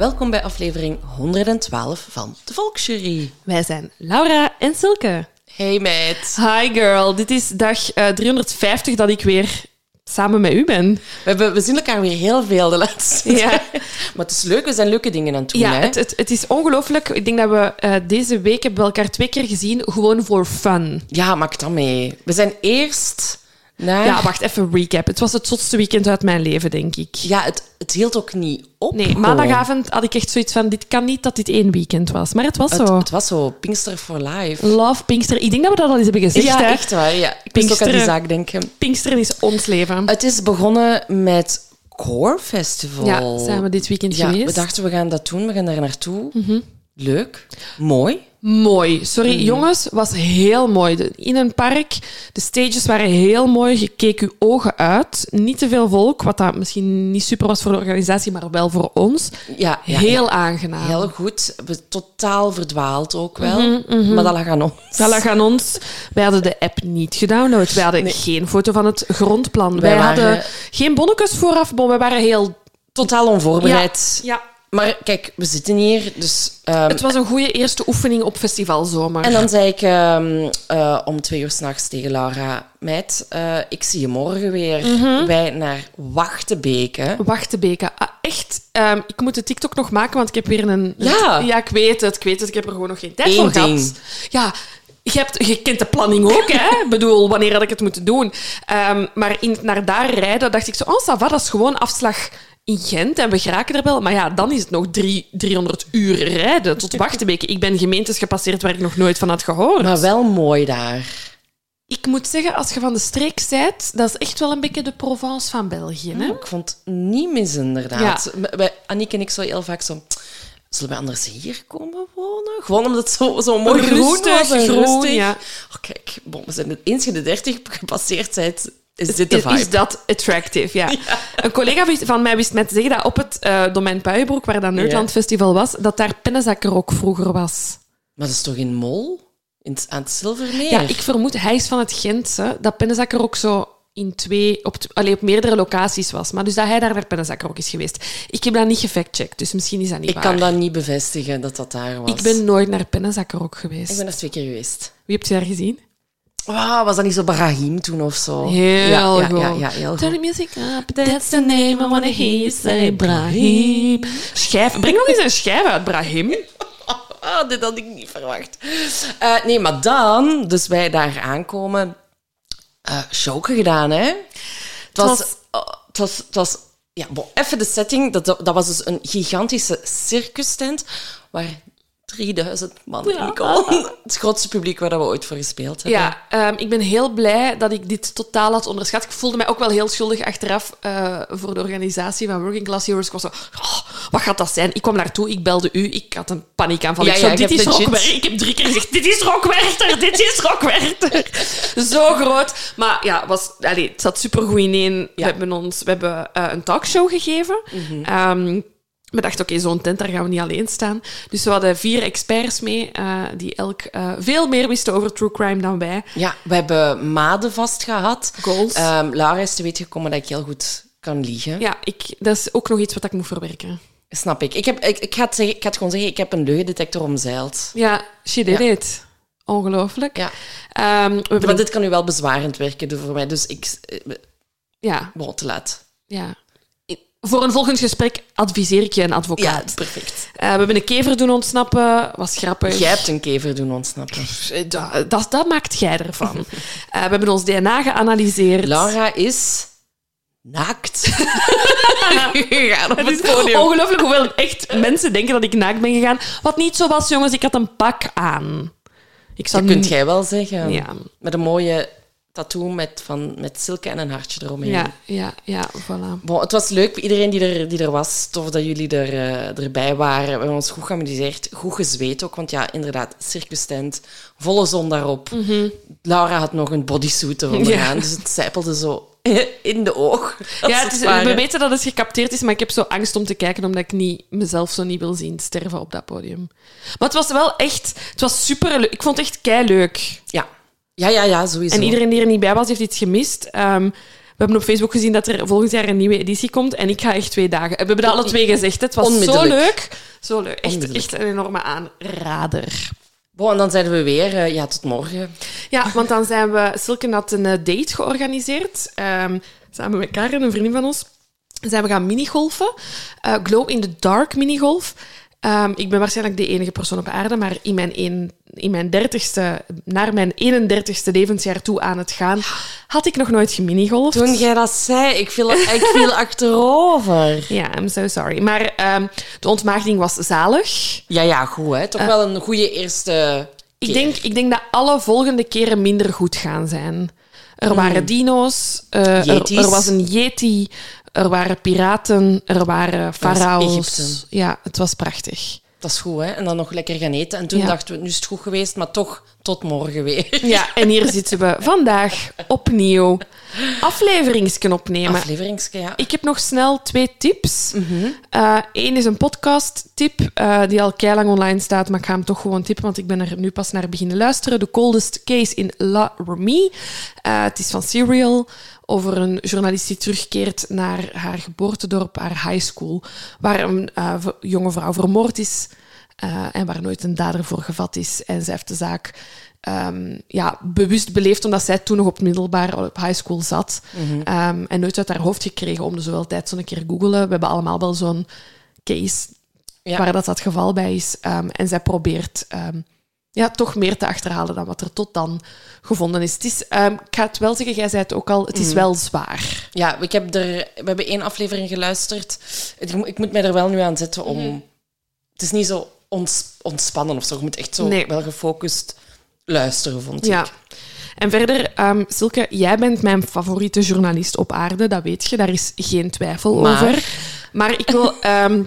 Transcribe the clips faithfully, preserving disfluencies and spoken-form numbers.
welkom bij aflevering honderdtwaalf van de Volksjury. Wij zijn Laura en Silke. Hey meid. Hi girl, dit is dag uh, driehonderdvijftig dat ik weer samen met u ben. We, hebben, we zien elkaar weer heel veel de laatste ja. tijd. Maar het is leuk, we zijn leuke dingen aan het doen. Ja, hè? het, het, het is ongelooflijk. Ik denk dat we uh, deze week hebben we elkaar twee keer gezien, gewoon voor fun. Ja, maak dat mee. We zijn eerst naar... Ja, wacht, even recap. Het was het zotste weekend uit mijn leven, denk ik. Ja, het, het hield ook niet op. Nee, gewoon. maandagavond had ik echt zoiets van, dit kan niet dat dit één weekend was. Maar het was Het, zo. het was zo, Pinkster for life. Love Pinkster. Ik denk dat we dat al eens hebben gezegd. Ja, hè? echt waar. Ja. Ik moest ook aan die zaak denken. Pinksteren is ons leven. Het is begonnen met Core Festival. Ja, zijn we dit weekend ja, geweest. we dachten, we gaan dat doen. We gaan daar naartoe. Mm-hmm. Leuk. Mooi. Mooi. Sorry, Mm. jongens, was heel mooi. De- In een park, de stages waren heel mooi. Je keek je ogen uit. Niet te veel volk, wat dat misschien niet super was voor de organisatie, maar wel voor ons. Ja, ja, heel ja. aangenaam. Heel goed. We totaal verdwaald ook wel. Mhm, mhm. Maar dat lag aan ons. Dat lag aan ons. Wij hadden de app niet gedownload. Wij hadden Nee. geen foto van het grondplan. Wij Wij, waren- hadden geen bonnetjes vooraf. Maar we waren heel... Totaal onvoorbereid. Ja. Maar kijk, we zitten hier, dus... Um, Het was een goede eerste oefening op festivalzomer. en dan zei ik um, uh, om twee uur s'nachts tegen Laura... Meid, uh, ik zie je morgen weer. Mhm. Wij naar Wachtebeke. Wachtebeke. Ah, echt, ehm, ik moet de TikTok nog maken, want ik heb weer een... Ja. Ja, ik weet het, ik weet het. Ik heb er gewoon nog geen tijd Eén voor ding. gehad. Ja, je, hebt, je kent de planning ook, hè? Ik bedoel, wanneer had ik het moeten doen? Um, maar in, naar daar rijden, dacht ik zo... Oh, ça va, dat is gewoon afslag in Gent en we geraken er wel. Maar ja, dan is het nog drie, driehonderd uur rijden tot Wachtebeke. Ik ben gemeentes gepasseerd waar ik nog nooit van had gehoord. Maar wel mooi daar. Ik moet zeggen, als je van de streek bent, dat is echt wel een beetje de Provence van België, hè? Ik vond het niet mis, inderdaad. Wij, Aniek en ik zo heel vaak zo... Zullen we anders hier komen wonen? Gewoon omdat het zo, zo mooi groen Rustig, was en groen, rustig. ja. Oh, kijk, bon, we zijn het eens je de dertig gepasseerd bent, is dit de Is, vibe. is dat attractive, ja. Een collega wist- van mij wist mij te zeggen dat op het uh, domein Puienbroek, waar dat Nerdland Ja. Festival was, dat daar Pennenzakkerok vroeger was. Maar dat is toch in Mol? In het, aan het Zilvermeer? Ja, ik vermoed, hij is van het Gentse, dat Pennenzakkerok zo in twee, op, t- allee, op meerdere locaties was. Maar dus dat hij daar naar Pennenzakkerok is geweest. Ik heb dat niet gefactcheckt, dus misschien is dat niet Ik waar. kan dat niet bevestigen, dat dat daar was. Ik ben nooit naar Pennenzakkerok geweest. Ik ben er twee keer geweest. Wie hebt je daar gezien? Wow, was dat niet zo Brahim toen of zo? Heel ja, ja, goed. Ja, ja, heel Turn the goed. music up, that's the name I wanna hear you say, Brahim. Schijf, breng nog eens een schijf uit, Brahim. Ah, dit had ik niet verwacht. Uh, nee, maar dan, dus wij daar aankomen, uh, showken gedaan, hè? Het was... was- uh, het was, het was ja, bon, even de setting. Dat, dat was dus een gigantische circustent waar drieduizend man in kon. Het grootste publiek waar we ooit voor gespeeld hebben. Ja, um, ik ben heel blij dat ik dit totaal had onderschat. Ik voelde mij ook wel heel schuldig achteraf uh, voor de organisatie van Working Class Heroes. Ik was zo, oh, wat gaat dat zijn? Ik kwam naartoe, ik belde u, ik had een paniekaanval. Ja, ik zo, ja, dit je is hebt legit- Rockwerchter. Ik heb drie keer gezegd, dit is Rockwerchter, dit is Rockwerchter. Zo groot. Maar ja, was, allee, het zat supergoed ineen. Ja. We hebben, ons, we hebben uh, een talkshow gegeven. Mhm. Um, we dachten, oké, okay, zo'n tent, daar gaan we niet alleen staan. Dus we hadden vier experts mee, uh, die elk uh, veel meer wisten over true crime dan wij. Ja, we hebben maden vast gehad. Goals. Um, Laura is te weten gekomen dat ik heel goed kan liegen. Ja, ik, dat is ook nog iets wat ik moet verwerken. Snap ik. Ik, heb, ik, ik, ga het zeggen, ik ga het gewoon zeggen, ik heb een leugendetector omzeild. Ja, she did Ja. it. Ongelooflijk. Ja. Um, we hebben Maar dit kan nu wel bezwarend werken voor mij, dus ik... ja, Bon, te laat. ja. Voor een volgend gesprek adviseer ik je een advocaat. Ja, perfect. Uh, we hebben een kever doen ontsnappen. Was grappig. Jij hebt een kever doen ontsnappen. Dat, dat, dat maakt jij ervan. Uh, we hebben ons D N A geanalyseerd. Laura is naakt. Gegaan op Het het is podium. ongelooflijk hoeveel echt mensen denken dat ik naakt ben gegaan. Wat niet zo was, jongens. Ik had een pak aan. Ik Dat zat kunt jij wel zeggen. Ja. Met een mooie tattoo met, van, met Silke en een hartje eromheen. Ja, ja, ja, voilà. Bon, het was leuk, iedereen die er, die er was. Tof dat jullie er, uh, erbij waren. We hebben ons goed geamuseerd. Goed gezweet ook, want ja, inderdaad, circus tent. Volle zon daarop. Mm-hmm. Laura had nog een bodysuit eronder Ja. aan, dus het zijpelde zo in de oog. Ja, het is, we weten dat het gecapteerd is, maar ik heb zo angst om te kijken, omdat ik niet, mezelf zo niet wil zien sterven op dat podium. Maar het was wel echt... Het was super leuk. Ik vond het echt keileuk. Ja. Ja, ja, ja, sowieso. En iedereen die er niet bij was, heeft iets gemist. Um, we hebben op Facebook gezien dat er volgend jaar een nieuwe editie komt. En ik ga echt twee dagen... We hebben dat alle twee gezegd. Het was zo leuk. Zo leuk. Echt, echt een enorme aanrader. Bon, en dan zijn we weer... Uh, ja, tot morgen. Ja, want dan zijn we... Silke had een date georganiseerd. Um, samen met Karen, een vriendin van ons. Zijn we gaan minigolfen. Uh, glow in the dark minigolf. Um, ik ben waarschijnlijk de enige persoon op aarde, maar in mijn, een, in mijn dertigste, naar mijn eenendertigste levensjaar toe aan het gaan, had ik nog nooit geminigolfd. Toen jij dat zei, ik viel, ik viel achterover. Ja, I'm so sorry. Maar um, de ontmaagding was zalig. Ja, ja, goed, hè. Toch uh, wel een goede eerste keer. Ik denk, ik denk dat alle volgende keren minder goed gaan zijn. Er mm. waren dino's, uh, er, er was een yeti... Er waren piraten, er waren farao's. Ja, het was prachtig. Dat is goed, hè? En dan nog lekker gaan eten. En toen ja. dachten we, nu is het goed geweest, maar toch tot morgen weer. Ja, en hier zitten we vandaag opnieuw afleveringsken opnemen. Afleveringsken, ja. Ik heb nog snel twee tips. Eén mm-hmm. uh, is een podcast-tip uh, die al keilang online staat, maar ik ga hem toch gewoon tippen, want ik ben er nu pas naar beginnen luisteren. The Coldest Case in La Remie. Uh, het is van Serial, over een journalist die terugkeert naar haar geboortedorp, haar high school, waar een uh, jonge vrouw vermoord is uh, en waar nooit een dader voor gevat is. En zij heeft de zaak um, ja, bewust beleefd, omdat zij toen nog op middelbaar op high school zat. Mm-hmm. Um, en nooit uit haar hoofd gekregen om de zoveel tijd zo'n keer googelen. We hebben allemaal wel zo'n case ja. waar dat, dat geval bij is. Um, en zij probeert... Um, Ja, toch meer te achterhalen dan wat er tot dan gevonden is. Het is um, ik ga het wel zeggen, jij zei het ook al, het is mm. wel zwaar. Ja, ik heb er, we hebben één aflevering geluisterd. Ik, ik moet mij er wel nu aan zetten om... Mm. Het is niet zo ons, ontspannen of zo. Je moet echt zo nee. wel gefocust luisteren, vond ja. ik. En verder, um, Silke, jij bent mijn favoriete journalist op aarde. Dat weet je, daar is geen twijfel maar... over. Maar ik wil... Um,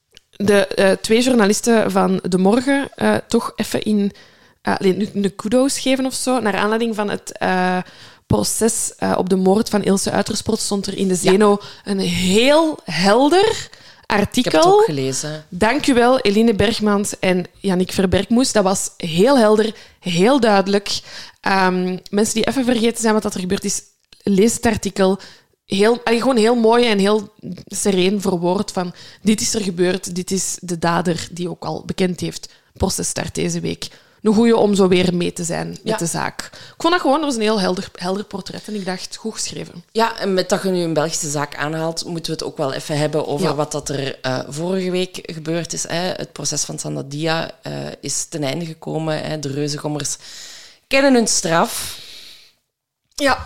De uh, twee journalisten van De Morgen uh, toch even in uh, de kudo's geven of zo. Naar aanleiding van het uh, proces uh, op de moord van Ilse Uitersport stond er in de Zeno ja. een heel helder artikel. Ik heb het ook gelezen. Dank u wel, Eline Bergmans en Yannick Verbergmoes. Dat was heel helder, heel duidelijk. Um, mensen die even vergeten zijn wat er gebeurd is, lees het artikel. Heel, gewoon heel mooi en heel sereen verwoord van dit is er gebeurd, dit is de dader die ook al bekend heeft. Proces start deze week. Een goeie om zo weer mee te zijn met ja. de zaak. Ik vond dat gewoon, dat was een heel helder, helder portret en ik dacht, goed geschreven. Ja, en met dat je nu een Belgische zaak aanhaalt, moeten we het ook wel even hebben over ja. wat dat er uh, vorige week gebeurd is. Hè. Het proces van Sandadia uh, is ten einde gekomen. Hè. De Reuzengommers kennen hun straf. Ja.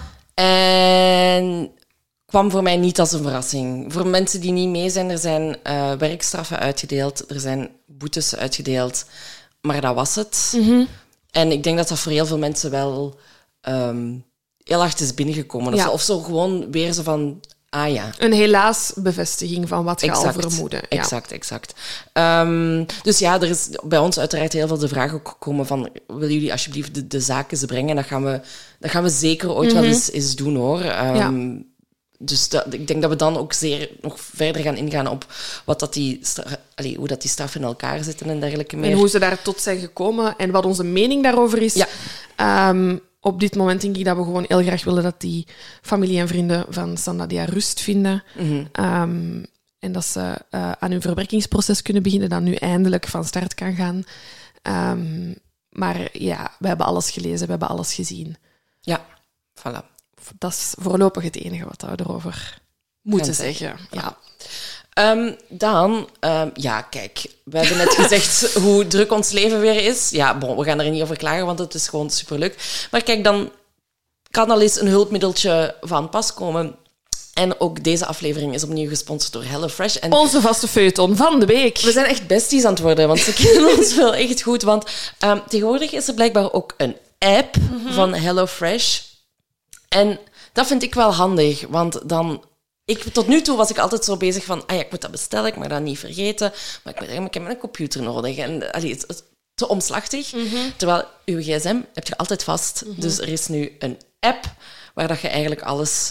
En... kwam voor mij niet als een verrassing. Voor mensen die niet mee zijn, er zijn uh, werkstraffen uitgedeeld, er zijn boetes uitgedeeld, maar dat was het. Mm-hmm. En ik denk dat dat voor heel veel mensen wel um, heel hard is binnengekomen. Ja. Of, zo, of zo gewoon weer zo van, ah ja. Een helaas bevestiging van wat je exact, al vermoedde. Ja. Exact, exact. Um, dus ja, er is bij ons uiteraard heel veel de vraag ook gekomen van, willen jullie alsjeblieft de, de zaken ze brengen? Dat gaan we, dat gaan we zeker ooit mm-hmm. wel eens, eens doen, hoor. Um, ja. Dus dat, ik denk dat we dan ook zeer nog verder gaan ingaan op wat dat die stra- allee, hoe dat die straffen in elkaar zitten en dergelijke meer. En hoe ze daar tot zijn gekomen en wat onze mening daarover is. Ja. Um, op dit moment denk ik dat we gewoon heel graag willen dat die familie en vrienden van Sandadia rust vinden. Mm-hmm. Um, en dat ze uh, aan hun verwerkingsproces kunnen beginnen, dat nu eindelijk van start kan gaan. Um, maar ja, we hebben alles gelezen, we hebben alles gezien. Ja, voilà. Dat is voorlopig het enige wat we erover moeten zeggen. Ja. Um, dan, um, ja, kijk, we hebben net gezegd hoe druk ons leven weer is. Ja, bon, we gaan er niet over klagen, want het is gewoon superleuk. Maar kijk, dan kan al eens een hulpmiddeltje van pas komen. En ook deze aflevering is opnieuw gesponsord door HelloFresh. En onze vaste feuilleton van de week. We zijn echt besties aan het worden, want ze kennen ons wel echt goed. Want um, tegenwoordig is er blijkbaar ook een app mm-hmm. van HelloFresh. En dat vind ik wel handig, want dan... Ik, tot nu toe was ik altijd zo bezig van, ah ja, ik moet dat bestellen, ik mag dat niet vergeten, maar ik, moet, ik heb een computer nodig. En allee, het is te omslachtig. Mm-hmm. Terwijl uw gsm heb je altijd vast. Mm-hmm. Dus er is nu een app waar dat je eigenlijk alles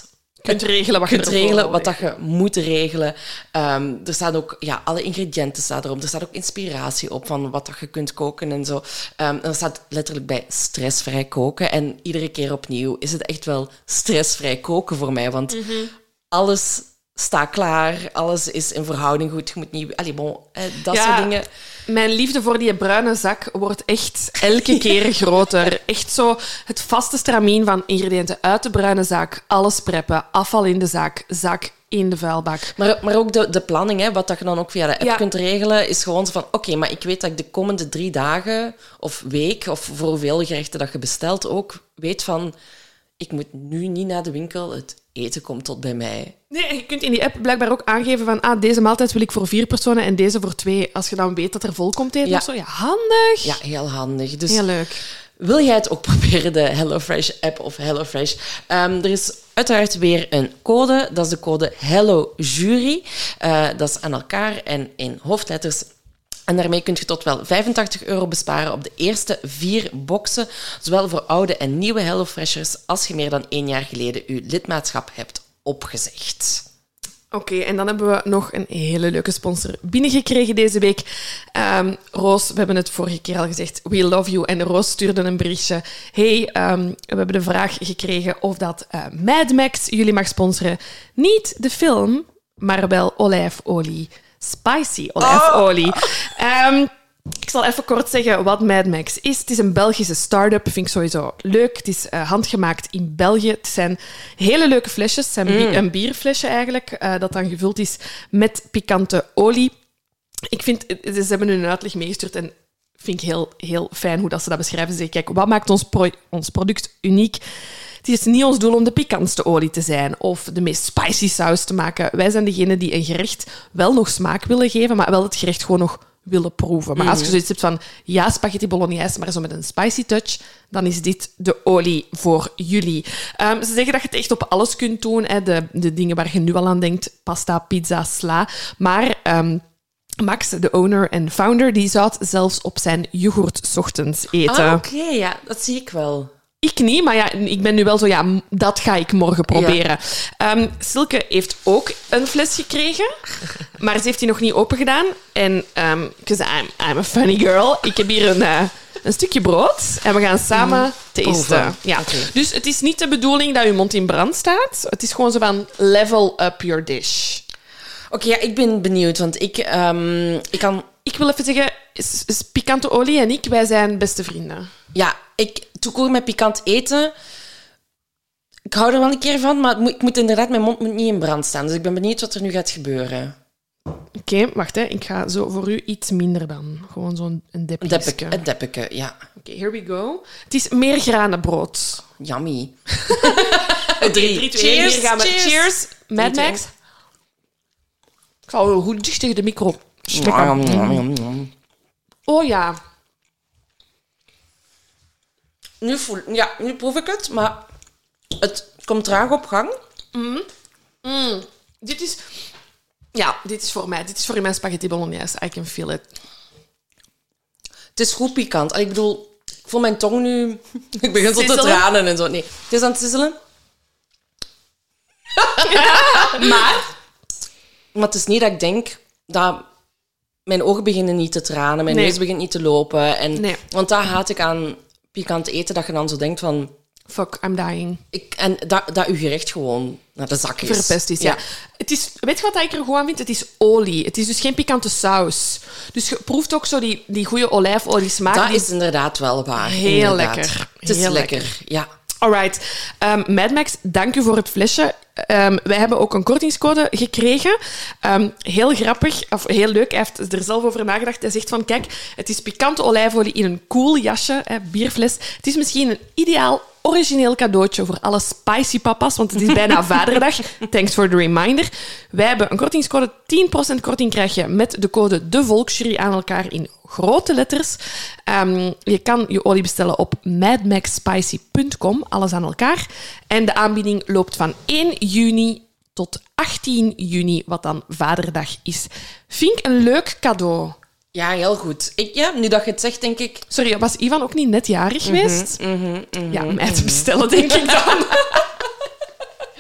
kunt regelen wat je kunt ervoor regelen, wil, wat ja. dat je moet regelen. Um, er staan ook, ja, alle ingrediënten staan erop. Er staat ook inspiratie op van wat dat je kunt koken en zo. Um, er staat letterlijk bij stressvrij koken. En iedere keer opnieuw is het echt wel stressvrij koken voor mij. Want mm-hmm. alles staat klaar, alles is in verhouding goed. Je moet niet... Allee, bon, eh, dat ja, soort dingen. Mijn liefde voor die bruine zak wordt echt elke keer groter. Echt zo het vaste stramien van ingrediënten uit de bruine zak, alles preppen, afval in de zak, zak in de vuilbak. Maar, maar ook de, de planning, hè, wat dat je dan ook via de app ja. kunt regelen, is gewoon zo van, oké, okay, maar ik weet dat ik de komende drie dagen of week, of voor hoeveel gerechten dat je bestelt, ook weet van, ik moet nu niet naar de winkel, het eten komt tot bij mij. Nee, je kunt in die app blijkbaar ook aangeven van, ah, deze maaltijd wil ik voor vier personen en deze voor twee. Als je dan weet dat er vol komt eten ja. of zo. Ja, handig. Ja, heel handig. Dus heel leuk. Wil jij het ook proberen, de HelloFresh-app of HelloFresh? Um, er is uiteraard weer een code. Dat is de code HelloJury. Uh, dat is aan elkaar en in hoofdletters. En daarmee kun je tot wel vijfentachtig euro besparen op de eerste vier boxen, zowel voor oude en nieuwe HelloFreshers, als je meer dan één jaar geleden je lidmaatschap hebt opgezegd. Oké, okay, en dan hebben we nog een hele leuke sponsor binnengekregen deze week. Um, Roos, we hebben het vorige keer al gezegd, we love you. En Roos stuurde een berichtje. Hey, um, we hebben de vraag gekregen of dat uh, Mad Max jullie mag sponsoren. Niet de film, maar wel olijfolie. Spicy olijfolie. Oh. Um, ik zal even kort zeggen wat Mad Max is. Het is een Belgische start-up. Vind ik sowieso leuk. Het is uh, handgemaakt in België. Het zijn hele leuke flesjes. Het zijn mm. bi- een bierflesje eigenlijk, uh, dat dan gevuld is met pikante olie. Ik vind, ze hebben hun uitleg meegestuurd en vind ik heel, heel fijn hoe dat ze dat beschrijven. Ze zeggen, kijk, wat maakt ons, pro- ons product uniek? Het is niet ons doel om de pikantste olie te zijn of de meest spicy saus te maken. Wij zijn degene die een gerecht wel nog smaak willen geven, maar wel het gerecht gewoon nog willen proeven. Maar als je zoiets hebt van, ja, spaghetti bolognese, maar zo met een spicy touch, dan is dit de olie voor jullie. Um, ze zeggen dat je het echt op alles kunt doen. Hè, de, de dingen waar je nu al aan denkt, pasta, pizza, sla. Maar um, Max, de owner en founder, die zou het zelfs op zijn yoghurt 's ochtends eten. Ah, oké, okay, ja, dat zie ik wel. Ik niet, maar ja, ik ben nu wel zo, ja, dat ga ik morgen proberen. Ja. Um, Silke heeft ook een fles gekregen, maar ze heeft die nog niet opengedaan. En, because um, I'm, I'm a funny girl, ik heb hier een, uh, een stukje brood en we gaan samen mm. tasten. Ja. Okay. Dus het is niet de bedoeling dat je mond in brand staat. Het is gewoon zo van level up your dish. Oké, okay, ja, ik ben benieuwd, want ik, um, ik kan... Ik wil even zeggen, is, is pikante olie en ik, wij zijn beste vrienden. Ja, ik toekoor met pikant eten. Ik hou er wel een keer van, maar het moet, ik moet inderdaad, mijn mond moet niet in brand staan. Dus ik ben benieuwd wat er nu gaat gebeuren. Oké, okay, wacht, hè. Ik ga zo voor u iets minder dan. Gewoon zo'n een deppetje. Een deppeke, een deppeke, ja. Oké, okay, here we go. Het is meer granenbrood. Yummy. Oké, drie, twee, cheers, hier gaan we. Cheers. Cheers. Mad Max. Ik zal wel goed dicht tegen de micro slikken. Mm. Oh ja. Nu, voel, ja, nu proef ik het, maar het komt traag op gang. Mm. Mm. Dit is... Ja, dit is voor mij. Dit is voor mijn spaghetti bolognese. I can feel it. Het is goed pikant. Ik bedoel, ik voel mijn tong nu... Ik begin zo te tranen en zo. Nee, het is aan het sizzelen. maar... Maar het is niet dat ik denk dat... Mijn ogen beginnen niet te tranen, mijn nee. neus begint niet te lopen. En, nee. Want daar haat ik aan pikant eten, dat je dan zo denkt van... Fuck, I'm dying. Ik, en dat, dat uw gerecht gewoon naar de zak is. Verpest is, ja. ja. Het is, weet je wat ik er goed aan vind? Het is olie. Het is dus geen pikante saus. Dus je proeft ook zo die, die goede olijfolie smaak. Dat die... is inderdaad wel waar. Heel inderdaad. lekker. Het is Heel lekker, lekker. ja. Alright. Um, Mad Max, dank u voor het flesje. Um, wij hebben ook een kortingscode gekregen. Um, heel grappig, of heel leuk. Hij heeft er zelf over nagedacht. Hij zegt van, kijk, het is pikante olijfolie in een cool jasje, hè, bierfles. Het is misschien een ideaal origineel cadeautje voor alle spicy papa's, want het is bijna Vaderdag. Thanks for the reminder. Wij hebben een kortingscode. tien procent korting krijg je met de code De Volksjury aan elkaar in grote letters. Um, je kan je olie bestellen op mad max spicy punt com, alles aan elkaar. En de aanbieding loopt van één juni tot achttien juni, wat dan Vaderdag is. Vind ik een leuk cadeau. Ja, heel goed. Ik, ja, nu dat je het zegt, denk ik... Sorry, was Ivan ook niet net jarig geweest? Mm-hmm, mm-hmm, mm-hmm, ja, mij te bestellen, denk ik dan.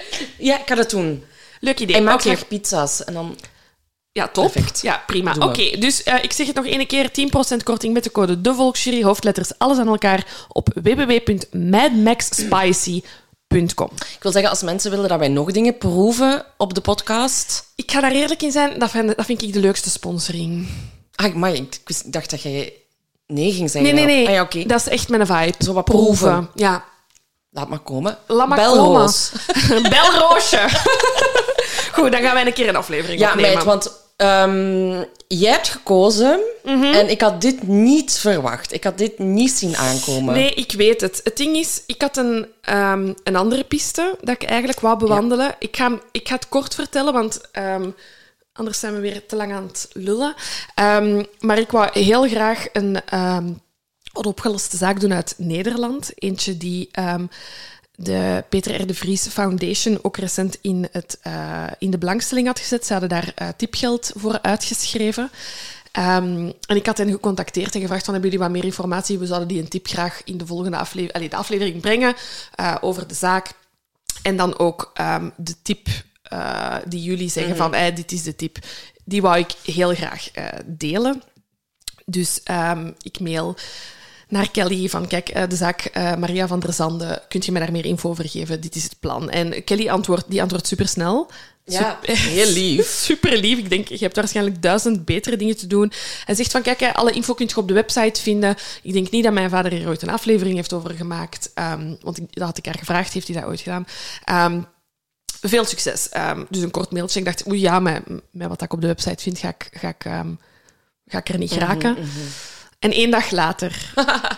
Ja, ik ga dat doen. Leuk idee. En maak Oké. graag pizza's. En dan... Ja, top. Perfect. Ja, prima. Doen Oké, we. dus uh, ik zeg het nog één keer. tien procent korting met de code DeVolksjury. Hoofdletters, alles aan elkaar op w w w punt mad max spicy punt com. Ik wil zeggen, als mensen willen dat wij nog dingen proeven op de podcast... Ik ga daar eerlijk in zijn, dat vind, dat vind ik de leukste sponsoring. Ah, maar ik, wist- ik dacht dat jij nee ging zeggen. Nee, nee, nee. Ah, ja, oké. Dat is echt mijn vibe. Zo wat proeven. Ja. Laat maar komen. Laat maar Belroos. Belroosje. Goed, dan gaan wij een keer een aflevering Ja, opnemen. meid, want um, jij hebt gekozen Mhm. en ik had dit niet verwacht. Ik had dit niet zien aankomen. Nee, ik weet het. Het ding is, ik had een, ehm, een andere piste dat ik eigenlijk wou bewandelen. Ik, ga, ik ga het kort vertellen, want ehm, anders zijn we weer te lang aan het lullen. Ehm, maar ik wou heel graag een um, onopgeloste zaak doen uit Nederland. Eentje die um, de Peter R. de Vries Foundation ook recent in, het, uh, in de belangstelling had gezet. Ze hadden daar uh, tipgeld voor uitgeschreven. Um, en ik had hen gecontacteerd en gevraagd van, hebben jullie wat meer informatie? We zouden die een tip graag in de volgende aflevering, allez, de aflevering brengen uh, over de zaak. En dan ook um, de tip uh, die jullie zeggen Mm-hmm. van, hey, dit is de tip. Die wou ik heel graag uh, delen. Dus um, ik mail naar Kelly van, kijk, uh, de zaak uh, Maria van der Zande, kunt je mij daar meer info over geven? Dit is het plan. En Kelly antwoordt, die antwoordt supersnel. Ja, heel lief. Super lief. Ik denk, je hebt waarschijnlijk duizend betere dingen te doen. En zegt van, kijk, alle info kun je op de website vinden. Ik denk niet dat mijn vader hier ooit een aflevering heeft over gemaakt. Um, want ik, dat had ik haar gevraagd, heeft hij dat ooit gedaan. Um, veel succes. Um, dus een kort mailtje. Ik dacht, oei ja, met, met wat ik op de website vind, ga ik, ga ik, um, ga ik er niet geraken. Mm-hmm, mm-hmm. En één dag later,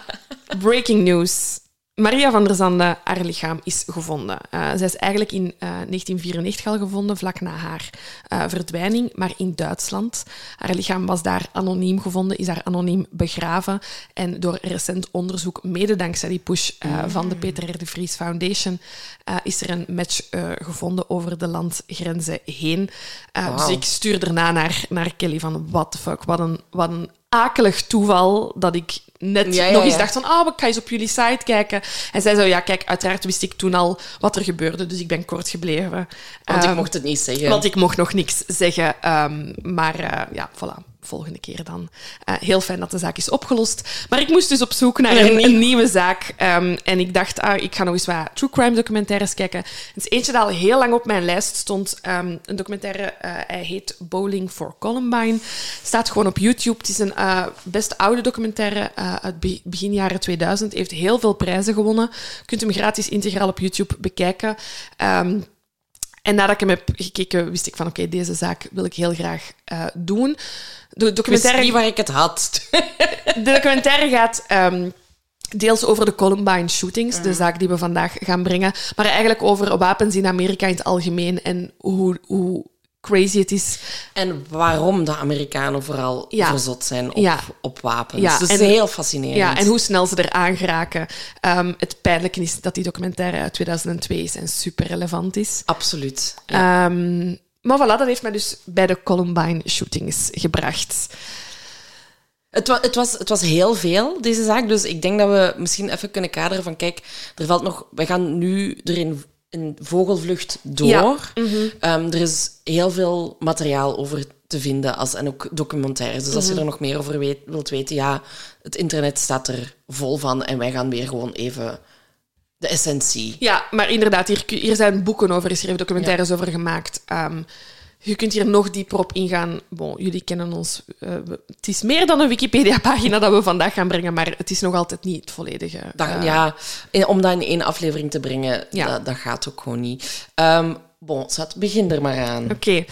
breaking news. Maria van der Zande, haar lichaam is gevonden. Uh, zij is eigenlijk in uh, negentien vierennegentig al gevonden, vlak na haar uh, verdwijning, maar in Duitsland. Haar lichaam was daar anoniem gevonden, is daar anoniem begraven. En door recent onderzoek, mede dankzij die push uh, van de Peter R. de Vries Foundation, uh, is er een match uh, gevonden over de landgrenzen heen. Uh, Wow. Dus ik stuur daarna naar, naar Kelly van, what the fuck, wat een... Wat een akelig toeval dat ik net Ja, ja, nog eens ja. dacht van, ah, ik ga eens op jullie site kijken. En zij zo, ja, kijk, uiteraard wist ik toen al wat er gebeurde, dus ik ben kort gebleven. Want ik Um, mocht het niet zeggen. Want ik mocht nog niks zeggen. Um, maar uh, ja, voilà. Volgende keer dan. Uh, heel fijn dat de zaak is opgelost. Maar ik moest dus op zoek naar Nee, een, niet. een nieuwe zaak. Um, en ik dacht, ah, ik ga nog eens wat true crime documentaires kijken. Het is eentje dat al heel lang op mijn lijst stond. Um, een documentaire, uh, hij heet Bowling for Columbine. Staat gewoon op YouTube. Het is een uh, best oude documentaire uh, uit be- begin jaren tweeduizend. Heeft heel veel prijzen gewonnen. Je kunt hem gratis integraal op YouTube bekijken. Um, En nadat ik hem heb gekeken, wist ik van, oké, okay, deze zaak wil ik heel graag uh, doen. De Ik wist documentaire, niet waar ik het had. de documentaire gaat um, deels over de Columbine shootings, de zaak die we vandaag gaan brengen, maar eigenlijk over wapens in Amerika in het algemeen en hoe, hoe crazy het is. En waarom de Amerikanen vooral Ja. verzot zijn op, Ja. op wapens. Ja, Dus en- het is heel fascinerend. Ja, en hoe snel ze eraan geraken. Um, het pijnlijke is dat die documentaire uit tweeduizend twee is en super relevant is. Absoluut. Ja. Um, maar voilà, dat heeft mij dus bij de Columbine shootings gebracht. Het, wa- het, was, het was heel veel, deze zaak. Dus ik denk dat we misschien even kunnen kaderen van... Kijk, er valt nog... We gaan nu er in, in vogelvlucht door. Ja. Um, er is heel veel materiaal over te vinden. Als, en ook documentaires. Dus als je er nog meer over weet, wilt weten... Ja, het internet staat er vol van. En wij gaan weer gewoon even... De essentie. Ja, maar inderdaad, hier, hier zijn boeken over geschreven, documentaires over gemaakt. Um, je kunt hier nog dieper op ingaan. Bon, jullie kennen ons. Uh, we- het is meer dan een Wikipedia-pagina dat we vandaag gaan brengen, maar het is nog altijd niet het volledige. Dat, uh, ja, in- om dat in één aflevering te brengen, Ja. dat, dat gaat ook gewoon niet. Um, bon, Sat, begin er maar aan. Oké.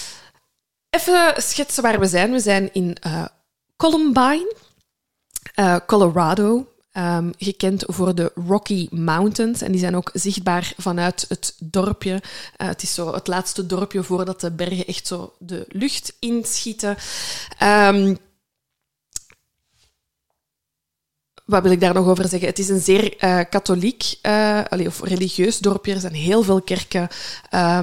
Even schetsen waar we zijn. We zijn in uh, Columbine, uh, Colorado. Um, gekend voor de Rocky Mountains. En die zijn ook zichtbaar vanuit het dorpje. Uh, het is zo het laatste dorpje voordat de bergen echt zo de lucht inschieten. Um, wat wil ik daar nog over zeggen? Het is een zeer uh, katholiek uh, allee, of religieus dorpje. Er zijn heel veel kerken. Um,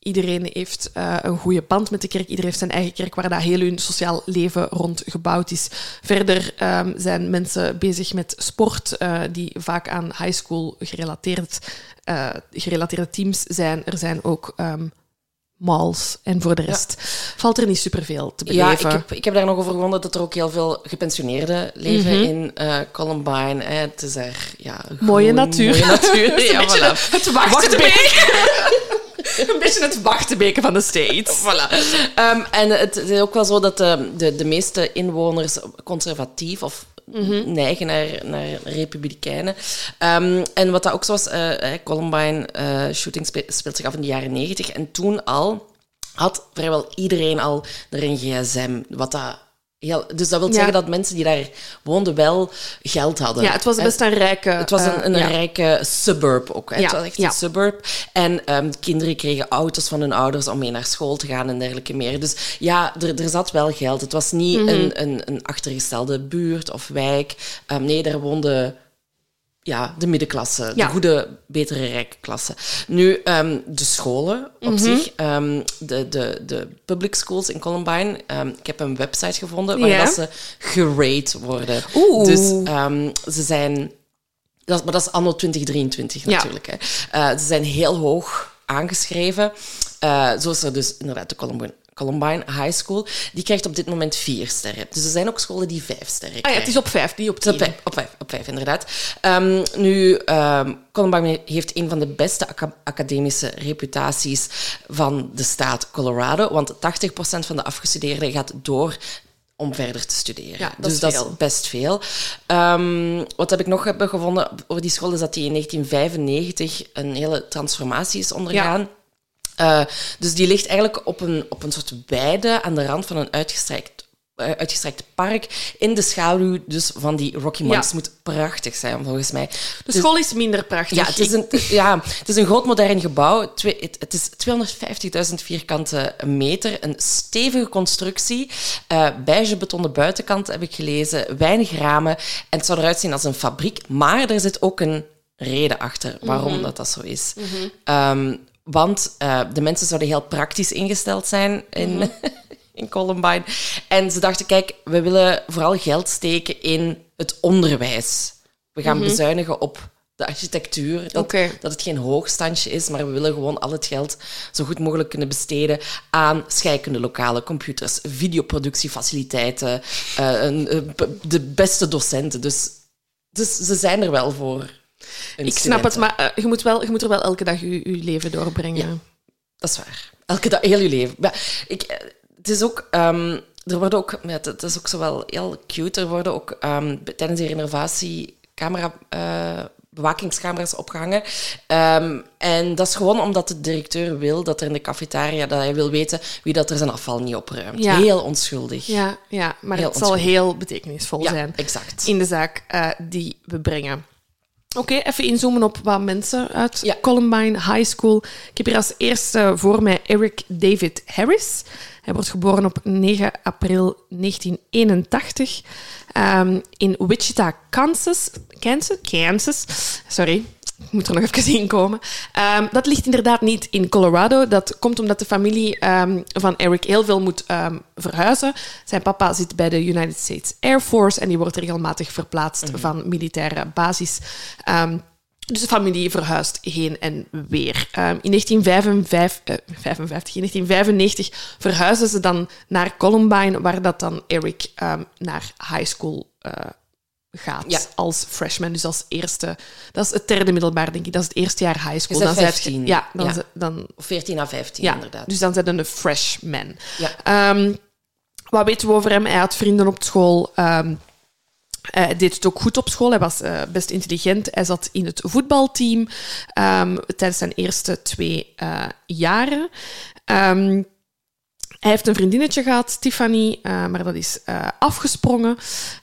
Iedereen heeft uh, een goede band met de kerk. Iedereen heeft zijn eigen kerk waar dat heel hun sociaal leven rond gebouwd is. Verder um, zijn mensen bezig met sport, uh, die vaak aan high school gerelateerd, uh, gerelateerde teams zijn. Er zijn ook um, malls. En voor de rest ja. valt er niet superveel te beleven. Ja, ik heb, ik heb daar nog over gewonnen dat er ook heel veel gepensioneerden leven mm-hmm. in uh, Columbine. Hè. Het is er ja, mooie groen, natuur. Mooie natuur. Ja, voilà. Het Wachtbeek. Een beetje het Wachtbeken van de States. Voilà. Um, en het is ook wel zo dat de, de, de meeste inwoners conservatief of mm-hmm. neigen naar, naar republikeinen. Um, en wat dat ook zo was, uh, Columbine uh, shooting spe- speelt zich af in de jaren negentig. En toen al had vrijwel iedereen al er een gsm. Wat dat heel, dus dat wil ja. zeggen dat mensen die daar woonden wel geld hadden. Ja, het was best een rijke... Het was een, een uh, ja. rijke suburb ook. Hè. Ja. Het was echt ja. een suburb. En um, kinderen kregen auto's van hun ouders om mee naar school te gaan en dergelijke meer. Dus ja, er, er zat wel geld. Het was niet mm-hmm. een, een, een achtergestelde buurt of wijk. Um, nee, daar woonden... Ja, de middenklasse, ja. de goede, betere, rijke klasse. Nu, um, de scholen op mm-hmm. zich, um, de, de, de public schools in Columbine. Um, ik heb een website gevonden waar yeah. dat ze gerate worden. Oeh. Dus um, ze zijn... Dat, maar dat is anno twintig drieëntwintig natuurlijk. Ja. Hè. Uh, ze zijn heel hoog aangeschreven. Uh, zo is er dus inderdaad de Columbine... Columbine High School, die krijgt op dit moment vier sterren. Dus er zijn ook scholen die vijf sterren krijgen. Ah ja, het is op vijf, niet op tien. Op vijf, op vijf, op vijf inderdaad. Um, nu, um, Columbine heeft een van de beste aca- academische reputaties van de staat Colorado, want tachtig procent van de afgestudeerden gaat door om verder te studeren. Ja, dat dus is dat veel. is best veel. Um, wat heb ik nog hebben gevonden over die school, is dat die in negentien vijfennegentig een hele transformatie is ondergaan. Ja. Uh, dus die ligt eigenlijk op een, op een soort weide aan de rand van een uitgestrekt, uh, uitgestrekt park. In de schaduw dus van die Rocky Mountains. Ja. Moet prachtig zijn, volgens mij. De school is minder prachtig. Ja, het is een, ja, het is een groot modern gebouw. Twee, het, het is tweehonderdvijftigduizend vierkante meter. Een stevige constructie. Uh, beige betonnen buitenkant heb ik gelezen. Weinig ramen. En het zou eruit zien als een fabriek. Maar er zit ook een reden achter waarom mm-hmm. dat, dat zo is. Mm-hmm. Um, Want uh, de mensen zouden heel praktisch ingesteld zijn in, mm-hmm. in Columbine. En ze dachten, kijk, we willen vooral geld steken in het onderwijs. We gaan mm-hmm. bezuinigen op de architectuur. Dat, okay. dat het geen hoogstandje is, maar we willen gewoon al het geld zo goed mogelijk kunnen besteden aan scheikunde lokalen, computers, videoproductiefaciliteiten, uh, een, uh, de beste docenten. Dus, dus ze zijn er wel voor. Ik snap het, maar uh, je, moet wel, je moet er wel elke dag je, je leven doorbrengen. Ja, dat is waar. Elke dag, heel je leven. Maar ik, het is ook... Um, er worden ook... Ja, het is ook zo wel heel cute. Er worden ook um, tijdens die renovatie camera... Uh, bewakingscamera's opgehangen. Um, en dat is gewoon omdat de directeur wil dat er in de cafetaria... dat hij wil weten wie dat er zijn afval niet opruimt. Ja. Heel onschuldig. Ja, ja maar heel het zal heel betekenisvol ja, zijn. Exact. In de zaak uh, die we brengen. Oké, okay, even inzoomen op wat mensen uit ja. Columbine High School. Ik heb hier als eerste voor mij Eric David Harris. Hij wordt geboren op negen april negentien eenentachtig um, in Wichita, Kansas. Kansas? Kansas. Sorry, ik moet er nog even in komen. Um, dat ligt inderdaad niet in Colorado. Dat komt omdat de familie um, van Eric heel veel moet um, verhuizen. Zijn papa zit bij de United States Air Force en die wordt regelmatig verplaatst mm-hmm. van militaire basis. Um, dus de familie verhuist heen en weer. Um, in negentien vijfenvijftig, uh, vijfenvijftig, in negentien vijfennegentig verhuizen ze dan naar Columbine, waar dat dan Eric um, naar high school uh, gaat ja. als freshman. Dus als eerste... Dat is het derde middelbaar, denk ik. Dat is het eerste jaar high school. Is dat dan vijftien? Je, ja, dan, ja. Ze, dan... Of veertien à vijftien, ja, inderdaad. Dus dan zijn ze een freshman. Ja. Um, wat weten we over hem? Hij had vrienden op school... Um, Hij deed het ook goed op school. Hij was uh, best intelligent. Hij zat in het voetbalteam um, tijdens zijn eerste twee uh, jaren. Um, hij heeft een vriendinnetje gehad, Tiffany, uh, maar dat is uh, afgesprongen.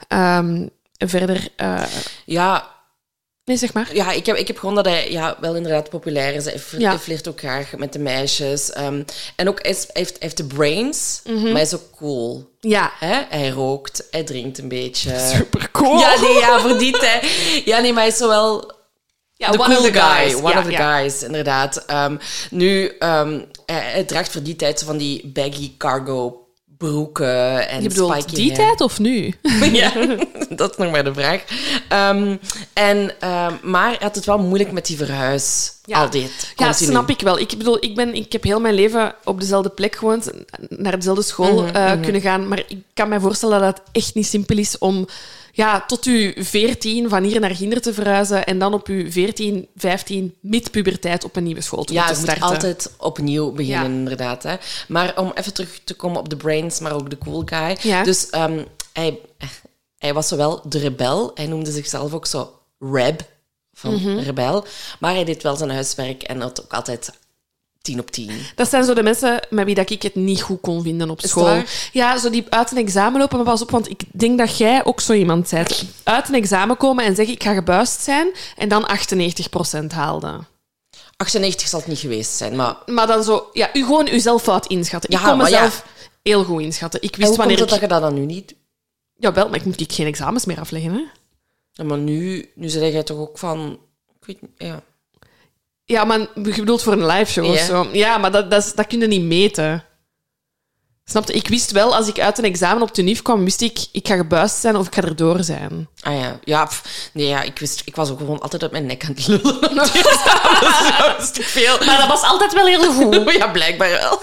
Um, verder... Uh... Ja... Nee, zeg maar. Ja, ik heb, ik heb gewoon dat hij ja, wel inderdaad populair is. Hij flirt, ja. flirt ook graag met de meisjes. Um, en ook, hij, is, hij, heeft, hij heeft de brains, mm-hmm. maar hij is ook cool. Ja. Hè? Hij rookt, hij drinkt een beetje. Super cool. Ja, nee, ja, voor die tijd. Ja, nee, maar hij is zo wel... Ja, the one cool of the guy. guys. One Ja, of the ja. guys, inderdaad. Um, nu, um, hij, hij draagt voor die tijd zo van die baggy cargo broeken en Je bedoelt spiky die hair. tijd of nu? Ja, dat is nog maar de vraag. Um, en, um, maar hij had het wel moeilijk met die verhuis. Ja. Al dit. Ja, continu. snap ik wel. Ik bedoel, ik, ben, ik heb heel mijn leven op dezelfde plek gewoond, naar dezelfde school Mm-hmm, uh, kunnen gaan. Maar ik kan me voorstellen dat het echt niet simpel is om ja, tot uw veertien van hier naar Ginder te verhuizen en dan op uw veertien, vijftien, mid-puberteit op een nieuwe school te Ja, moeten je moet starten. altijd opnieuw beginnen, Ja. inderdaad. Hè. Maar om even terug te komen op de brains, maar ook de cool guy. Ja. Dus um, hij, hij was zowel de rebel, hij noemde zichzelf ook zo Reb, van Mhm. rebel. Maar hij deed wel zijn huiswerk en had ook altijd tien op tien. Dat zijn zo de mensen met wie dat ik het niet goed kon vinden op het school. waar? Ja, zo die uit een examen lopen. Maar pas op, want ik denk dat jij ook zo iemand bent. Uit een examen komen en zeggen, ik ga gebuist zijn. En dan achtennegentig procent haalde. achtennegentig zal het niet geweest zijn, maar... Maar dan zo, ja, u gewoon uzelf fout inschatten. Ja, ik kon maar mezelf heel goed inschatten. Ik En wist hoe wanneer komt het ik... dat je dat dan nu niet... Jawel, maar ik moet ik geen examens meer afleggen, hè? Ja, maar nu, nu zeg jij toch ook van... Ik weet niet, ja... Ja, maar je bedoelt voor een live show of Ja. zo. Ja, maar dat, dat, is- dat kun je niet meten. Snap je? Ik wist wel, als ik uit een examen op de N I F kwam, wist ik, ik ga gebuist zijn of ik ga erdoor zijn. Ah ja, ja, pff, nee, ja, ik wist, ik was ook gewoon altijd uit mijn nek aan het lullen. Dat is te veel. Maar dat was altijd wel heel goed. Ja, blijkbaar wel.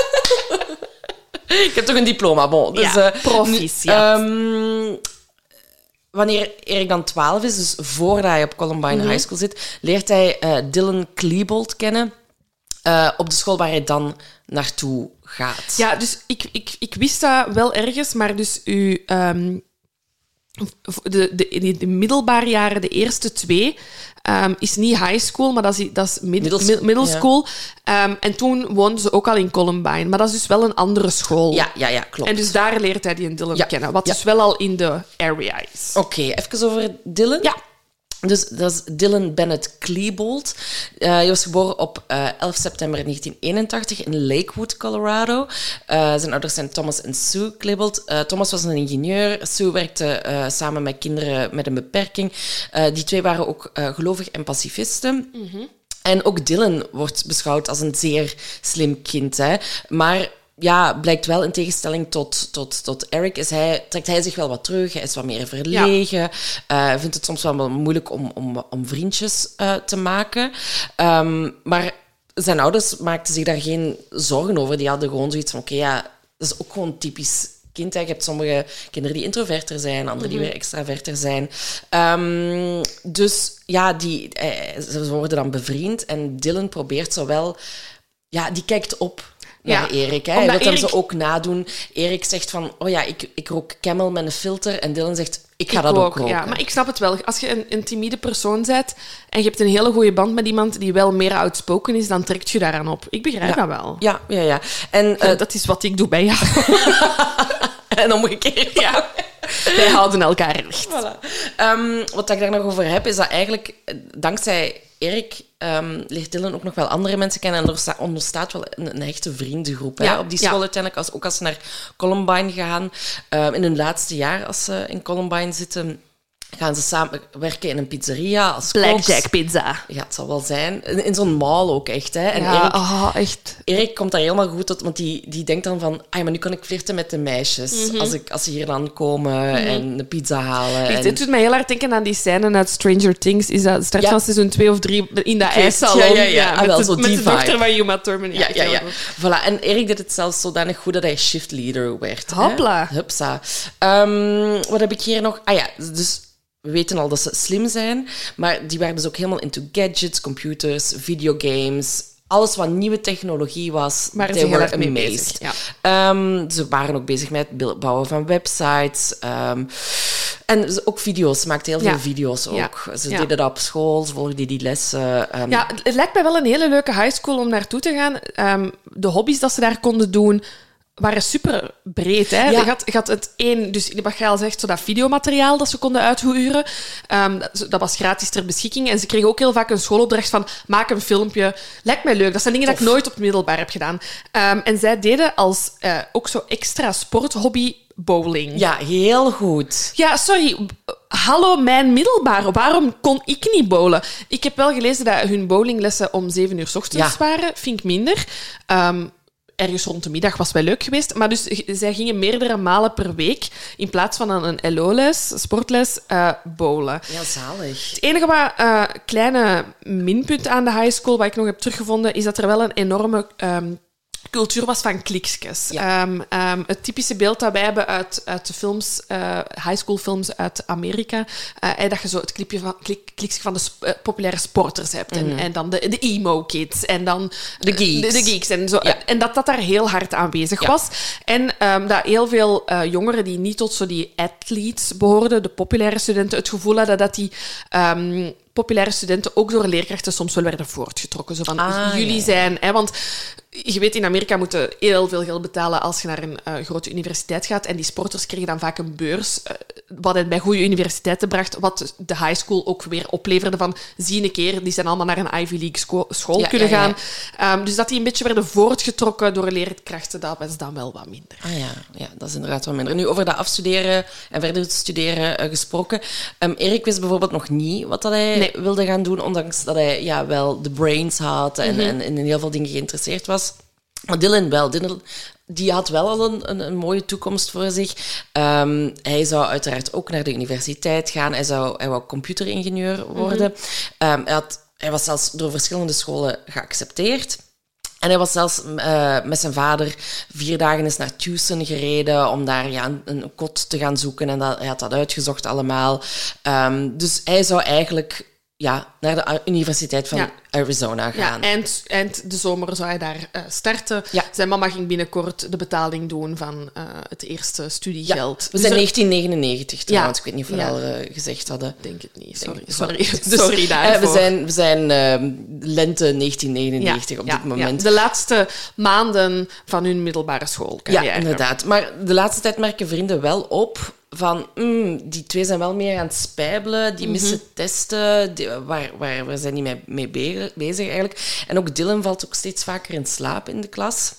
Ik heb toch een diploma, bon. Dus, Ja, eh, proficiat. ehm, wanneer Erik dan twaalf is, dus voordat hij op Columbine Mhm. High School zit, leert hij eh, Dylan Klebold kennen. eh, op de school waar hij dan naartoe gaat. Ja, dus ik, ik, ik wist dat wel ergens, maar dus uw, ehm, de, de, de, de middelbare jaren, de eerste twee, ehm, is niet high school, maar dat is, dat is mid, Middels- mid- middle ja. school. Ehm, en toen woonden ze ook al in Columbine, maar dat is dus wel een andere school. Ja, ja, ja, klopt. En dus daar leert hij die een Dylan Ja. kennen, wat Ja. dus wel al in de area is. Oké, even over Dylan. Ja. Dus dat is Dylan Bennett Klebold. Uh, hij was geboren op uh, elf september negentien eenentachtig in Lakewood, Colorado. Uh, zijn ouders zijn Thomas en Sue Klebold. Uh, Thomas was een ingenieur. Sue werkte uh, samen met kinderen met een beperking. Uh, die twee waren ook uh, gelovig en pacifisten. Mm-hmm. En ook Dylan wordt beschouwd als een zeer slim kind. Hè. Maar... ja, blijkt wel in tegenstelling tot, tot, tot Eric, is hij, trekt hij zich wel wat terug. Hij is wat meer verlegen. Ja. Uh, vindt het soms wel moeilijk om, om, om vriendjes uh, te maken. Um, maar zijn ouders maakten zich daar geen zorgen over. Die hadden gewoon zoiets van, oké, okay, ja, dat is ook gewoon typisch kind. Hè. Je hebt sommige kinderen die introverter zijn, anderen mm-hmm. die weer extraverter zijn. Um, dus ja, die, uh, ze worden dan bevriend. En Dylan probeert zowel... ja, die kijkt op... naar ja, Erik. Hè. Hij wil hem ze ook nadoen. Erik zegt van, oh ja, ik, ik rook Camel met een filter. En Dylan zegt, ik ga ik dat ook, ook roken. Ja, maar ik snap het wel. Als je een, een timide persoon bent en je hebt een hele goede band met iemand die wel meer outspoken is, dan trekt je daaraan op. Ik begrijp ja. dat wel. Ja, ja, ja. En, uh, dat is wat ik doe bij jou. en omgekeerd. Ja. Wij houden elkaar recht. Voilà. Um, wat ik daar nog over heb, is dat eigenlijk dankzij Erik um, leert Dylan ook nog wel andere mensen kennen. En er ontstaat wel een, een echte vriendengroep hè, ja, op die school ja. uiteindelijk. Als, ook als ze naar Columbine gaan. Um, in hun laatste jaar, als ze in Columbine zitten... gaan ze samen werken in een pizzeria als Blackjack pizza. Ja, het zal wel zijn. In, in zo'n mall ook echt. Hè. En ja, Erik, oh, echt. Erik komt daar helemaal goed tot, want die, die denkt dan van... Ah, maar nu kan ik flirten met de meisjes. Mm-hmm. Als, ik, als ze hier dan komen mm-hmm. en de pizza halen. Echt, en... Het doet mij heel hard denken aan die scène uit Stranger Things. Is dat start ja. van seizoen twee of drie in dat ijssalon? Ja, ja, ja. ja. Met, ah, wel, de, zo met die de dochter van Uma Thurman. Ja, ja, ja. ja. Voilà. En Erik deed het zelfs zodanig goed dat hij shiftleader werd. Hopla. Hè? Hupsa. Um, wat heb ik hier nog? Ah ja, dus... We weten al dat ze slim zijn, maar die waren dus ook helemaal into gadgets, computers, videogames. Alles wat nieuwe technologie was, waren they ze were heel erg mee amazed. bezig. Ja. Um, ze waren ook bezig met het bouwen van websites. Um, en ook video's. Ze maakten heel veel ja. video's ook. Ja. Ze ja. deden dat op school, ze volgden die lessen. Um. Ja, het lijkt mij wel een hele leuke high school om naartoe te gaan. Um, de hobby's dat ze daar konden doen... waren super breed. Hè? Ja. Je, had, je had het één, dus wat jij al zegt, zo dat videomateriaal dat ze konden uithuren. Um, dat, dat was gratis ter beschikking. En ze kregen ook heel vaak een schoolopdracht van maak een filmpje. Lijkt mij leuk. Dat zijn dingen Tof. dat ik nooit op het middelbaar heb gedaan. Um, en zij deden als uh, ook zo extra sporthobby bowling. Ja, heel goed. Ja, sorry. hallo, mijn middelbare, waarom kon ik niet bowlen? Ik heb wel gelezen dat hun bowlinglessen om zeven uur 's ochtends Ja. waren. Vind ik minder. Um, ergens rond de middag was wel leuk geweest. Maar dus zij gingen meerdere malen per week, in plaats van een, een L O-les, sportles, uh, bowlen. Ja, zalig. Het enige wat uh, kleine minpunt aan de high school, wat ik nog heb teruggevonden, is dat er wel een enorme um, cultuur was van kliksjes. Ja. Um, um, het typische beeld dat wij hebben uit, uit de films, uh, high school films uit Amerika, uh, dat je zo het clipje van, klik, kliksje van de sp- uh, populaire sporters hebt. Mm. En, en dan de, de emo-kids. En dan De geeks. De, de geeks en, zo. Ja. En dat dat daar heel hard aanwezig Ja. was. En um, dat heel veel uh, jongeren die niet tot zo die athletes behoorden, de populaire studenten, het gevoel hadden dat die um, populaire studenten ook door leerkrachten soms wel werden voortgetrokken. Zo van, Ah, jullie ja. zijn... Hè, want je weet, in Amerika moeten je heel veel geld betalen als je naar een uh, grote universiteit gaat. En die sporters kregen dan vaak een beurs, uh, wat het bij goede universiteiten bracht, wat de high school ook weer opleverde van, zie een keer, die zijn allemaal naar een Ivy League scho- school Ja, kunnen ja, ja. gaan. Um, dus dat die een beetje werden voortgetrokken door leerkrachten, dat was dan wel wat minder. Ah ja, ja, dat is inderdaad wat minder. Nu, over dat afstuderen en verder studeren uh, gesproken. Um, Erik wist bijvoorbeeld nog niet wat dat hij Nee. wilde gaan doen, ondanks dat hij ja, wel de brains had en, Mhm. en, en in heel veel dingen geïnteresseerd was. Maar Dylan wel. Dylan, die had wel al een, een, een mooie toekomst voor zich. Um, hij zou uiteraard ook naar de universiteit gaan. Hij zou, hij wou computeringenieur worden. Mm-hmm. um, hij, had, hij was zelfs door verschillende scholen geaccepteerd. En hij was zelfs uh, met zijn vader vier dagen eens naar Tucson gereden om daar ja, een, een kot te gaan zoeken. En dat, hij had dat uitgezocht allemaal. Um, dus hij zou eigenlijk ja, naar de Universiteit van Ja. Arizona gaan. Ja, eind, eind de zomer zou hij daar uh, starten. Ja. Zijn mama ging binnenkort de betaling doen van uh, het eerste studiegeld. Ja, we Dus zijn er- negentien negenennegentig trouwens. Ja. Ik weet niet of we Ja. dat al uh, gezegd hadden. Ik denk het niet. Sorry, Denk- sorry. Dus, sorry eh, daarvoor. we zijn, we zijn uh, lente negentien negenennegentig op Ja, dit moment. ja. De laatste maanden van hun middelbare schoolcarrière. Ja, inderdaad. Maar de laatste tijd merken vrienden wel op van, mm, die twee zijn wel meer aan het spijbelen, die missen testen, die, waar, waar, waar zijn die mee, mee be- bezig eigenlijk. En ook Dylan valt ook steeds vaker in slaap in de klas.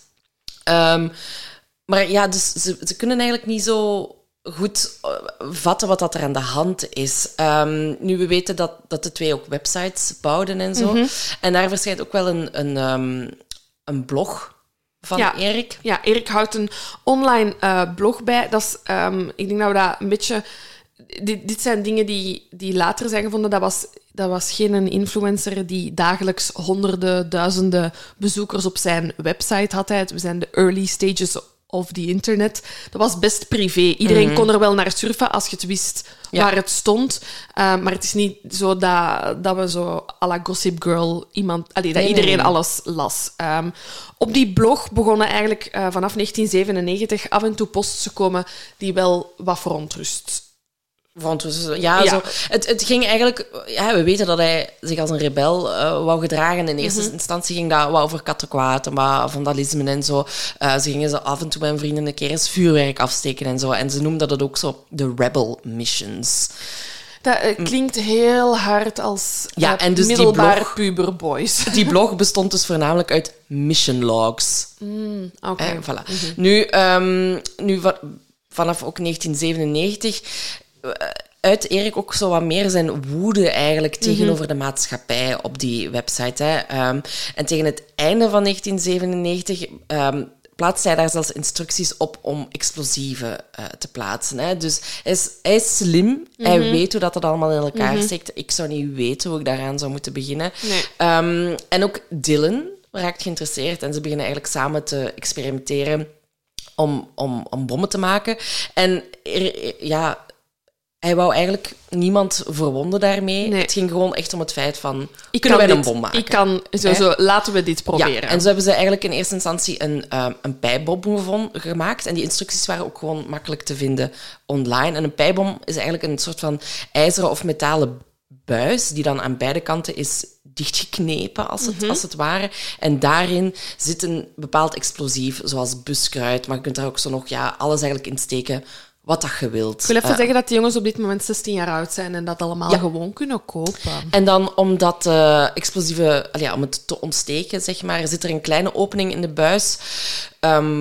Um, maar ja, dus ze, ze kunnen eigenlijk niet zo goed uh, vatten wat dat er aan de hand is. Um, nu, we weten dat, dat de twee ook websites bouwden en zo. Mhm. En daar verschijnt ook wel een, een, um, een blog van Ja. Erik. Ja, Erik houdt een online uh, blog bij. Dat is, um, ik denk dat we dat een beetje... Dit, dit zijn dingen die, die later zijn gevonden. Dat was, dat was geen influencer die dagelijks honderden, duizenden bezoekers op zijn website had. Hij. We zijn de early stages of the internet. Dat was best privé. Iedereen Mm-hmm. kon er wel naar surfen als je het wist Ja. waar het stond. Uh, maar het is niet zo dat, dat we zo à la Gossip Girl iemand... Allee, dat Nee, iedereen nee, nee. alles las. Um, op die blog begonnen eigenlijk uh, vanaf negentien zevenennegentig af en toe posts te komen die wel wat verontrust. Vond we zo- ja, Ja. Zo, het, het ging eigenlijk... Ja, we weten dat hij zich als een rebel uh, wou gedragen. In eerste instantie ging dat wat over kattenkwaad en wat vandalisme en zo. Uh, ze gingen ze af en toe met hun vrienden een keer eens vuurwerk afsteken en zo. En ze noemden dat ook zo de rebel missions. Dat uh, klinkt heel hard als uh, Ja, en dus die middelbaar blog- puberboys. Die blog bestond dus voornamelijk uit mission logs. Oké. Eh, voilà. Nu, um, nu va- vanaf ook negentien zevenennegentig uh, uit Erik ook zo wat meer zijn woede eigenlijk tegenover de maatschappij op die website. Hè. Um, en tegen het einde van negentien zevenennegentig um, plaatst hij daar zelfs instructies op om explosieven uh, te plaatsen. Hè. Dus hij is, hij is slim. Hij weet hoe dat, dat allemaal in elkaar steekt. Ik zou niet weten hoe ik daaraan zou moeten beginnen. Nee. Um, en ook Dylan raakt geïnteresseerd en ze beginnen eigenlijk samen te experimenteren om, om, om bommen te maken. En er- ja, hij wou eigenlijk niemand verwonden daarmee. Nee. Het ging gewoon echt om het feit van, Ik kunnen wij kan een dit- bom maken? Ik kan sowieso, laten we dit proberen. Ja, en zo hebben ze eigenlijk in eerste instantie een, uh, een pijpbom gevon- gemaakt. En die instructies waren ook gewoon makkelijk te vinden online. En een pijpbom is eigenlijk een soort van ijzeren of metalen buis die dan aan beide kanten is dichtgeknepen, als het, als het ware. En daarin zit een bepaald explosief, zoals buskruid. Maar je kunt daar ook zo nog ja, alles eigenlijk in steken wat dat je wilt. Ik wil even Uh, zeggen dat die jongens op dit moment zestien jaar oud zijn en dat allemaal Ja. gewoon kunnen kopen. En dan om dat uh, explosieve, allee, ja, om het te ontsteken, zeg maar, zit er een kleine opening in de buis. Um,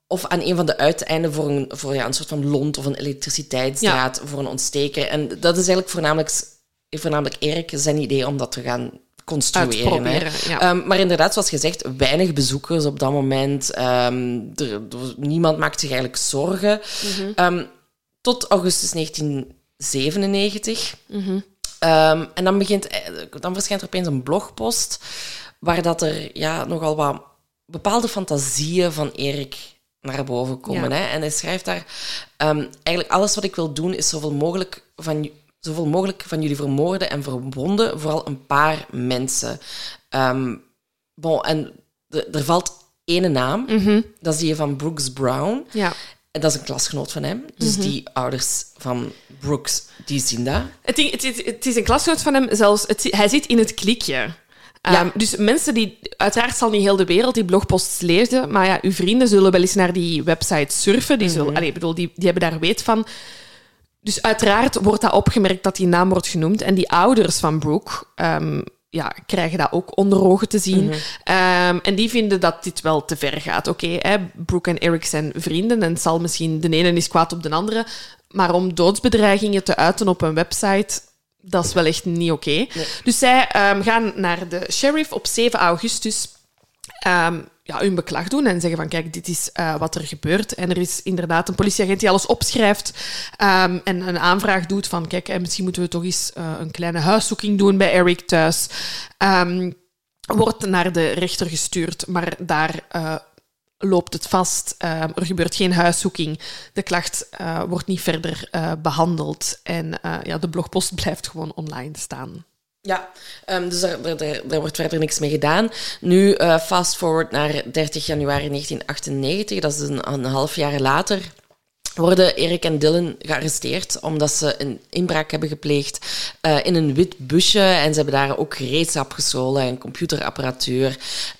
of aan een van de uiteinden voor een, voor, ja, een soort van lont of een elektriciteitsdraad ja. voor een ontsteker. En dat is eigenlijk voornamelijk, voornamelijk Erik zijn idee om dat te gaan construeren. Hè. Ja. Um, maar inderdaad, zoals gezegd, weinig bezoekers op dat moment. Um, er, er, niemand maakt zich eigenlijk zorgen. Mm-hmm. Um, tot augustus negentien zevenennegentig. Mm-hmm. Um, en dan, begint, dan verschijnt er opeens een blogpost waar dat er ja, nogal wat bepaalde fantasieën van Erik naar boven komen. Ja. Hè. En hij schrijft daar... Um, eigenlijk alles wat ik wil doen is zoveel mogelijk van... zoveel mogelijk van jullie vermoorden en verwonden, vooral een paar mensen. Um, bon, en de, er valt ene naam, mm-hmm. dat is die van Brooks Brown. Ja. En dat is een klasgenoot van hem. Dus mm-hmm. die ouders van Brooks, die zien dat. Het, het, het, het is een klasgenoot van hem, zelfs het, hij zit in het klikje. Ja. Um, dus mensen die... Uiteraard zal niet heel de wereld die blogposts lezen, maar ja, uw vrienden zullen wel eens naar die website surfen. Die, zullen, mm-hmm. allee, bedoel, die, die hebben daar weet van... Dus uiteraard wordt dat opgemerkt dat die naam wordt genoemd. En die ouders van Brooke um, ja, krijgen dat ook onder ogen te zien. Mm-hmm. Um, en die vinden dat dit wel te ver gaat. Oké, okay, Brooke en Erik zijn vrienden en het zal misschien de ene is kwaad op de andere. Maar om doodsbedreigingen te uiten op een website, dat is wel echt niet oké. Okay. Nee. Dus zij um, gaan naar de sheriff op zeven augustus... Um, ja, hun beklag doen en zeggen van kijk, dit is uh, wat er gebeurt. En er is inderdaad een politieagent die alles opschrijft um, en een aanvraag doet van kijk, eh, misschien moeten we toch eens uh, een kleine huiszoeking doen bij Erik thuis. Um, wordt naar de rechter gestuurd, maar daar uh, loopt het vast. Uh, er gebeurt geen huiszoeking. De klacht uh, wordt niet verder uh, behandeld. En uh, ja, de blogpost blijft gewoon online staan. Ja, um, dus daar, daar, daar wordt verder niks mee gedaan. Nu, uh, fast forward naar dertig januari negentien achtennegentig, dat is een, een half jaar later, worden Erik en Dylan gearresteerd omdat ze een inbraak hebben gepleegd uh, in een wit busje. En ze hebben daar ook gereedschap gestolen en computerapparatuur.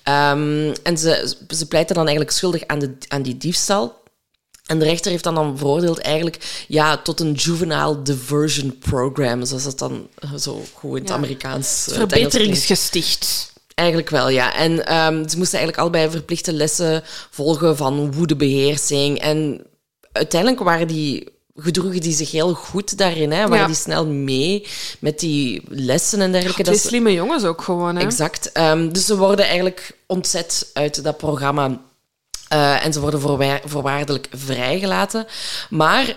Um, en ze, ze pleiten dan eigenlijk schuldig aan, de, aan die diefstal. En de rechter heeft dan, dan veroordeeld eigenlijk ja, tot een juvenile diversion program, zoals dat dan zo goed in het ja. Amerikaans... Uh, Verbeteringsgesticht. Eigenlijk wel, ja. En um, ze moesten eigenlijk allebei verplichte lessen volgen van woedebeheersing. En uiteindelijk waren die, gedroegen die zich heel goed daarin. Hè. Waren ja. die snel mee met die lessen en dergelijke. Twee slimme jongens ook gewoon. Hè? Exact. Um, dus ze worden eigenlijk ontzet uit dat programma. Uh, en ze worden voorwaar- voorwaardelijk vrijgelaten. Maar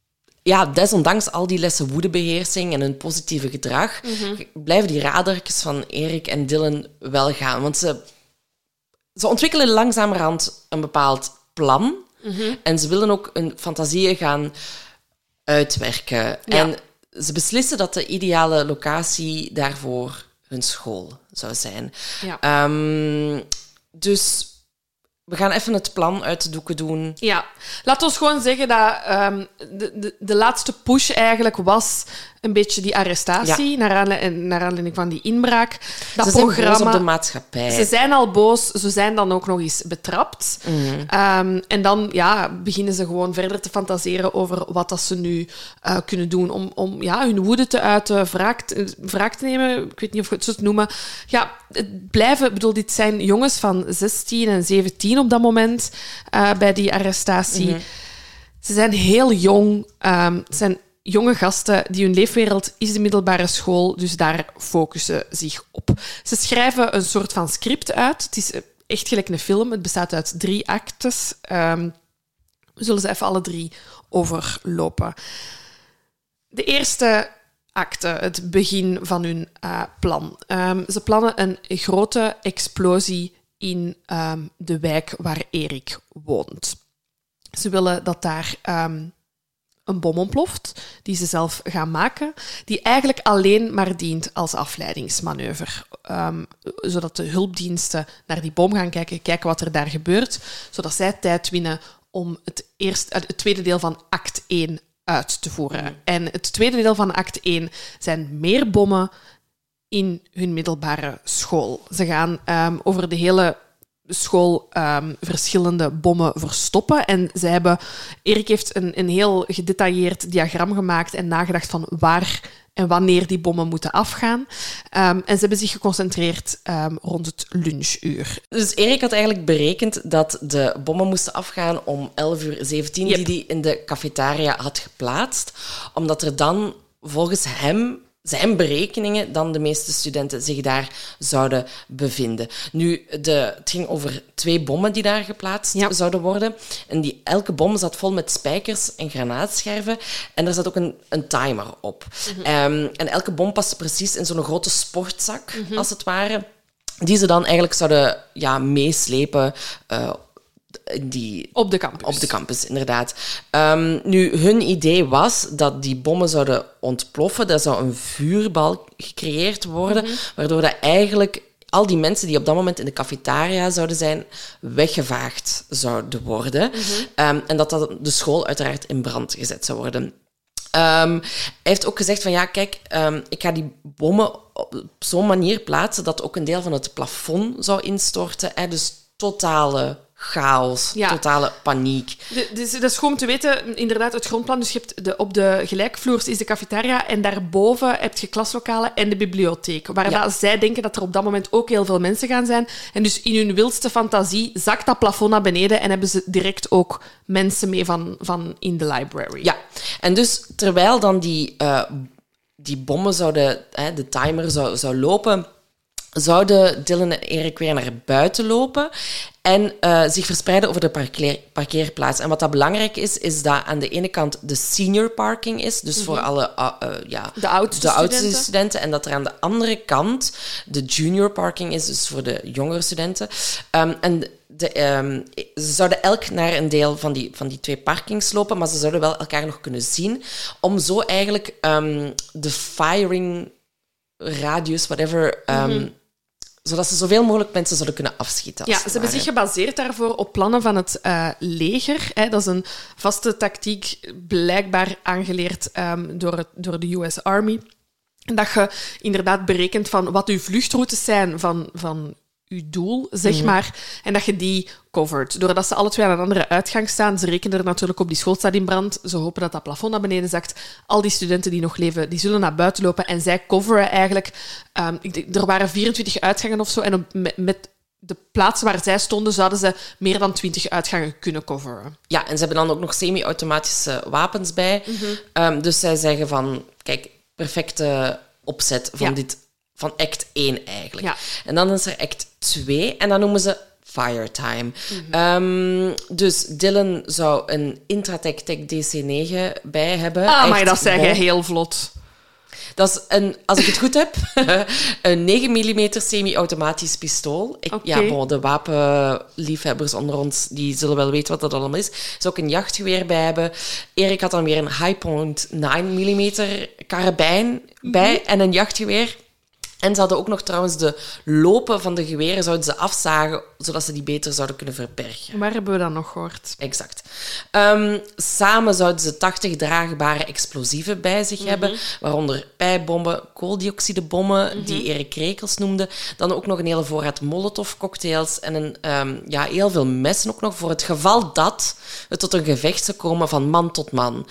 ja, desondanks al die lessen woedebeheersing en hun positieve gedrag, mm-hmm. blijven die radartjes van Erik en Dylan wel gaan. Want ze, ze ontwikkelen langzamerhand een bepaald plan. Mm-hmm. En ze willen ook hun fantasieën gaan uitwerken. Ja. En ze beslissen dat de ideale locatie daarvoor hun school zou zijn. Ja. Um, dus... We gaan even het plan uit de doeken doen. Ja, laten we gewoon zeggen dat um, de, de, de laatste push eigenlijk was een beetje die arrestatie, ja. naar, aanleiding, naar aanleiding van die inbraak. Dat ze programma, zijn boos op de maatschappij. Ze zijn al boos, ze zijn dan ook nog eens betrapt. Mm-hmm. Um, en dan ja, beginnen ze gewoon verder te fantaseren over wat dat ze nu uh, kunnen doen om, om ja, hun woede te uiten, wraak, wraak te nemen. Ik weet niet of ik het zo te noemen. Ja, het blijven, ik bedoel, dit zijn jongens van zestien en zeventien op dat moment uh, bij die arrestatie. Mm-hmm. Ze zijn heel jong. Um, het zijn jonge gasten die hun leefwereld is de middelbare school, dus daar focussen zich op. Ze schrijven een soort van script uit. Het is echt gelijk een film. Het bestaat uit drie actes. Um, we zullen ze even alle drie overlopen. De eerste acte, het begin van hun uh, plan. Um, ze plannen een grote explosie in um, de wijk waar Erik woont. Ze willen dat daar um, een bom ontploft, die ze zelf gaan maken, die eigenlijk alleen maar dient als afleidingsmanoeuvre. Um, zodat de hulpdiensten naar die bom gaan kijken, kijken wat er daar gebeurt, zodat zij tijd winnen om het, eerst, het tweede deel van act één uit te voeren. Mm. En het tweede deel van act één zijn meer bommen in hun middelbare school. Ze gaan um, over de hele school um, verschillende bommen verstoppen. En ze hebben... Erik heeft een, een heel gedetailleerd diagram gemaakt en nagedacht van waar en wanneer die bommen moeten afgaan. Um, en ze hebben zich geconcentreerd um, rond het lunchuur. Dus Erik had eigenlijk berekend dat de bommen moesten afgaan om elf uur zeventien, Yep. die hij in de cafetaria had geplaatst, omdat er dan volgens hem, zijn berekeningen, dan de meeste studenten zich daar zouden bevinden. Nu, de, het ging over twee bommen die daar geplaatst Ja. zouden worden. En die, elke bom zat vol met spijkers en granaatscherven. En er zat ook een, een timer op. Mm-hmm. Um, en elke bom paste precies in zo'n grote sportzak, mm-hmm. als het ware, die ze dan eigenlijk zouden ja, meeslepen uh, Die, op de campus. Op de campus, inderdaad. Um, nu, hun idee was dat die bommen zouden ontploffen. Er zou een vuurbal gecreëerd worden, mm-hmm. waardoor dat eigenlijk al die mensen die op dat moment in de cafetaria zouden zijn, weggevaagd zouden worden. Mm-hmm. Um, en dat, dat de school uiteraard in brand gezet zou worden. Um, hij heeft ook gezegd van ja, kijk, um, ik ga die bommen op zo'n manier plaatsen dat ook een deel van het plafond zou instorten. Hè, dus totale chaos, ja. totale paniek. De, dus, dat is gewoon om te weten, inderdaad, het grondplan. Dus je hebt de, op de gelijkvloers is de cafetaria en daarboven heb je klaslokalen en de bibliotheek. Waar ja. dat, zij denken dat er op dat moment ook heel veel mensen gaan zijn. En dus in hun wildste fantasie zakt dat plafond naar beneden en hebben ze direct ook mensen mee van, van in de library. Ja, en dus terwijl dan die, uh, die bommen zouden, hè, de timer zou, zou lopen, zouden Dylan en Erik weer naar buiten lopen en uh, zich verspreiden over de parkeer, parkeerplaats. En wat dat belangrijk is, is dat aan de ene kant de senior parking is, dus mm-hmm. voor alle uh, uh, ja, de oudste, de oudste studenten. studenten. En dat er aan de andere kant de junior parking is, dus voor de jongere studenten. Um, en de, um, ze zouden elk naar een deel van die, van die twee parkings lopen, maar ze zouden wel elkaar nog kunnen zien, om zo eigenlijk um, de firing radius, whatever, um, mm-hmm. zodat ze zoveel mogelijk mensen zouden kunnen afschieten. Ja, ze hebben zich gebaseerd daarvoor op plannen van het uh, leger. Hè. Dat is een vaste tactiek, blijkbaar aangeleerd um, door, het, door de U S Army. Dat je inderdaad berekent van wat uw vluchtroutes zijn van, van uw doel, zeg mm-hmm. maar, en dat je die covert. Doordat ze alle twee aan een andere uitgang staan, ze rekenen er natuurlijk op, die school staat in brand, ze hopen dat dat plafond naar beneden zakt. Al die studenten die nog leven, die zullen naar buiten lopen en zij coveren eigenlijk... Um, er waren vierentwintig uitgangen of zo, en op, met, met de plaatsen waar zij stonden, zouden ze meer dan twintig uitgangen kunnen coveren. Ja, en ze hebben dan ook nog semi-automatische wapens bij. Mm-hmm. Um, dus zij zeggen van, kijk, perfecte opzet van, ja. dit, van act één eigenlijk. Ja. En dan is er act twee en dan noemen ze Firetime. Mm-hmm. Um, dus Dylan zou een Intratec Tech D C negen bij hebben. Ah, maar dat zeg je heel vlot. Dat is een, als ik het goed heb, een negen millimeter semi-automatisch pistool. Ik, okay. Ja, bon, de wapenliefhebbers onder ons die zullen wel weten wat dat allemaal is. Er zou ook een jachtgeweer bij hebben. Erik had dan weer een Hi-Point negen millimeter karabijn mm-hmm. bij en een jachtgeweer. En ze hadden ook nog trouwens de lopen van de geweren zouden ze afzagen, zodat ze die beter zouden kunnen verbergen. Waar hebben we dat nog gehoord? Exact. Um, samen zouden ze tachtig draagbare explosieven bij zich mm-hmm. hebben, waaronder pijpbommen, kooldioxidebommen, mm-hmm. die Erik Rekels noemde. Dan ook nog een hele voorraad Molotov-cocktails en een, um, ja, heel veel messen ook nog, voor het geval dat het tot een gevecht zou komen van man tot man.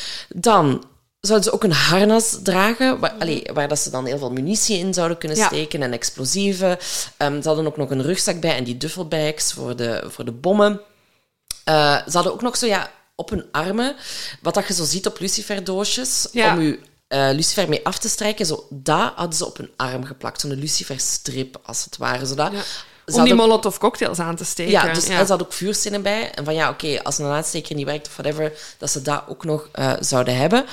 Dan zouden ze ook een harnas dragen, waar, allee, waar dat ze dan heel veel munitie in zouden kunnen steken ja. en explosieven. Um, ze hadden ook nog een rugzak bij en die duffelbags voor de, voor de bommen. Uh, ze hadden ook nog zo ja, op hun armen, wat dat je zo ziet op luciferdoosjes, ja. om je uh, lucifer mee af te strijken, zo, dat hadden ze op hun arm geplakt. Zo'n luciferstrip, als het ware. Zodat, ja. Om die molotov-cocktails aan te steken. Ja, dus ja. ze hadden ook vuurzinnen bij. En van ja, oké, okay, als een aansteker niet werkt of whatever, dat ze dat ook nog uh, zouden hebben.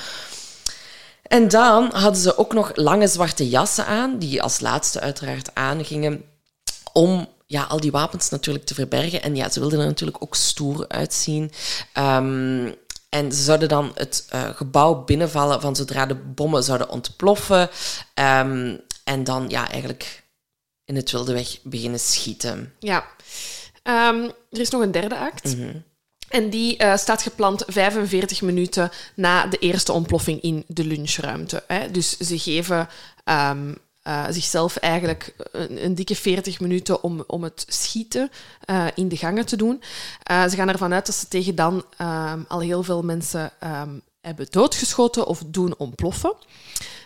En dan hadden ze ook nog lange zwarte jassen aan, die als laatste uiteraard aangingen, om ja, al die wapens natuurlijk te verbergen. En ja, ze wilden er natuurlijk ook stoer uitzien. Um, en ze zouden dan het uh, gebouw binnenvallen van zodra de bommen zouden ontploffen. Um, en dan ja, eigenlijk in het wilde weg beginnen schieten. Ja. Um, er is nog een derde act. Mm-hmm. En die uh, staat gepland vijfenveertig minuten na de eerste ontploffing in de lunchruimte. Hè. Dus ze geven um, uh, zichzelf eigenlijk een, een dikke veertig minuten om, om het schieten uh, in de gangen te doen. Uh, ze gaan ervan uit dat ze tegen dan um, al heel veel mensen um, hebben doodgeschoten of doen ontploffen.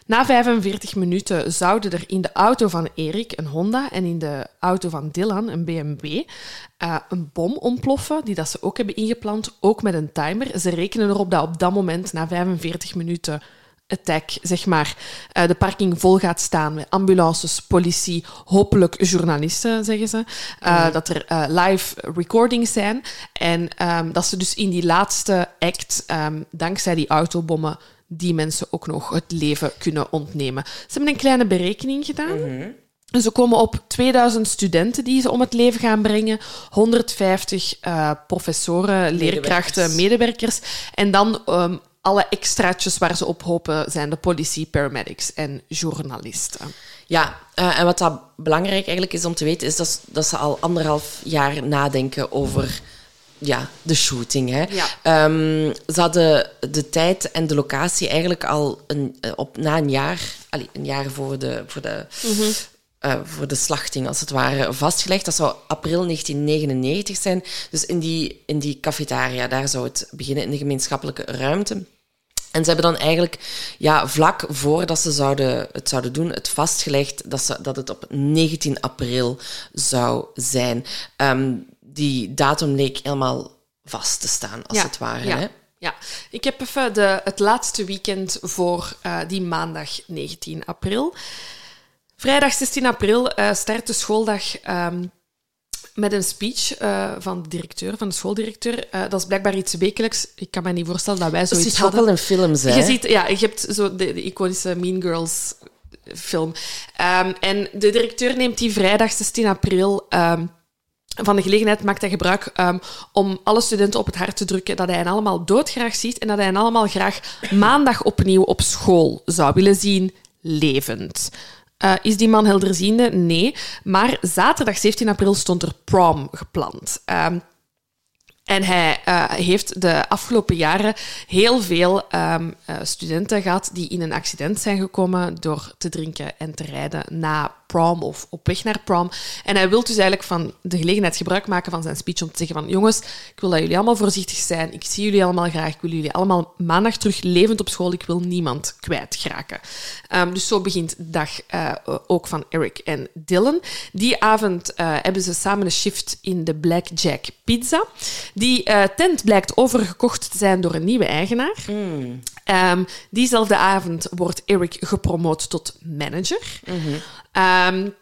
Na vijfenveertig minuten zouden er in de auto van Erik, een Honda, en in de auto van Dylan, een B M W, uh, een bom ontploffen, die dat ze ook hebben ingeplant, ook met een timer. Ze rekenen erop dat op dat moment, na vijfenveertig minuten attack, zeg maar, uh, de parking vol gaat staan met ambulances, politie, hopelijk journalisten, zeggen ze. Uh, mm. Dat er uh, live recordings zijn. En um, dat ze dus in die laatste act, um, dankzij die autobommen, die mensen ook nog het leven kunnen ontnemen. Ze hebben een kleine berekening gedaan. Mm-hmm. Ze komen op tweeduizend studenten die ze om het leven gaan brengen, honderdvijftig uh, professoren, leerkrachten, medewerkers. En dan um, alle extraatjes waar ze op hopen zijn de politie, paramedics en journalisten. Ja, uh, en wat dat belangrijk eigenlijk is om te weten, is dat, dat ze al anderhalf jaar nadenken over ja, de shooting. Hè. Ja. Um, ze hadden de tijd en de locatie eigenlijk al een, op, na een jaar, allee, een jaar voor de, voor de mm-hmm. Uh, voor de slachting, als het ware, vastgelegd. Dat zou april negentien negenennegentig zijn. Dus in die, in die cafetaria, daar zou het beginnen, in de gemeenschappelijke ruimte. En ze hebben dan eigenlijk, ja, vlak voordat ze zouden, het zouden doen, het vastgelegd dat, ze, dat het op negentien april zou zijn. Um, die datum leek helemaal vast te staan, als ja, het ware. Ja. Hè? Ja, ik heb even de, het laatste weekend voor uh, die maandag negentien april. Vrijdag zestien april uh, start de schooldag um, met een speech uh, van de directeur, van de schooldirecteur. Uh, dat is blijkbaar iets wekelijks. Ik kan me niet voorstellen dat wij zoiets hadden. Het is ook wel in films, hè? Je ziet, ja, je hebt zo de, de iconische Mean Girls film. Um, en de directeur neemt die vrijdag zestien april... Um, van de gelegenheid maakt hij gebruik um, om alle studenten op het hart te drukken dat hij hen allemaal doodgraag ziet en dat hij hen allemaal graag maandag opnieuw op school zou willen zien, levend. Uh, is die man helderziende? Nee. Maar zaterdag zeventien april stond er prom gepland. Um, En hij uh, heeft de afgelopen jaren heel veel um, uh, studenten gehad die in een accident zijn gekomen door te drinken en te rijden na prom of op weg naar prom. En hij wil dus eigenlijk van de gelegenheid gebruik maken van zijn speech om te zeggen van jongens, ik wil dat jullie allemaal voorzichtig zijn. Ik zie jullie allemaal graag. Ik wil jullie allemaal maandag terug levend op school. Ik wil niemand kwijtraken. Um, dus zo begint de dag uh, ook van Eric en Dylan. Die avond uh, hebben ze samen een shift in de Blackjack Pizza. Die uh, tent blijkt overgekocht te zijn door een nieuwe eigenaar. Mm. Um, diezelfde avond wordt Eric gepromoot tot manager. Mm-hmm. Um,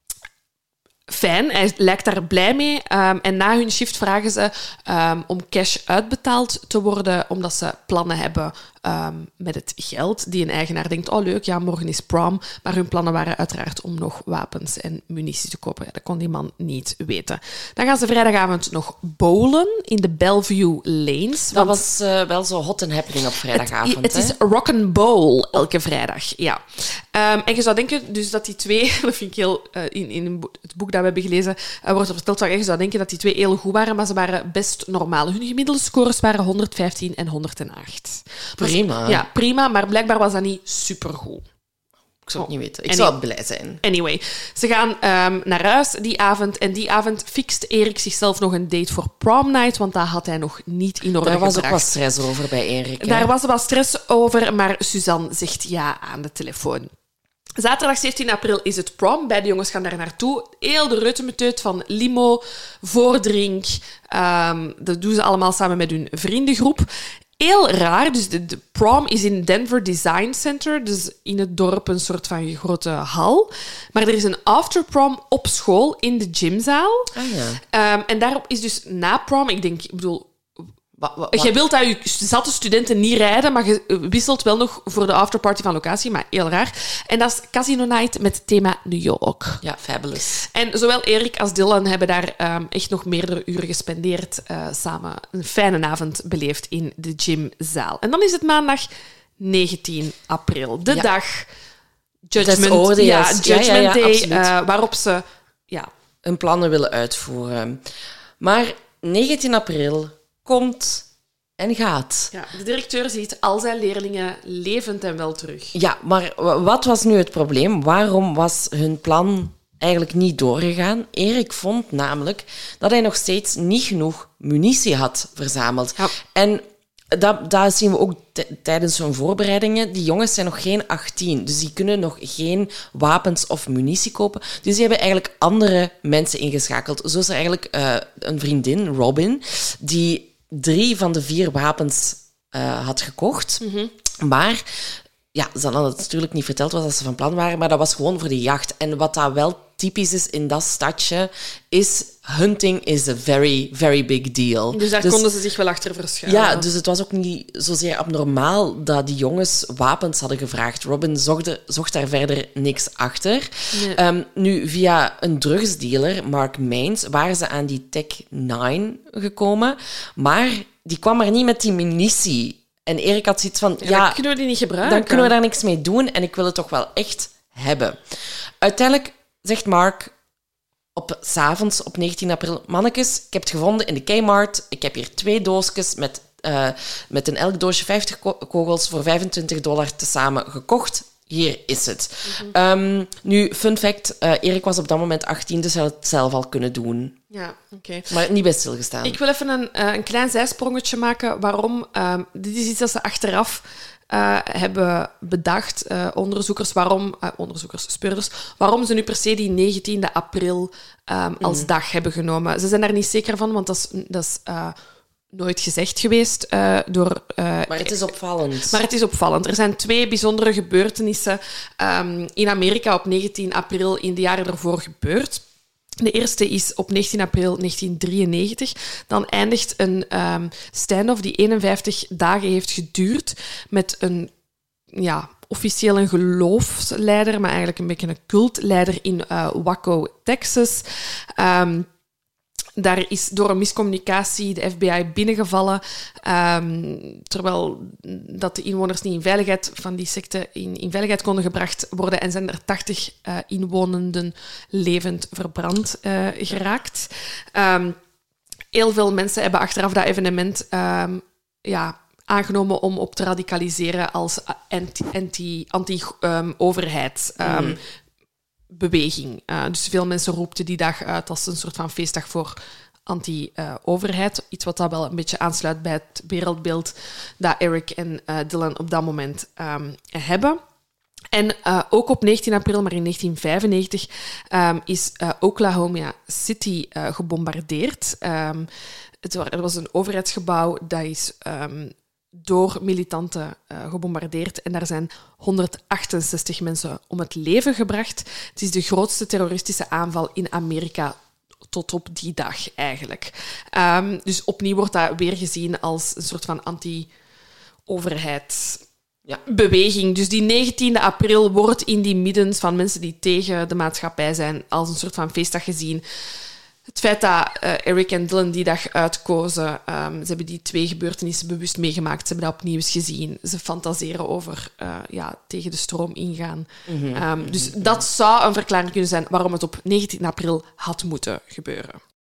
fijn, hij lijkt daar blij mee. Um, en na hun shift vragen ze um, om cash uitbetaald te worden, omdat ze plannen hebben um, met het geld. Die een eigenaar denkt, oh leuk, ja, morgen is prom. Maar hun plannen waren uiteraard om nog wapens en munitie te kopen. Ja, dat kon die man niet weten. Dan gaan ze vrijdagavond nog bowlen in de Bellevue Lanes. Dat was uh, wel zo hot and happening op vrijdagavond. Het, het is rock and bowl elke vrijdag, ja. Um, en je zou denken dus dat die twee, dat vind ik heel, uh, in, in het boek dat we hebben gelezen, uh, wordt er verteld, dat je zou denken dat die twee heel goed waren, maar ze waren best normaal. Hun gemiddelde scores waren honderdvijftien en honderdacht. Prima. Ja, prima, maar blijkbaar was dat niet supergoed. Ik zou het niet weten. Ik Anyway. zou blij zijn. Anyway, ze gaan um, naar huis die avond. En die avond fixt Erik zichzelf nog een date voor prom night, want dat had hij nog niet in orde Daar was gebracht. ook wat stress over bij Erik. Hè? Daar was wat stress over, maar Suzanne zegt ja aan de telefoon. Zaterdag zeventien april is het prom. Beide jongens gaan daar naartoe. Heel de reutemeteut van limo, voordrink. Um, dat doen ze allemaal samen met hun vriendengroep. Heel raar, dus de, de prom is in Denver Design Center, dus in het dorp een soort van grote hal. Maar er is een afterprom op school in de gymzaal. Ah, ja. Um, en daarop is dus na prom, ik denk, ik bedoel... Wat, wat, wat? Je wilt dat je zatte studenten niet rijden, maar je wisselt wel nog voor de afterparty van locatie, maar heel raar. En dat is Casino Night met thema New York. Ja, fabulous. En zowel Erik als Dylan hebben daar um, echt nog meerdere uren gespendeerd, uh, samen een fijne avond beleefd in de gymzaal. En dan is het maandag negentien april, de ja. dag Judgment, ja, ja, Judgment ja, ja, Day, ja, uh, waarop ze ja, hun plannen willen uitvoeren. Maar negentien april komt en gaat. Ja, de directeur ziet al zijn leerlingen levend en wel terug. Ja, maar wat was nu het probleem? Waarom was hun plan eigenlijk niet doorgegaan? Erik vond namelijk dat hij nog steeds niet genoeg munitie had verzameld. Ja. En Dat, dat zien we ook t- tijdens zo'n voorbereidingen. Die jongens zijn nog geen achttien, dus die kunnen nog geen wapens of munitie kopen. Dus die hebben eigenlijk andere mensen ingeschakeld. Zo is er eigenlijk uh, een vriendin, Robin, die drie van de vier wapens uh, had gekocht. Mm-hmm. Maar ja, ze hadden het natuurlijk niet verteld wat ze van plan waren, maar dat was gewoon voor de jacht. En wat dat wel typisch is in dat stadje, is hunting is a very, very big deal. Dus daar dus, konden ze zich wel achter verschuilen. Ja, dus het was ook niet zozeer abnormaal dat die jongens wapens hadden gevraagd. Robin zocht, zocht daar verder niks achter. Nee. Um, nu, via een drugsdealer, Mark Mains, waren ze aan die Tech negen gekomen, maar die kwam maar niet met die munitie. En Erik had zoiets van, ja, ja dan kunnen we die niet gebruiken. Dan kunnen we daar niks mee doen en ik wil het toch wel echt hebben. Uiteindelijk zegt Mark op 's avonds op negentien april, mannetjes, ik heb het gevonden in de Kmart. Ik heb hier twee doosjes met, uh, met in elk doosje vijftig ko- kogels voor vijfentwintig dollar tezamen gekocht. Hier is het. Mm-hmm. Um, nu, fun fact, uh, Erik was op dat moment achttien, dus hij had het zelf al kunnen doen. Ja, oké. Okay. Maar niet bij stilgestaan. Ik wil even een, uh, een klein zijsprongetje maken. Waarom? Um, dit is iets dat ze achteraf uh, hebben bedacht, uh, onderzoekers, waarom, uh, onderzoekers, speurders, waarom ze nu per se die negentiende april um, als mm. dag hebben genomen. Ze zijn daar niet zeker van, want dat is... Dat is uh, nooit gezegd geweest uh, door... Uh, maar het is opvallend. Maar het is opvallend. Er zijn twee bijzondere gebeurtenissen um, in Amerika op negentien april in de jaren ervoor gebeurd. De eerste is op negentien april negentien drieënnegentig. Dan eindigt een um, stand-off die eenenvijftig dagen heeft geduurd met een... ja, officieel een geloofsleider, maar eigenlijk een beetje een cultleider in uh, Waco, Texas. Um, Daar is door een miscommunicatie de F B I binnengevallen, um, terwijl dat de inwoners niet in veiligheid van die secte in, in veiligheid konden gebracht worden en zijn er tachtig uh, inwonenden levend verbrand uh, geraakt. Um, heel veel mensen hebben achteraf dat evenement um, ja, aangenomen om op te radicaliseren als anti-overheid. Anti, um, mm. beweging. Uh, dus veel mensen roepten die dag uit als een soort van feestdag voor anti-overheid. Uh, Iets wat dat wel een beetje aansluit bij het wereldbeeld dat Eric en uh, Dylan op dat moment um, hebben. En uh, ook op negentien april, maar in negentien vijfennegentig, um, is uh, Oklahoma City uh, gebombardeerd. Um, het was, er was een overheidsgebouw dat is... Um, door militanten uh, gebombardeerd. En daar zijn honderdachtenzestig mensen om het leven gebracht. Het is de grootste terroristische aanval in Amerika tot op die dag, eigenlijk. Um, dus opnieuw wordt dat weer gezien als een soort van anti-overheidsbeweging. Ja. Dus die negentiende april wordt in die middens van mensen die tegen de maatschappij zijn als een soort van feestdag gezien. Het feit dat uh, Eric en Dylan die dag uitkozen, um, ze hebben die twee gebeurtenissen bewust meegemaakt, ze hebben dat opnieuw eens gezien. Ze fantaseren over uh, ja, tegen de stroom ingaan. Mm-hmm. Um, dus mm-hmm. dat zou een verklaring kunnen zijn waarom het op negentien april had moeten gebeuren.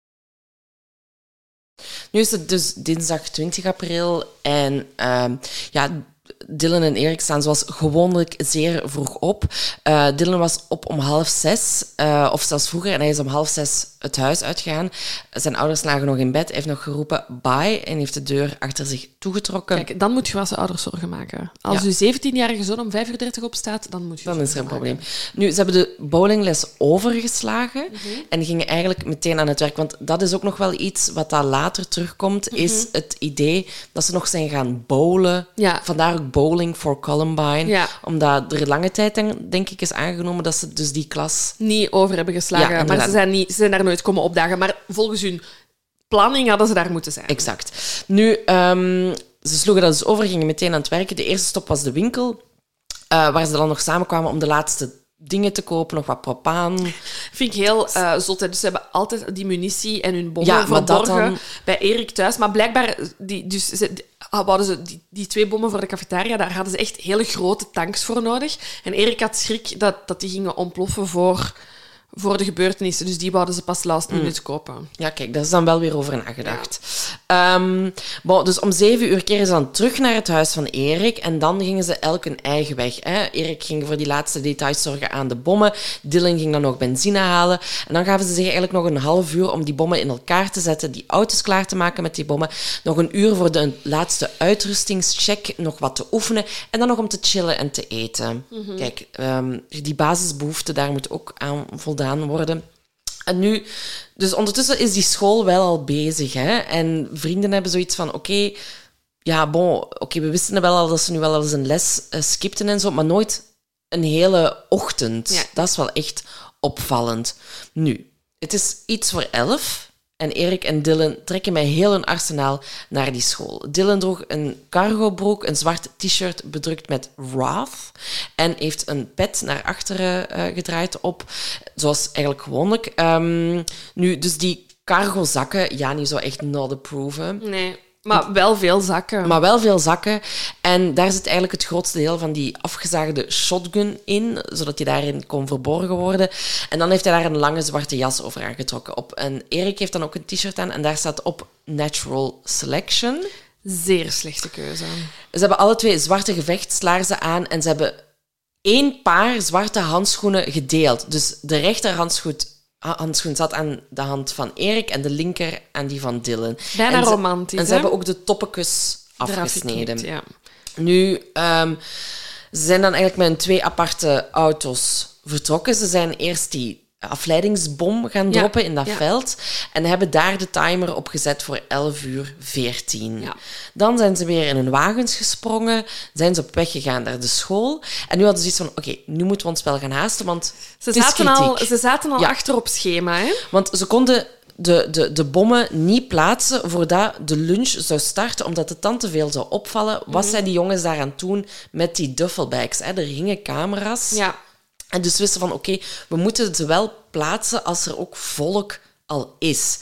Nu is het dus dinsdag twintig april en um, ja... Dylan en Erik staan zoals gewoonlijk zeer vroeg op. Uh, Dylan was op om half zes, uh, of zelfs vroeger, en hij is om half zes het huis uitgegaan. Zijn ouders lagen nog in bed. Hij heeft nog geroepen bye en heeft de deur achter zich toegetrokken. Kijk, dan moet je wel zijn ouders zorgen maken. Als ja. uw zeventienjarige zoon om vijf uur dertig opstaat, dan moet je Dan is er een probleem. Nu, ze hebben de bowlingles overgeslagen mm-hmm. en gingen eigenlijk meteen aan het werk. Want dat is ook nog wel iets wat daar later terugkomt, mm-hmm. is het idee dat ze nog zijn gaan bowlen. Ja. Vandaar ook Bowling for Columbine. Ja. Omdat er lange tijd, denk ik, is aangenomen dat ze dus die klas... niet over hebben geslagen. Ja, maar ze zijn, niet, ze zijn daar nooit komen opdagen. Maar volgens hun planning hadden ze daar moeten zijn. Exact. Nu, um, ze sloegen dat dus over, gingen meteen aan het werken. De eerste stop was de winkel, uh, waar ze dan nog samenkwamen om de laatste dingen te kopen, nog wat propaan. Vind ik heel uh, zot. Hè. Dus ze hebben altijd die munitie en hun bommen ja, verborgen dan... bij Erik thuis. Maar blijkbaar, die, dus ze, die, hadden ze die, die twee bommen voor de cafetaria, daar hadden ze echt hele grote tanks voor nodig. En Erik had schrik dat, dat die gingen ontploffen voor... voor de gebeurtenissen. Dus die wouden ze pas last minute mm. kopen. Ja, kijk, daar is dan wel weer over nagedacht. Ja. Um, bon, dus om zeven uur keren ze dan terug naar het huis van Erik en dan gingen ze elk een eigen weg. Hè. Erik ging voor die laatste details zorgen aan de bommen. Dylan ging dan nog benzine halen. En dan gaven ze zich eigenlijk nog een half uur om die bommen in elkaar te zetten, die auto's klaar te maken met die bommen. Nog een uur voor de laatste uitrustingscheck, nog wat te oefenen en dan nog om te chillen en te eten. Mm-hmm. Kijk, um, die basisbehoeften, daar moet ook aan voldaan worden. En nu, dus ondertussen is die school wel al bezig, hè? En vrienden hebben zoiets van, oké, okay, ja, bon, oké, okay, we wisten wel al dat ze nu wel eens een les uh, skipten en zo, maar nooit een hele ochtend. Ja. Dat is wel echt opvallend. Nu, het is iets voor elf. En Erik en Dylan trekken met heel hun arsenaal naar die school. Dylan droeg een cargobroek, een zwart t-shirt bedrukt met Wrath en heeft een pet naar achteren uh, gedraaid op, zoals eigenlijk gewoonlijk. Um, nu, dus die cargozakken, ja, niet zo echt not approven. Nee. Maar wel veel zakken. Maar wel veel zakken. En daar zit eigenlijk het grootste deel van die afgezaagde shotgun in, zodat die daarin kon verborgen worden. En dan heeft hij daar een lange zwarte jas over aangetrokken. Op. En Erik heeft dan ook een t-shirt aan en daar staat op Natural Selection. Zeer slechte keuze. Ze hebben alle twee zwarte gevechtslaarzen aan en ze hebben één paar zwarte handschoenen gedeeld. Dus de rechterhandschoen handschoen zat aan de hand van Erik en de linker aan die van Dylan. Bijna en ze, romantisch, En ze hè? hebben ook de toppetjes afgesneden. Geknipt, ja. Nu, um, ze zijn dan eigenlijk met hun twee aparte auto's vertrokken. Ze zijn eerst die afleidingsbom gaan droppen ja, in dat ja. veld en hebben daar de timer op gezet voor elf uur veertien. Ja. Dan zijn ze weer in hun wagens gesprongen, zijn ze op weg gegaan naar de school en nu hadden ze iets van, oké, okay, nu moeten we ons wel gaan haasten, want ze zaten al, ze zaten al ja. achter op schema. Hè? Want ze konden de, de, de bommen niet plaatsen voordat de lunch zou starten, omdat het dan te veel zou opvallen. Mm-hmm. Wat zijn die jongens daaraan doen met die duffelbags? Hè? Er hingen camera's. Ja. En dus wisten van, oké, okay, we moeten ze wel plaatsen als er ook volk al is.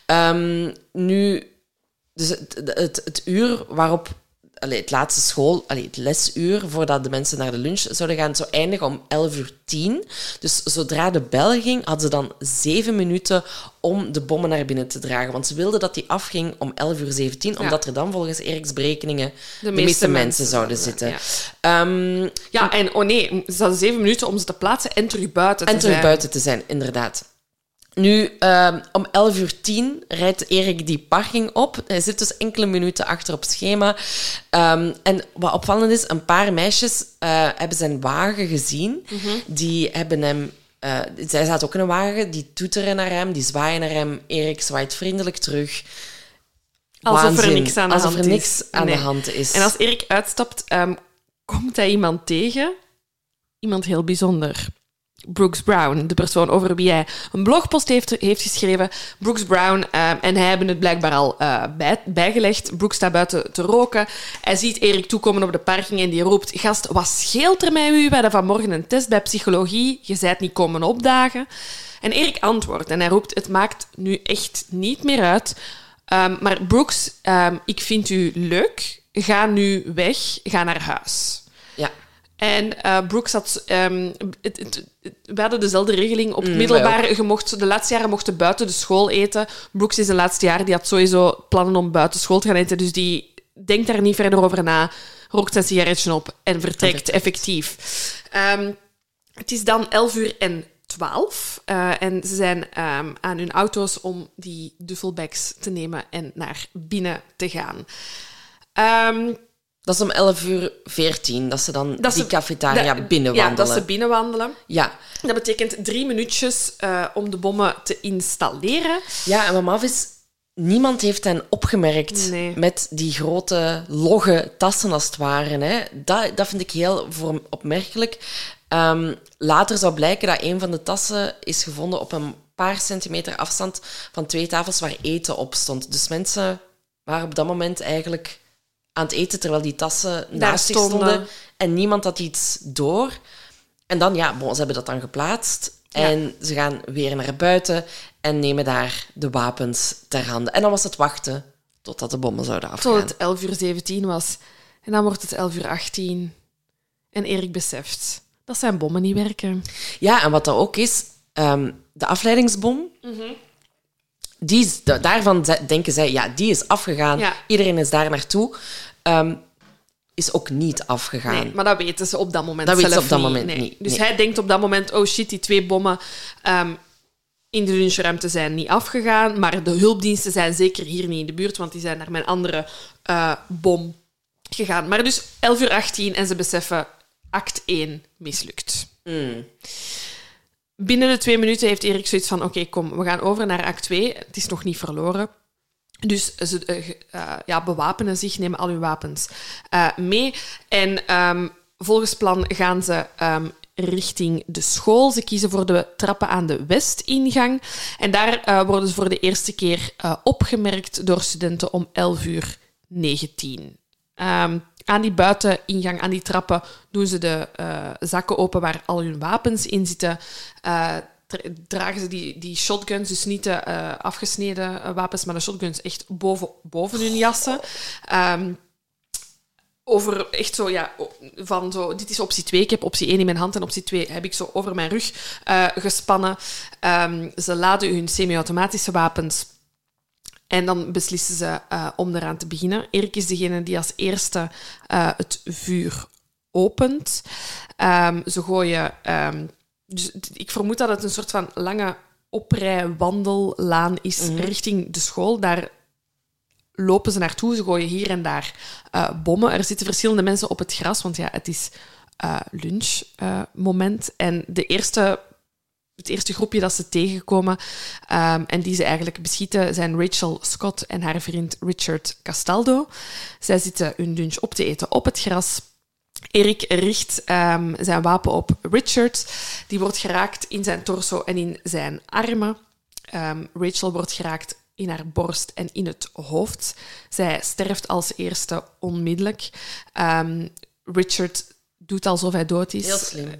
Um, nu, dus het, het, het uur waarop... Allee, het laatste school... Allee, het lesuur voordat de mensen naar de lunch zouden gaan, zou eindigen om elf uur tien. Dus zodra de bel ging, hadden ze dan zeven minuten om de bommen naar binnen te dragen. Want ze wilden dat die afging om elf uur zeventien, ja. omdat er dan volgens Eriks berekeningen de, de meeste, meeste mensen, mensen zouden zitten. Ja, um, ja en oh nee, ze hadden zeven minuten om ze te plaatsen en terug buiten te en zijn. En terug buiten te zijn, inderdaad. Nu, um, om elf uur tien rijdt Erik die parking op. Hij zit dus enkele minuten achter op schema. Um, en wat opvallend is, een paar meisjes uh, hebben zijn wagen gezien. Mm-hmm. Die hebben hem... Uh, zij zaten ook in een wagen, die toeteren naar hem, die zwaaien naar hem. Erik zwaait vriendelijk terug. Alsof er niks aan de, Alsof hand, er niks is. aan nee. de hand is. En als Erik uitstapt, um, komt hij iemand tegen. Iemand heel bijzonder. Brooks Brown, de persoon over wie hij een blogpost heeft, heeft geschreven. Brooks Brown, uh, en hij hebben het blijkbaar al uh, bij, bijgelegd. Brooks staat buiten te roken. Hij ziet Erik toekomen op de parking en die roept: gast, wat scheelt er met u? We hadden vanmorgen een test bij psychologie. Je zijt niet komen opdagen. En Erik antwoordt en hij roept: het maakt nu echt niet meer uit. Um, maar Brooks, um, ik vind u leuk. Ga nu weg. Ga naar huis. Ja. En uh, Brooks had... Um, het, het, het, we hadden dezelfde regeling. Op het middelbaar, je mocht, de laatste jaren mochten buiten de school eten. Brooks is de laatste jaar, die had sowieso plannen om buiten school te gaan eten. Dus die denkt daar niet verder over na, rookt zijn sigaretje op en vertrekt effectief. Um, het is dan elf uur en twaalf. Uh, en ze zijn um, aan hun auto's om die duffelbags te nemen en naar binnen te gaan. Um, Dat is om elf uur veertien, dat ze dan dat die ze, cafetaria dat, binnenwandelen. Ja, dat ze binnenwandelen. Ja. Dat betekent drie minuutjes uh, om de bommen te installeren. Ja, en wat maf is, niemand heeft hen opgemerkt nee. met die grote, logge tassen als het ware. Hè. Dat, dat vind ik heel voor, opmerkelijk. Um, later zou blijken dat een van de tassen is gevonden op een paar centimeter afstand van twee tafels waar eten op stond. Dus mensen waren op dat moment eigenlijk aan het eten terwijl die tassen naast zich stonden. En niemand had iets door. En dan, ja, bon, ze hebben dat dan geplaatst. Ja. En ze gaan weer naar buiten en nemen daar de wapens ter hande. En dan was het wachten totdat de bommen zouden afgaan. Tot het elf uur zeventien was. En dan wordt het elf uur achttien. En Erik beseft dat zijn bommen niet werken. Ja, en wat dat ook is... Um, de afleidingsbom. Mm-hmm. Die is, daarvan denken zij, ja, die is afgegaan. Ja. Iedereen is daar naartoe. Um, is ook niet afgegaan. Nee, maar dat weten ze op dat moment dat zelf weten ze op dat niet. moment nee. niet. Dus nee. hij denkt op dat moment, oh shit, die twee bommen um, in de lunchruimte zijn niet afgegaan, maar de hulpdiensten zijn zeker hier niet in de buurt, want die zijn naar mijn andere uh, bom gegaan. Maar dus elf uur achttien en ze beseffen, act één mislukt. Mm. Binnen de twee minuten heeft Erik zoiets van, oké, okay, kom, we gaan over naar act twee. Het is nog niet verloren. Dus ze uh, uh, ja, bewapenen zich, nemen al hun wapens uh, mee. En um, volgens plan gaan ze um, richting de school. Ze kiezen voor de trappen aan de westingang. En daar uh, worden ze voor de eerste keer uh, opgemerkt door studenten om elf uur negentien. Um, aan die buiteningang, aan die trappen, doen ze de uh, zakken open waar al hun wapens in zitten. Uh, dragen ze die, die shotguns, dus niet de uh, afgesneden wapens, maar de shotguns echt boven, boven hun jassen. Um, over echt zo, ja, van zo, dit is optie twee, ik heb optie één in mijn hand en optie twee heb ik zo over mijn rug uh, gespannen. Um, ze laden hun semi-automatische wapens en dan beslissen ze uh, om eraan te beginnen. Erik is degene die als eerste uh, het vuur opent. Um, ze gooien... Um, Dus ik vermoed dat het een soort van lange oprijwandellaan is mm-hmm. richting de school. Daar lopen ze naartoe. Ze gooien hier en daar uh, bommen. Er zitten verschillende mensen op het gras, want ja, het is uh, lunchmoment. Uh, en de eerste, het eerste groepje dat ze tegenkomen um, en die ze eigenlijk beschieten zijn Rachel Scott en haar vriend Richard Castaldo. Zij zitten hun lunch op te eten op het gras. Erik richt um, zijn wapen op Richard. Die wordt geraakt in zijn torso en in zijn armen. Um, Rachel wordt geraakt in haar borst en in het hoofd. Zij sterft als eerste onmiddellijk. Um, Richard doet alsof hij dood is. Heel slim.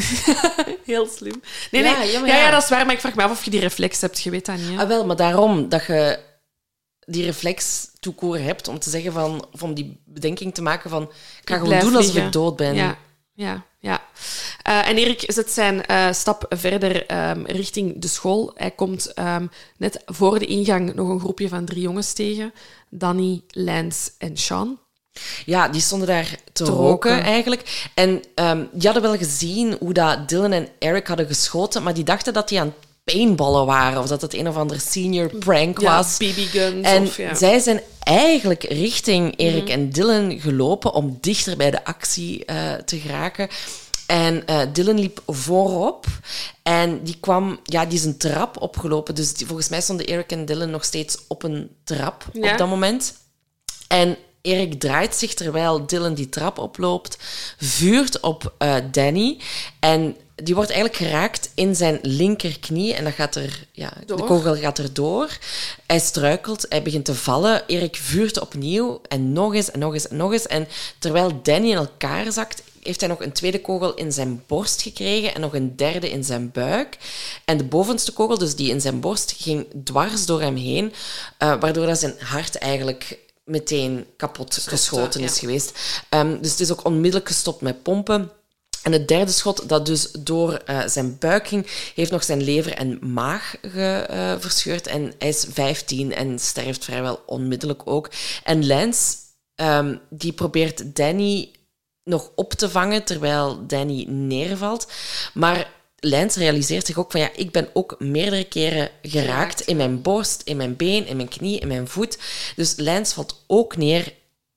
Heel slim. Nee, ja, nee. Ja, ja, ja. ja, dat is waar, maar ik vraag me af of je die reflex hebt. Je weet dat niet, hè? Ah, wel, maar daarom dat je die reflex toekoor hebt om te zeggen van, of om die bedenking te maken van, ik ga ik gewoon doen alsof ik dood ben. Ja, ja, ja. Uh, en Erik zet zijn uh, stap verder um, richting de school. Hij komt um, net voor de ingang nog een groepje van drie jongens tegen. Danny, Lance en Sean. Ja, die stonden daar te, te roken, roken eigenlijk. En um, die hadden wel gezien hoe dat Dylan en Eric hadden geschoten, maar die dachten dat die aan paintballen waren, of dat het een of ander senior prank was. Ja, B B guns. En of, ja. zij zijn eigenlijk richting Erik mm-hmm. en Dylan gelopen om dichter bij de actie uh, te geraken. En uh, Dylan liep voorop en die kwam, ja, die is een trap opgelopen. Dus die, volgens mij stonden Erik en Dylan nog steeds op een trap ja. op dat moment. En Erik draait zich terwijl Dylan die trap oploopt, vuurt op uh, Danny en die wordt eigenlijk geraakt in zijn linkerknie en dat gaat er, ja, de kogel gaat erdoor. Hij struikelt, hij begint te vallen. Erik vuurt opnieuw en nog eens en nog eens en nog eens. En terwijl Danny in elkaar zakt, heeft hij nog een tweede kogel in zijn borst gekregen en nog een derde in zijn buik. En de bovenste kogel, dus die in zijn borst, ging dwars door hem heen, uh, waardoor dat zijn hart eigenlijk meteen kapot Stopte, geschoten is ja. geweest. Um, dus het is ook onmiddellijk gestopt met pompen. En het derde schot, dat dus door uh, zijn buik ging, heeft nog zijn lever en maag ge, uh, verscheurd. En hij is vijftien en sterft vrijwel onmiddellijk ook. En Lance, um, die probeert Danny nog op te vangen, terwijl Danny neervalt. Maar Lance realiseert zich ook van, ja, ik ben ook meerdere keren geraakt, geraakt in mijn borst, in mijn been, in mijn knie, in mijn voet. Dus Lance valt ook neer,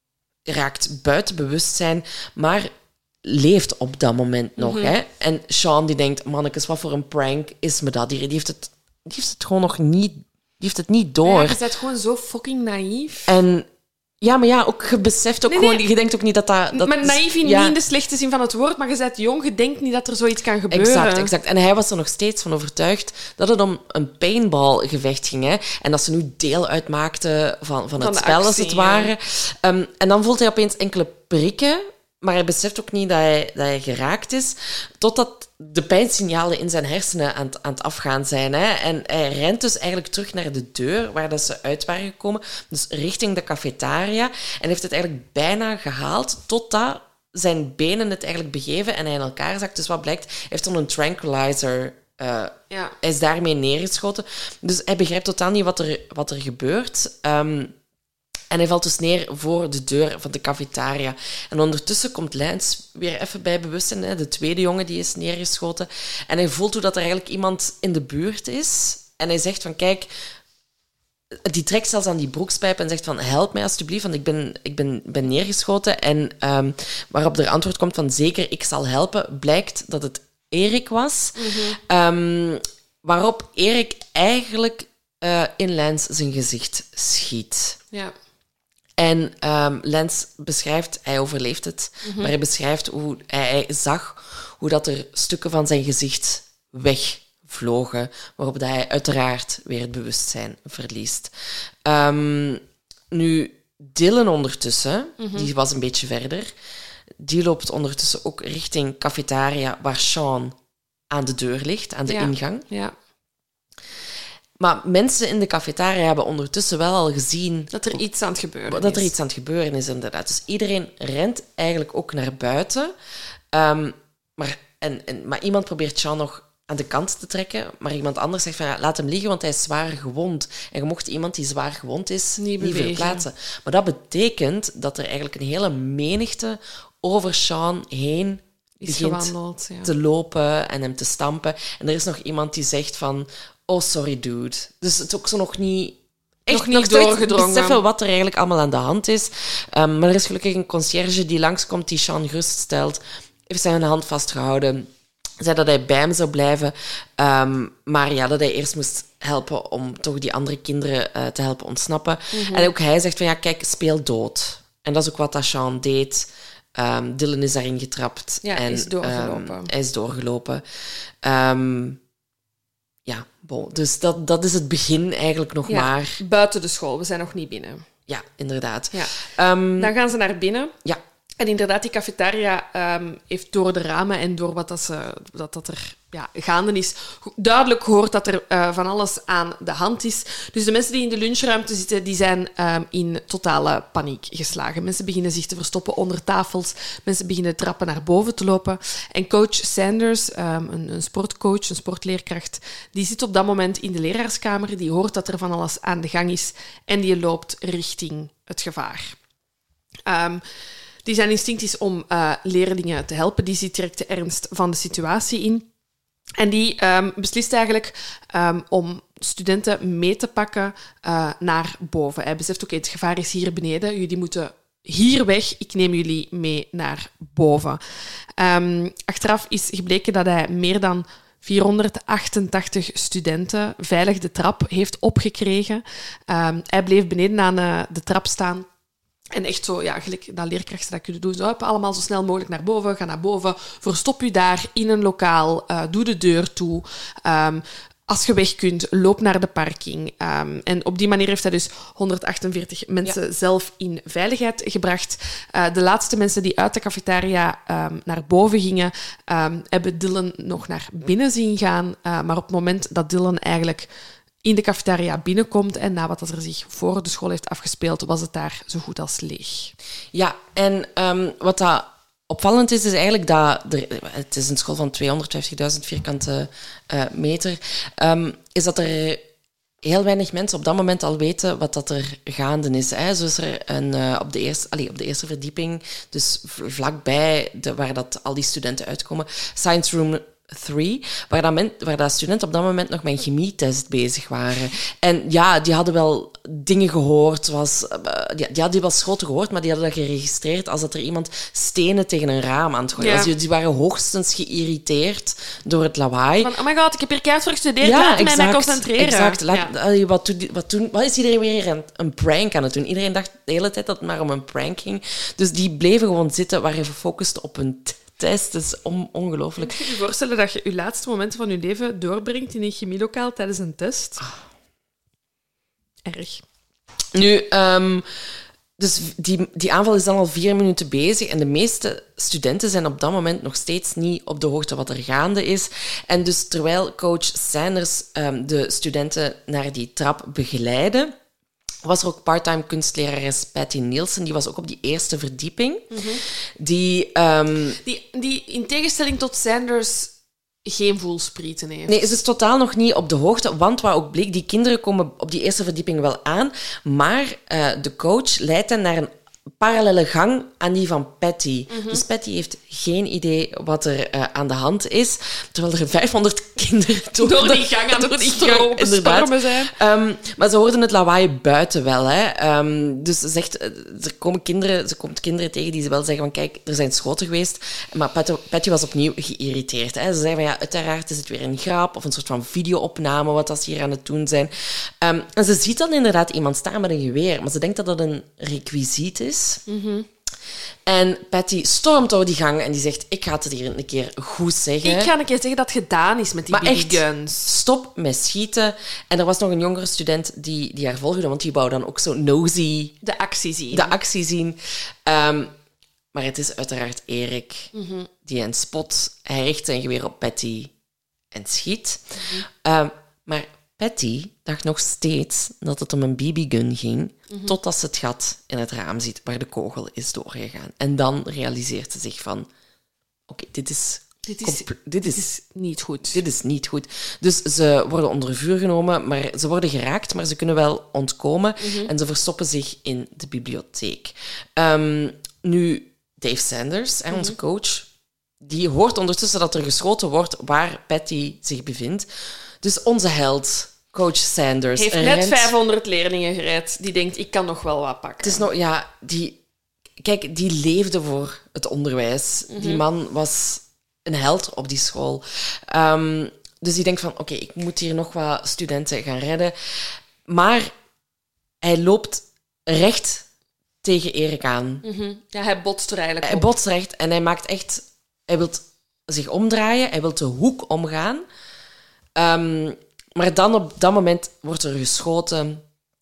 raakt buiten bewustzijn, maar leeft op dat moment nog. Mm-hmm. Hè? En Sean die denkt, mannekes, wat voor een prank is me dat hier? Die heeft het, die heeft het gewoon nog niet, die heeft het niet door. Ja, je bent gewoon zo fucking naïef. En ja, maar ja, ook je beseft ook nee, gewoon, nee. je denkt ook niet dat dat... dat maar naïef in, ja. niet in de slechte zin van het woord, maar je bent jong, je denkt niet dat er zoiets kan gebeuren. Exact, exact. En hij was er nog steeds van overtuigd dat het om een paintballgevecht ging. Hè? En dat ze nu deel uitmaakten van, van, van het spel, actie, als het ware. Ja. Um, en dan voelt hij opeens enkele prikken, maar hij beseft ook niet dat hij, dat hij geraakt is, totdat de pijnsignalen in zijn hersenen aan het, aan het afgaan zijn. Hè? En hij rent dus eigenlijk terug naar de deur waar dat ze uit waren gekomen, dus richting de cafetaria, en heeft het eigenlijk bijna gehaald, totdat zijn benen het eigenlijk begeven en hij in elkaar zakt. Dus wat blijkt, hij heeft dan een tranquilizer Uh, ja. Hij is daarmee neergeschoten. Dus hij begrijpt totaal niet wat er, wat er gebeurt. Um, en hij valt dus neer voor de deur van de cafetaria. En ondertussen komt Lance weer even bij bewustzijn. Hè? De tweede jongen die is neergeschoten. En hij voelt hoe dat er eigenlijk iemand in de buurt is. En hij zegt van, kijk... Die trekt zelfs aan die broekspijp en zegt van, help mij alsjeblieft, want ik ben, ik ben, ben neergeschoten. En um, waarop er antwoord komt van, zeker, ik zal helpen. Blijkt dat het Erik was. Mm-hmm. Um, waarop Erik eigenlijk uh, in Lance zijn gezicht schiet. Ja. En um, Lance beschrijft, hij overleeft het, mm-hmm. maar hij beschrijft hoe hij, hij zag hoe dat er stukken van zijn gezicht wegvlogen, waarop dat hij uiteraard weer het bewustzijn verliest. Um, nu, Dylan ondertussen, mm-hmm. die was een beetje verder, die loopt ondertussen ook richting cafetaria waar Sean aan de deur ligt, aan de ja. ingang. Ja. Maar mensen in de cafetaria hebben ondertussen wel al gezien... Dat er iets aan het gebeuren dat is. Dat er iets aan het gebeuren is, inderdaad. Dus iedereen rent eigenlijk ook naar buiten. Um, maar, en, en, maar iemand probeert Sean nog aan de kant te trekken, maar iemand anders zegt van, ja, laat hem liggen, want hij is zwaar gewond. En je mocht iemand die zwaar gewond is niet, niet verplaatsen. Maar dat betekent dat er eigenlijk een hele menigte over Sean heen is begint gewandeld, ja. te lopen en hem te stampen. En er is nog iemand die zegt van... Oh, sorry, dude. Dus het is ook zo nog niet... Echt nog niet doorgedrongen. Beseffen wat er eigenlijk allemaal aan de hand is. Um, maar er is gelukkig een conciërge die langskomt, die Sean geruststelt. Heeft zijn hand vastgehouden. Zei dat hij bij hem zou blijven. Um, maar ja, dat hij eerst moest helpen om toch die andere kinderen uh, te helpen ontsnappen. Mm-hmm. En ook hij zegt van, ja, kijk, speel dood. En dat is ook wat dat Sean deed. Um, Dylan is daarin getrapt. Ja, hij is doorgelopen. Um, hij is doorgelopen. Um, Ja, bon. Dus dat, dat is het begin eigenlijk nog ja, maar. Buiten de school, we zijn nog niet binnen. Ja, inderdaad. Ja. Um, Dan gaan ze naar binnen. Ja. En inderdaad, die cafetaria um, heeft door de ramen en door wat dat, ze, dat, dat er ja, gaande is, duidelijk gehoord dat er uh, van alles aan de hand is. Dus de mensen die in de lunchruimte zitten, die zijn um, in totale paniek geslagen. Mensen beginnen zich te verstoppen onder tafels. Mensen beginnen trappen naar boven te lopen. En coach Sanders, um, een, een sportcoach, een sportleerkracht, die zit op dat moment in de leraarskamer. Die hoort dat er van alles aan de gang is en die loopt richting het gevaar. Um, Die zijn instinct is om uh, leerlingen te helpen. Die ziet direct de ernst van de situatie in. En die um, beslist eigenlijk um, om studenten mee te pakken uh, naar boven. Hij beseft, oké, okay, het gevaar is hier beneden. Jullie moeten hier weg. Ik neem jullie mee naar boven. Um, achteraf is gebleken dat hij meer dan vierhonderdachtentachtig studenten veilig de trap heeft opgekregen. Um, hij bleef beneden aan uh, de trap staan. En echt zo, ja, gelijk dat leerkrachten dat kunnen doen. Zo, allemaal zo snel mogelijk naar boven. Ga naar boven. Verstop je daar in een lokaal. Uh, doe de deur toe. Um, als je weg kunt, loop naar de parking. Um, en op die manier heeft hij dus honderdachtenveertig mensen ja. zelf in veiligheid gebracht. Uh, de laatste mensen die uit de cafetaria um, naar boven gingen, um, hebben Dylan nog naar binnen zien gaan. Uh, maar op het moment dat Dylan eigenlijk in de cafetaria binnenkomt en na wat er zich voor de school heeft afgespeeld, was het daar zo goed als leeg. Ja, en um, wat dat opvallend is, is eigenlijk dat... Er, het is een school van tweehonderdvijftigduizend vierkante uh, meter. Um, is dat er heel weinig mensen op dat moment al weten wat dat er gaande is. Hè. Zo is er een, uh, op, de eerste, allez, op de eerste verdieping, dus vlakbij de, waar dat al die studenten uitkomen, Science Room drie, waar, dat men, waar dat studenten op dat moment nog met een chemietest bezig waren. En ja, die hadden wel dingen gehoord, zoals, uh, die, die hadden wel schoten gehoord, maar die hadden dat geregistreerd als dat er iemand stenen tegen een raam aan het gooien was. Ja. Die, die waren hoogstens geïrriteerd door het lawaai. Van, oh my god, ik heb hier keihard voor gestudeerd, ja, laat mij mij concentreren. Exact. Laat, ja. wat, doen, wat, doen, wat is iedereen weer een, een prank aan het doen? Iedereen dacht de hele tijd dat het maar om een prank ging. Dus die bleven gewoon zitten, waren gefocust op hun t- test. Dat is on- ongelooflijk. Kun je je voorstellen dat je je laatste momenten van je leven doorbrengt in een chemielokaal tijdens een test? Ah. Erg. Nu, um, dus die, die aanval is dan al vier minuten bezig en de meeste studenten zijn op dat moment nog steeds niet op de hoogte wat er gaande is. En dus terwijl coach Sanders um, de studenten naar die trap begeleidde, was er ook parttime kunstlerares Patty Nielsen, die was ook op die eerste verdieping. Mm-hmm. Die, um... die, die in tegenstelling tot Sanders geen voelsprieten heeft. Nee, ze is totaal nog niet op de hoogte, want wat ook bleek, die kinderen komen op die eerste verdieping wel aan, maar uh, de coach leidt hen naar een parallele gang aan die van Patty. Mm-hmm. Dus Patty heeft geen idee wat er uh, aan de hand is, terwijl er vijfhonderd kinderen door, door die gang aan het stormen zijn. Um, maar ze hoorden het lawaai buiten wel. Hè. Um, dus ze zegt, er komen kinderen, ze komt kinderen tegen die ze wel zeggen van kijk, er zijn schoten geweest. Maar Patty, Patty was opnieuw geïrriteerd. Hè. Ze zei van ja, uiteraard is het weer een grap of een soort van videoopname wat dat ze hier aan het doen zijn. Um, en ze ziet dan inderdaad iemand staan met een geweer, maar ze denkt dat dat een requisiet is. Mm-hmm. En Patty stormt door die gang en die zegt, ik ga het hier een keer goed zeggen. Ik ga een keer zeggen dat het gedaan is met die maar B B guns. Echt, stop met schieten. En er was nog een jongere student die, die haar volgde, want die wou dan ook zo nosy... De actie zien. De actie zien. Um, maar het is uiteraard Erik mm-hmm. die hen spot. Hij richt zijn geweer op Patty en schiet. Mm-hmm. Um, maar Patty dacht nog steeds dat het om een B B gun ging, mm-hmm. totdat ze het gat in het raam ziet waar de kogel is doorgegaan. En dan realiseert ze zich van... Oké, okay, dit is... Dit is, compl- dit, dit is, is niet goed. Dit is niet goed. Dus ze worden onder vuur genomen, maar ze worden geraakt, maar ze kunnen wel ontkomen. Mm-hmm. En ze verstoppen zich in de bibliotheek. Um, nu, Dave Sanders, mm-hmm. onze coach, die hoort ondertussen dat er geschoten wordt waar Patty zich bevindt. Dus onze held, coach Sanders... Heeft net rent... vijfhonderd leerlingen gered. Die denkt, ik kan nog wel wat pakken. Het is nog... Ja, die... Kijk, die leefde voor het onderwijs. Mm-hmm. Die man was een held op die school. Um, dus die denkt van, oké, okay, ik moet hier nog wat studenten gaan redden. Maar hij loopt recht tegen Erik aan. Mm-hmm. Ja, hij botst er eigenlijk Hij op. botst recht en hij maakt echt... Hij wil zich omdraaien, hij wil de hoek omgaan... Um, maar dan op dat moment wordt er geschoten.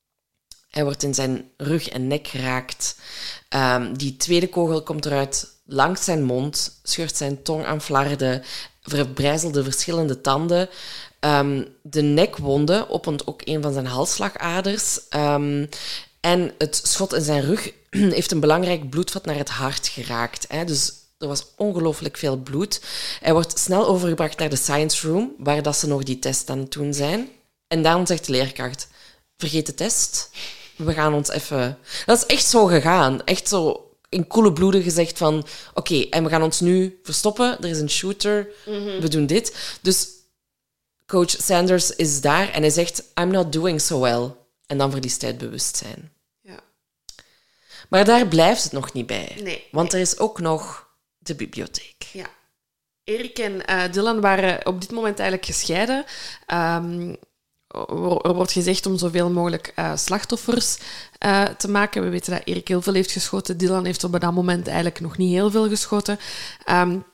Hij wordt in zijn rug en nek geraakt. Um, die tweede kogel komt eruit langs zijn mond, scheurt zijn tong aan flarden, verbrijzelde verschillende tanden. Um, de nekwonden opent ook een van zijn halsslagaders. Um, en het schot in zijn rug heeft een belangrijk bloedvat naar het hart geraakt. Hè. Dus... Er was ongelooflijk veel bloed. Hij wordt snel overgebracht naar de science room, waar dat ze nog die test aan het doen zijn. En daarom zegt de leerkracht, vergeet de test. We gaan ons even... Dat is echt zo gegaan. Echt zo in koele bloeden gezegd van... Oké, okay, en we gaan ons nu verstoppen. Er is een shooter. Mm-hmm. We doen dit. Dus coach Sanders is daar en hij zegt... I'm not doing so well. En dan verliest hij het bewustzijn. Ja. Maar daar blijft het nog niet bij. Nee. Want er is ook nog... de bibliotheek. Ja. Erik en uh, Dylan waren op dit moment eigenlijk gescheiden. Um, er wordt gezegd om zoveel mogelijk uh, slachtoffers uh, te maken. We weten dat Erik heel veel heeft geschoten. Dylan heeft op dat moment eigenlijk nog niet heel veel geschoten. Um,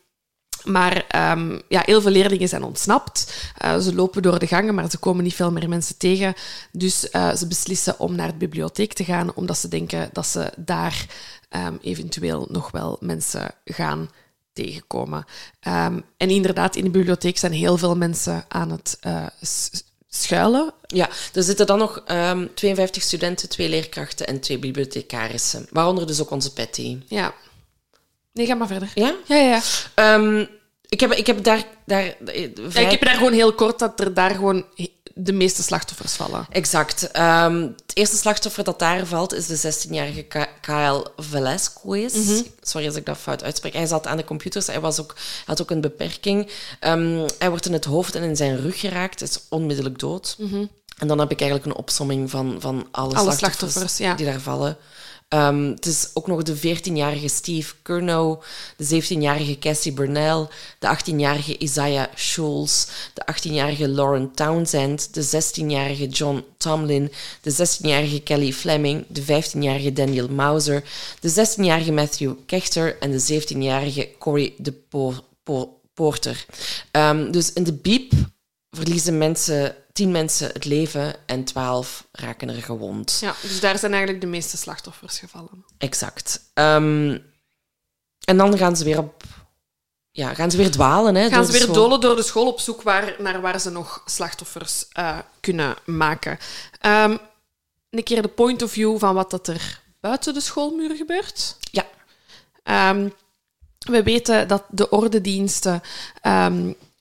maar um, ja, heel veel leerlingen zijn ontsnapt. Uh, ze lopen door de gangen, maar ze komen niet veel meer mensen tegen. Dus uh, ze beslissen om naar de bibliotheek te gaan, omdat ze denken dat ze daar um, eventueel nog wel mensen gaan tegenkomen. Um, en inderdaad, in de bibliotheek zijn heel veel mensen aan het uh, schuilen. Ja, er zitten dan nog um, tweeënvijftig studenten, twee leerkrachten en twee bibliothecarissen. Waaronder dus ook onze Patty. Ja. Nee, ga maar verder. Ja? Ja, ja, ja. Um, ik, heb, ik heb daar... daar vrij... ja, ik heb daar gewoon heel kort dat er daar gewoon de meeste slachtoffers vallen. Exact. Um, het eerste slachtoffer dat daar valt is de zestienjarige Kyle Velasquez. Mm-hmm. Sorry als ik dat fout uitspreek. Hij zat aan de computers. Hij was ook, had ook een beperking. Um, hij wordt in het hoofd en in zijn rug geraakt. Is onmiddellijk dood. Mm-hmm. En dan heb ik eigenlijk een opsomming van, van alle, alle slachtoffers, slachtoffers ja. die daar vallen. Um, het is ook nog de veertienjarige Steve Curnow, de zeventienjarige Cassie Burnell, de achttienjarige Isaiah Schulz, de achttienjarige Lauren Townsend, de zestienjarige John Tomlin, de zestienjarige Kelly Fleming, de vijftienjarige Daniel Mauser, de zestienjarige Matthew Kechter en de zeventienjarige Corey de Po- Po- Porter. Um, dus in de biep verliezen mensen... Tien mensen het leven en twaalf raken er gewond. Ja, dus daar zijn eigenlijk de meeste slachtoffers gevallen. Exact. Um, en dan gaan ze weer op... Ja, gaan ze weer dwalen. Hè, gaan ze weer school. dolen door de school op zoek waar, naar waar ze nog slachtoffers uh, kunnen maken. Um, een keer de point of view van wat dat er buiten de schoolmuur gebeurt. Ja. Um, we weten dat de ordediensten... Um,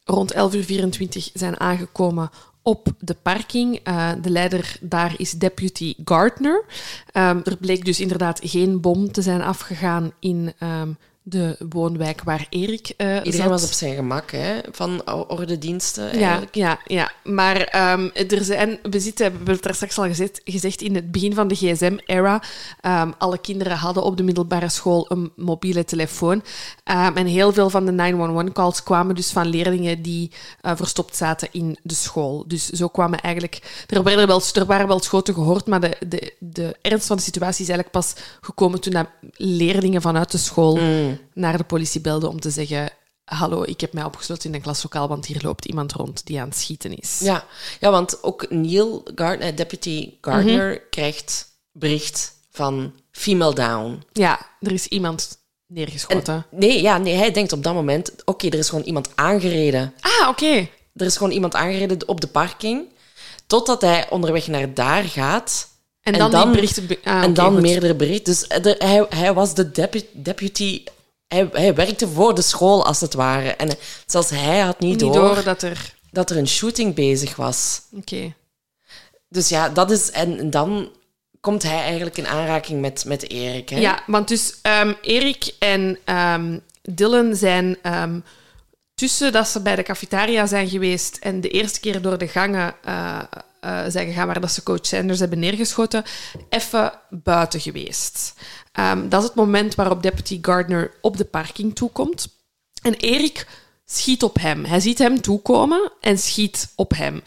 rond elf uur vierentwintig zijn aangekomen op de parking. Uh, de leider daar is Deputy Gardner. Um, er bleek dus inderdaad geen bom te zijn afgegaan in um, de woonwijk waar Erik uh, zat. Iedereen was op zijn gemak, hè, van ordediensten eigenlijk. Ja, ja, ja. Maar um, er zijn, we zitten, we hebben het daar straks al gezegd, gezegd in het begin van de gsm-era. Um, alle kinderen hadden op de middelbare school een mobiele telefoon. Um, en heel veel van de negen een een-calls kwamen dus van leerlingen die uh, verstopt zaten in de school. Dus zo kwamen eigenlijk... Er waren wel, er waren wel schoten gehoord, maar de, de, de ernst van de situatie is eigenlijk pas gekomen toen dat leerlingen vanuit de school... Mm. naar de politie belde om te zeggen... Hallo, ik heb mij opgesloten in een klaslokaal, want hier loopt iemand rond die aan het schieten is. Ja, ja, want ook Neil Gardner, Deputy Gardner, mm-hmm. krijgt bericht van female down. Ja, er is iemand neergeschoten. En, nee, ja, nee, hij denkt op dat moment... Oké, okay, er is gewoon iemand aangereden. Ah, oké. Okay. Er is gewoon iemand aangereden op de parking. Totdat hij onderweg naar daar gaat... En dan, en dan, berichten, ah, en okay, dan goed. meerdere berichten. Dus de, hij, hij was de depu, deputy... Hij, hij werkte voor de school, als het ware. En zelfs hij had niet, niet door, door dat, er... dat er een shooting bezig was. Oké. Okay. Dus ja, dat is... En dan komt hij eigenlijk in aanraking met, met Erik. Hè? Ja, want dus um, Erik en um, Dylan zijn... Um, tussen dat ze bij de cafetaria zijn geweest en de eerste keer door de gangen uh, uh, zijn gegaan waar dat ze coach Sanders hebben neergeschoten, even buiten geweest. Um, dat is het moment waarop Deputy Gardner op de parking toekomt. En Erik schiet op hem. Hij ziet hem toekomen en schiet op hem.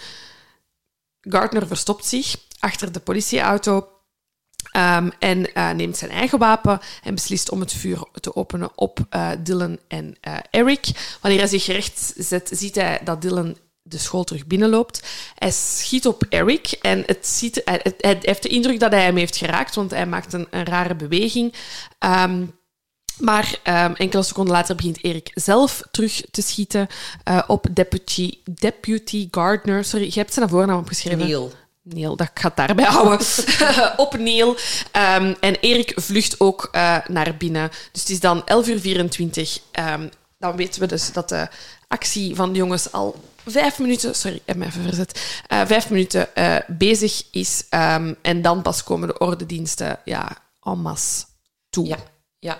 Gardner verstopt zich achter de politieauto um, en uh, neemt zijn eigen wapen en beslist om het vuur te openen op uh, Dylan en uh, Eric. Wanneer hij zich recht zet, ziet hij dat Dylan de school terug binnenloopt. Hij schiet op Eric en het ziet, hij, hij heeft de indruk dat hij hem heeft geraakt, want hij maakt een, een rare beweging. Um, maar um, enkele seconden later begint Erik zelf terug te schieten uh, op Deputy, Deputy Gardner. Sorry, je hebt zijn voornaam opgeschreven. Neil. Neil, dat gaat daarbij houden. op Neil. Um, en Erik vlucht ook uh, naar binnen. Dus het is dan elf uur vierentwintig. Um, dan weten we dus dat de actie van de jongens al vijf minuten... Sorry, ik heb me even verzet. Uh, vijf minuten uh, bezig is. Um, en dan pas komen de ordediensten ja, en masse toe. Ja, ja.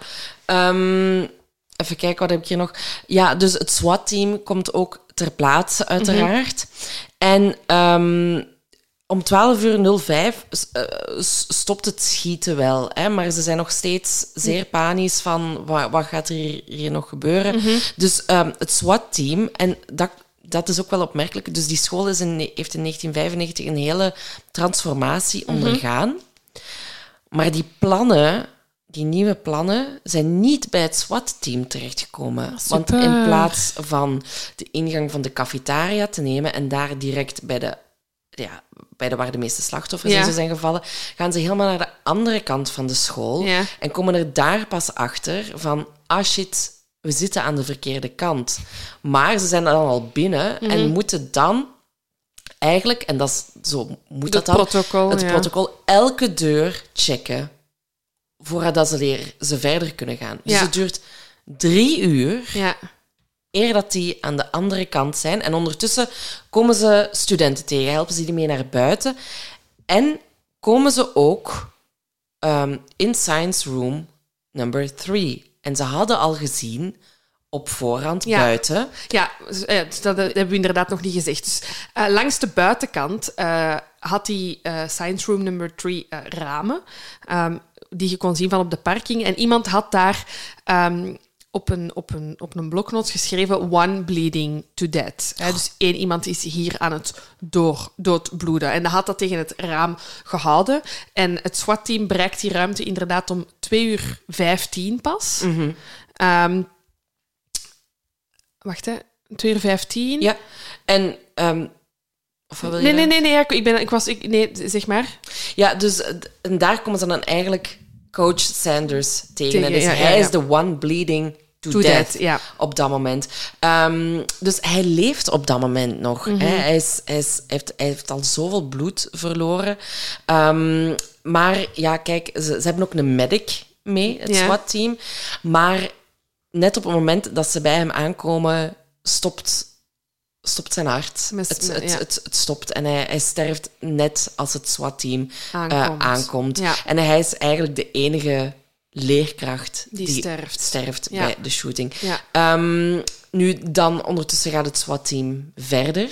Um, even kijken, wat heb ik hier nog? Ja, dus het SWAT-team komt ook ter plaatse, uiteraard. Mm-hmm. En... Um, Om twaalf uur nul vijf uh, stopt het schieten wel. Hè? Maar ze zijn nog steeds zeer panisch van wat, wat gaat er hier, hier nog gebeuren. Mm-hmm. Dus um, het SWAT-team, en dat, dat is ook wel opmerkelijk, dus die school is in, heeft in negentien vijfennegentig een hele transformatie mm-hmm. ondergaan. Maar die plannen, die nieuwe plannen, zijn niet bij het SWAT-team terechtgekomen. Super. Want in plaats van de ingang van de cafetaria te nemen en daar direct bij de Ja, bij de waar de meeste slachtoffers ja. in zijn gevallen, gaan ze helemaal naar de andere kant van de school ja. en komen er daar pas achter van, ah shit, we zitten aan de verkeerde kant. Maar ze zijn dan al binnen mm-hmm. en moeten dan eigenlijk, en dat is, zo moet dat dan, protocol, het ja. protocol, elke deur checken voordat ze, leer, ze verder kunnen gaan. Dus ja. het duurt drie uur... Ja. eer dat die aan de andere kant zijn. En ondertussen komen ze studenten tegen, helpen ze die mee naar buiten. En komen ze ook um, in Science Room number three. En ze hadden al gezien op voorhand ja. buiten. Ja, dat hebben we inderdaad nog niet gezegd. Dus, uh, langs de buitenkant uh, had die uh, Science Room number three uh, ramen, um, die je kon zien van op de parking. En iemand had daar... Um, Op een, op, een, op een bloknoot geschreven one bleeding to death. Oh. Dus één iemand is hier aan het door, doodbloeden. En hij had dat tegen het raam gehouden. En het SWAT-team bereikt die ruimte inderdaad om twee uur vijftien pas. Mm-hmm. Um, wacht, hè. twee uur vijftien. Ja, en... Um, of wat wil je nee, nee, nee, nee, ik, ben, ik was... Ik, nee, zeg maar. Ja, dus... En daar komen ze dan eigenlijk... Coach Sanders tegen. tegen dus ja, hij ja, ja. is de one bleeding to, to death, death ja. op dat moment. Um, dus hij leeft op dat moment nog. Mm-hmm. Hè. Hij, is, hij, is, hij, heeft, hij heeft al zoveel bloed verloren. Um, maar ja, kijk, ze, ze hebben ook een medic mee, het ja. SWAT-team. Maar net op het moment dat ze bij hem aankomen, stopt stopt zijn hart. Met- het, met- het, ja. het, het stopt en hij, hij sterft net als het SWAT-team eh, Aankomt. aankomt. Ja. En hij is eigenlijk de enige leerkracht Die die, sterft. sterft Ja. bij de shooting. Ja. Ehm, nu, dan ondertussen gaat het SWAT-team verder.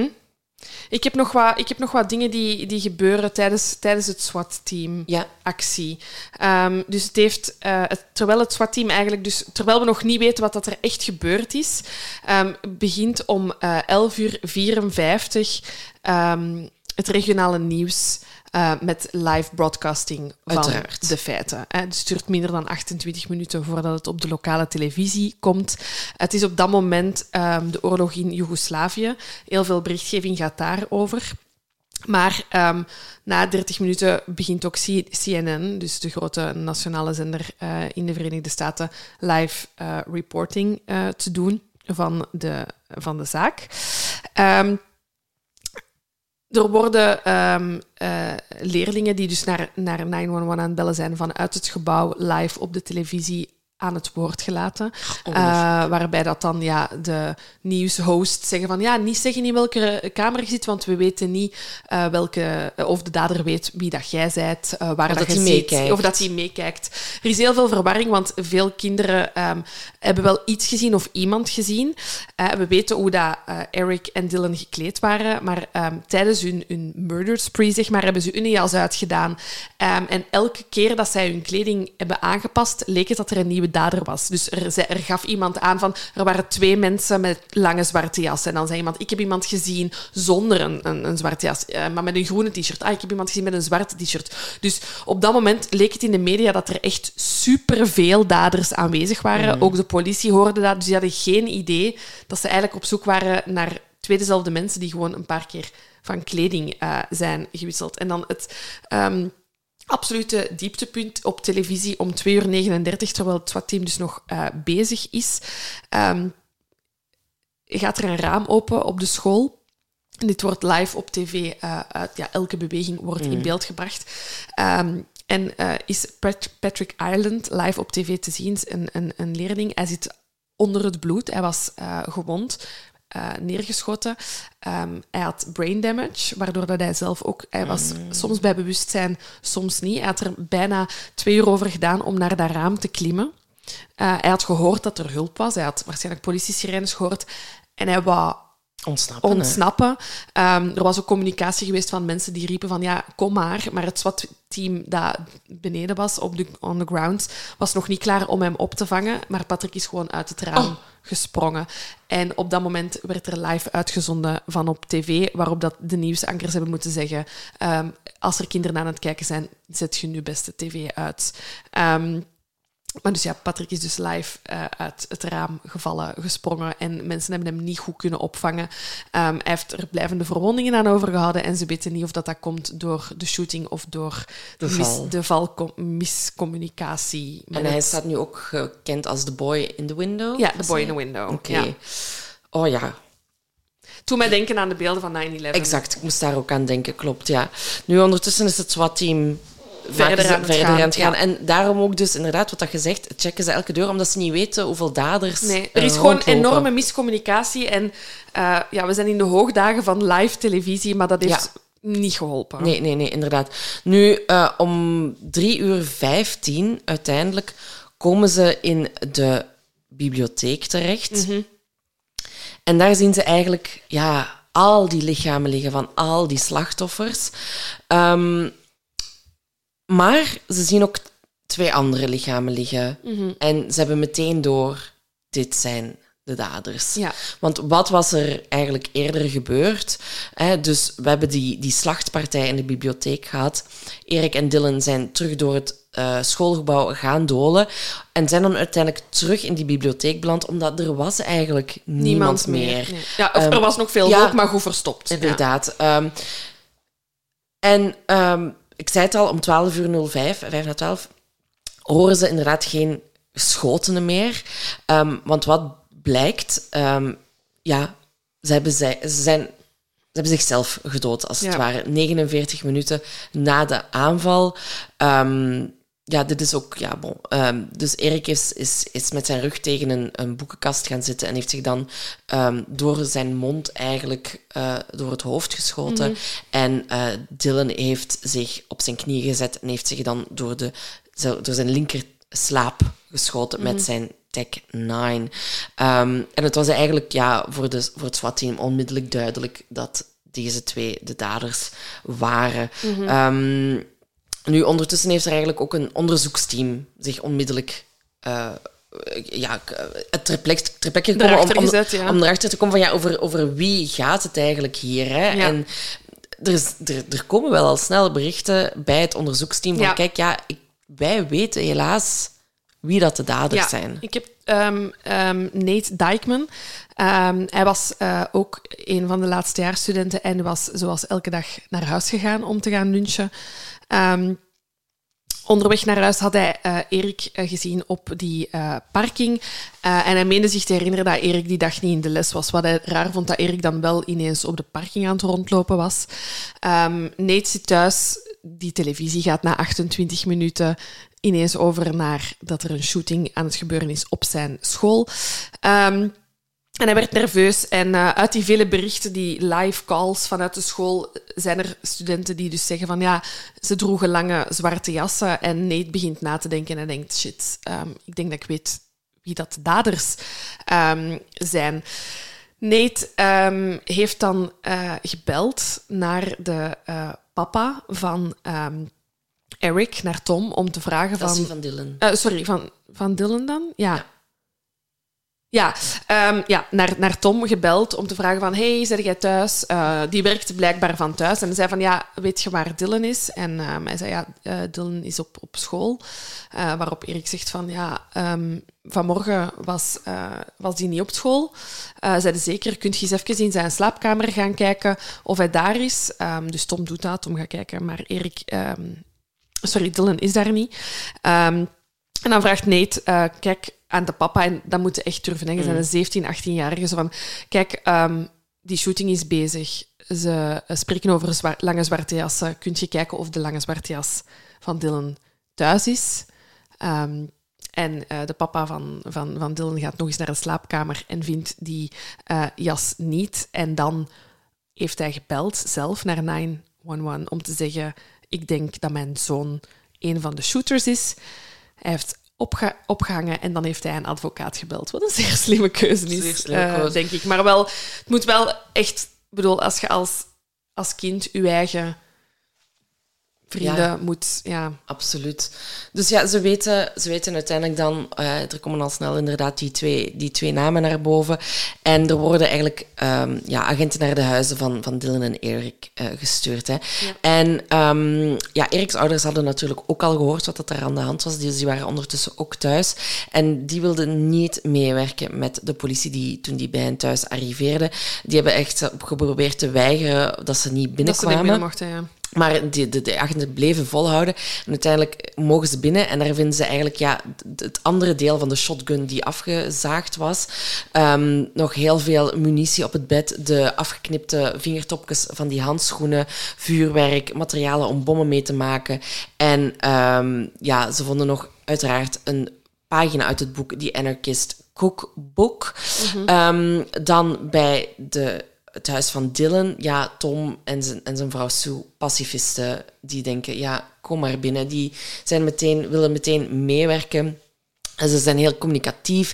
Ik heb nog wat, ik heb nog wat dingen die, die gebeuren tijdens, tijdens het SWAT-team. Ja. Actie. Ehm, dus het heeft, eh, het, terwijl het SWAT-team eigenlijk, dus terwijl we nog niet weten wat dat er echt gebeurd is, ehm, begint om eh elf uur vierenvijftig ehm, het regionale nieuws eh, met live broadcasting van Uiteraard. de feiten. Hè. Dus het duurt minder dan achtentwintig minuten voordat het op de lokale televisie komt. Het is op dat moment ehm, de oorlog in Joegoslavië. Heel veel berichtgeving gaat daarover. Maar um, na dertig minuten begint ook C- CNN, dus de grote nationale zender uh, in de Verenigde Staten, live uh, reporting uh, te doen van de, van de zaak. Um, er worden um, uh, leerlingen die dus naar, naar negen een een aan het bellen zijn vanuit het gebouw live op de televisie aan het woord gelaten. Oh, uh, waarbij dat dan ja, de nieuwshost zeggen van ja, niet zeggen in welke kamer je zit, want we weten niet uh, welke, of de dader weet wie dat jij bent, uh, waar Of dat, dat je hij zit, meekijkt. of dat hij meekijkt. Er is heel veel verwarring, want veel kinderen um, hebben wel iets gezien of iemand gezien. Uh, we weten hoe dat, uh, Eric en Dylan gekleed waren, maar um, tijdens hun, hun murder spree, zeg maar, hebben ze hun jas uitgedaan. Um, en elke keer dat zij hun kleding hebben aangepast, leek het dat er een nieuwe dader was. Dus er, ze- er gaf iemand aan van, er waren twee mensen met lange zwarte jassen. En dan zei iemand, ik heb iemand gezien zonder een, een, een zwarte jas, uh, maar met een groene t-shirt. Ah, ik heb iemand gezien met een zwarte t-shirt. Dus op dat moment leek het in de media dat er echt superveel daders aanwezig waren. Mhm. Ook de politie hoorde dat, dus die hadden geen idee dat ze eigenlijk op zoek waren naar twee dezelfde mensen die gewoon een paar keer van kleding uh, zijn gewisseld. En dan het... Um, absolute dieptepunt op televisie om twee uur negenendertig, terwijl het SWAT-team dus nog uh, bezig is, um, gaat er een raam open op de school. En dit wordt live op tv, uh, uit, ja, elke beweging wordt in beeld gebracht. Um, en uh, is Pat- Patrick Ireland live op tv te zien, een, een, een leerling. Hij zit onder het bloed, hij was uh, gewond. Uh, neergeschoten. Um, hij had brain damage, waardoor dat hij zelf ook... Hij was Mm. soms bij bewustzijn, soms niet. Hij had er bijna twee uur over gedaan om naar dat raam te klimmen. Uh, hij had gehoord dat er hulp was. Hij had waarschijnlijk politiesirenes gehoord. En hij wou Ontsnappen. hè. ontsnappen. Um, er was ook communicatie geweest van mensen die riepen van ja, kom maar. Maar het SWAT-team dat beneden was, op de, on the ground, was nog niet klaar om hem op te vangen. Maar Patrick is gewoon uit het raam Oh. gesprongen. En op dat moment werd er live uitgezonden van op tv, waarop dat de nieuwsankers hebben moeten zeggen, um, als er kinderen aan het kijken zijn, zet je nu beste tv uit. Um, Maar dus ja, Patrick is dus live uh, uit het raam gevallen, gesprongen en mensen hebben hem niet goed kunnen opvangen. Um, hij heeft er blijvende verwondingen aan overgehouden en ze weten niet of dat, dat komt door de shooting of door De mis- val. de val miscommunicatie. En hij staat nu ook gekend als The Boy in the Window? Ja, The Boy in the Window. Oké. Ja. Oh ja, Toen mij denken aan de beelden van negen elf. exact. Ik moest daar ook aan denken, klopt, ja. Nu, ondertussen is het SWAT-team Verder maken ze- aan het verder gaan, aan het gaan. ja. En daarom ook dus, inderdaad, wat dat je zegt, checken ze elke deur, omdat ze niet weten hoeveel daders Nee, er er is gewoon rondlopen. enorme miscommunicatie. En uh, ja, we zijn in de hoogdagen van live televisie, maar dat heeft niet geholpen. Nee, nee, nee, inderdaad. Nu, uh, om drie uur vijftien, uiteindelijk, komen ze in de bibliotheek terecht. Mhm. En daar zien ze eigenlijk ja, al die lichamen liggen van al die slachtoffers. Um, maar ze zien ook twee andere lichamen liggen. Mhm. En ze hebben meteen door, dit zijn de daders. Ja. Want wat was er eigenlijk eerder gebeurd? Hè, dus we hebben die, die slachtpartij in de bibliotheek gehad. Erik en Dylan zijn terug door het uh, schoolgebouw gaan dolen en zijn dan uiteindelijk terug in die bibliotheek beland, omdat er was eigenlijk niemand, Niemand meer. meer. Nee. Ja, of Um, er was nog veel ja, rook, maar goed verstopt. Inderdaad. Um, en um, ik zei het al, om twaalf uur nul vijf, vijf na twaalf, horen ze inderdaad geen schotenen meer. Um, want wat blijkt, um, ja, ze hebben, zij, ze, zijn, ze hebben zichzelf gedood, als het Ja. ware. negenenveertig minuten na de aanval. Um, ja, dit is ook... Ja, bon. Um, dus Erik is, is, is met zijn rug tegen een, een boekenkast gaan zitten en heeft zich dan um, door zijn mond eigenlijk uh, door het hoofd geschoten. Mm-hmm. En uh, Dylan heeft zich op zijn knieën gezet en heeft zich dan door, de, door zijn linker slaap geschoten mm-hmm. met zijn Tech nine. Um, en het was eigenlijk ja, voor, de, voor het SWAT-team onmiddellijk duidelijk dat deze twee de daders waren. Mm-hmm. Um, nu, ondertussen heeft er eigenlijk ook een onderzoeksteam zich onmiddellijk uh, ja, ter plekke gekomen om, om, gezet, ja. om erachter te komen van ja, over, over wie gaat het eigenlijk hier. Hè? Ja. En er, is, er, er komen wel al snel berichten bij het onderzoeksteam van ja. kijk, ja, ik, wij weten helaas wie dat de daders ja, zijn. Ik heb um, um, Nate Dijkman. Um, hij was uh, ook een van de laatstejaarsstudenten en was zoals elke dag naar huis gegaan om te gaan lunchen. Um, onderweg naar huis had hij uh, Erik uh, gezien op die uh, parking. Uh, en hij meende zich te herinneren dat Erik die dag niet in de les was. Wat hij raar vond, dat Erik dan wel ineens op de parking aan het rondlopen was. Um, Nate zit thuis. Die televisie gaat na achtentwintig minuten ineens over naar dat er een shooting aan het gebeuren is op zijn school. Um, En hij werd nerveus. En uh, uit die vele berichten, die live calls vanuit de school, zijn er studenten die dus zeggen van ja, ze droegen lange zwarte jassen. En Nate begint na te denken en hij denkt, shit, um, ik denk dat ik weet wie dat de daders um, zijn. Nate um, heeft dan uh, gebeld naar de uh, papa van um, Eric, naar Tom, om te vragen dat van... is van Dylan. Uh, sorry, van, van Dylan dan? Ja. ja. Ja, um, ja naar, naar Tom gebeld om te vragen van hey, zit jij thuis? Uh, die werkte blijkbaar van thuis. En hij zei van ja, weet je waar Dylan is? En um, hij zei ja, uh, Dylan is op, op school. Uh, waarop Erik zegt van ja, um, vanmorgen was, uh, was hij niet op school. Uh, zeiden zeker, kunt je eens even in zijn slaapkamer gaan kijken of hij daar is? Um, dus Tom doet dat, Tom gaat kijken. Maar Erik, um, sorry, Dylan is daar niet. Um, en dan vraagt Nate, uh, kijk... aan de papa, en dat moeten echt durven zeggen. Ze zijn een zeventien, achttien-jarige. Zo van, kijk, um, die shooting is bezig. Ze uh, spreken over zwa- lange zwarte jassen. Kunt je kijken of de lange zwarte jas van Dylan thuis is? Um, en uh, de papa van, van, van Dylan gaat nog eens naar de slaapkamer en vindt die uh, jas niet. En dan heeft hij gebeld zelf naar negen een een om te zeggen, ik denk dat mijn zoon een van de shooters is. Hij heeft Opge- opgehangen en dan heeft hij een advocaat gebeld. Wat een zeer slimme keuze is, uh, denk ik. Maar wel, het moet wel echt... Ik bedoel, als je als, als kind je eigen vrienden ja, moet... Ja. Absoluut. Dus ja, ze weten, ze weten uiteindelijk dan... Uh, er komen al snel inderdaad die twee, die twee namen naar boven. En er worden eigenlijk um, ja, agenten naar de huizen van, van Dylan en Erik uh, gestuurd. Hè. Ja. En um, ja, Eriks ouders hadden natuurlijk ook al gehoord wat er aan de hand was. Dus die waren ondertussen ook thuis. En die wilden niet meewerken met de politie die toen die bij hen thuis arriveerde. Die hebben echt geprobeerd te weigeren dat ze niet binnenkwamen. Dat ze niet binnen mochten, ja. Maar de, de, de agenten bleven volhouden. En uiteindelijk mogen ze binnen. En daar vinden ze eigenlijk ja, het andere deel van de shotgun die afgezaagd was. Um, nog heel veel munitie op het bed. De afgeknipte vingertopjes van die handschoenen. Vuurwerk, materialen om bommen mee te maken. En um, ja, ze vonden nog uiteraard een pagina uit het boek The Anarchist Cookbook. Mm-hmm. Um, dan bij de... het huis van Dylan, ja, Tom en zijn, en zijn vrouw Sue, pacifisten, die denken, ja, kom maar binnen. Die zijn meteen, willen meteen meewerken. En ze zijn heel communicatief.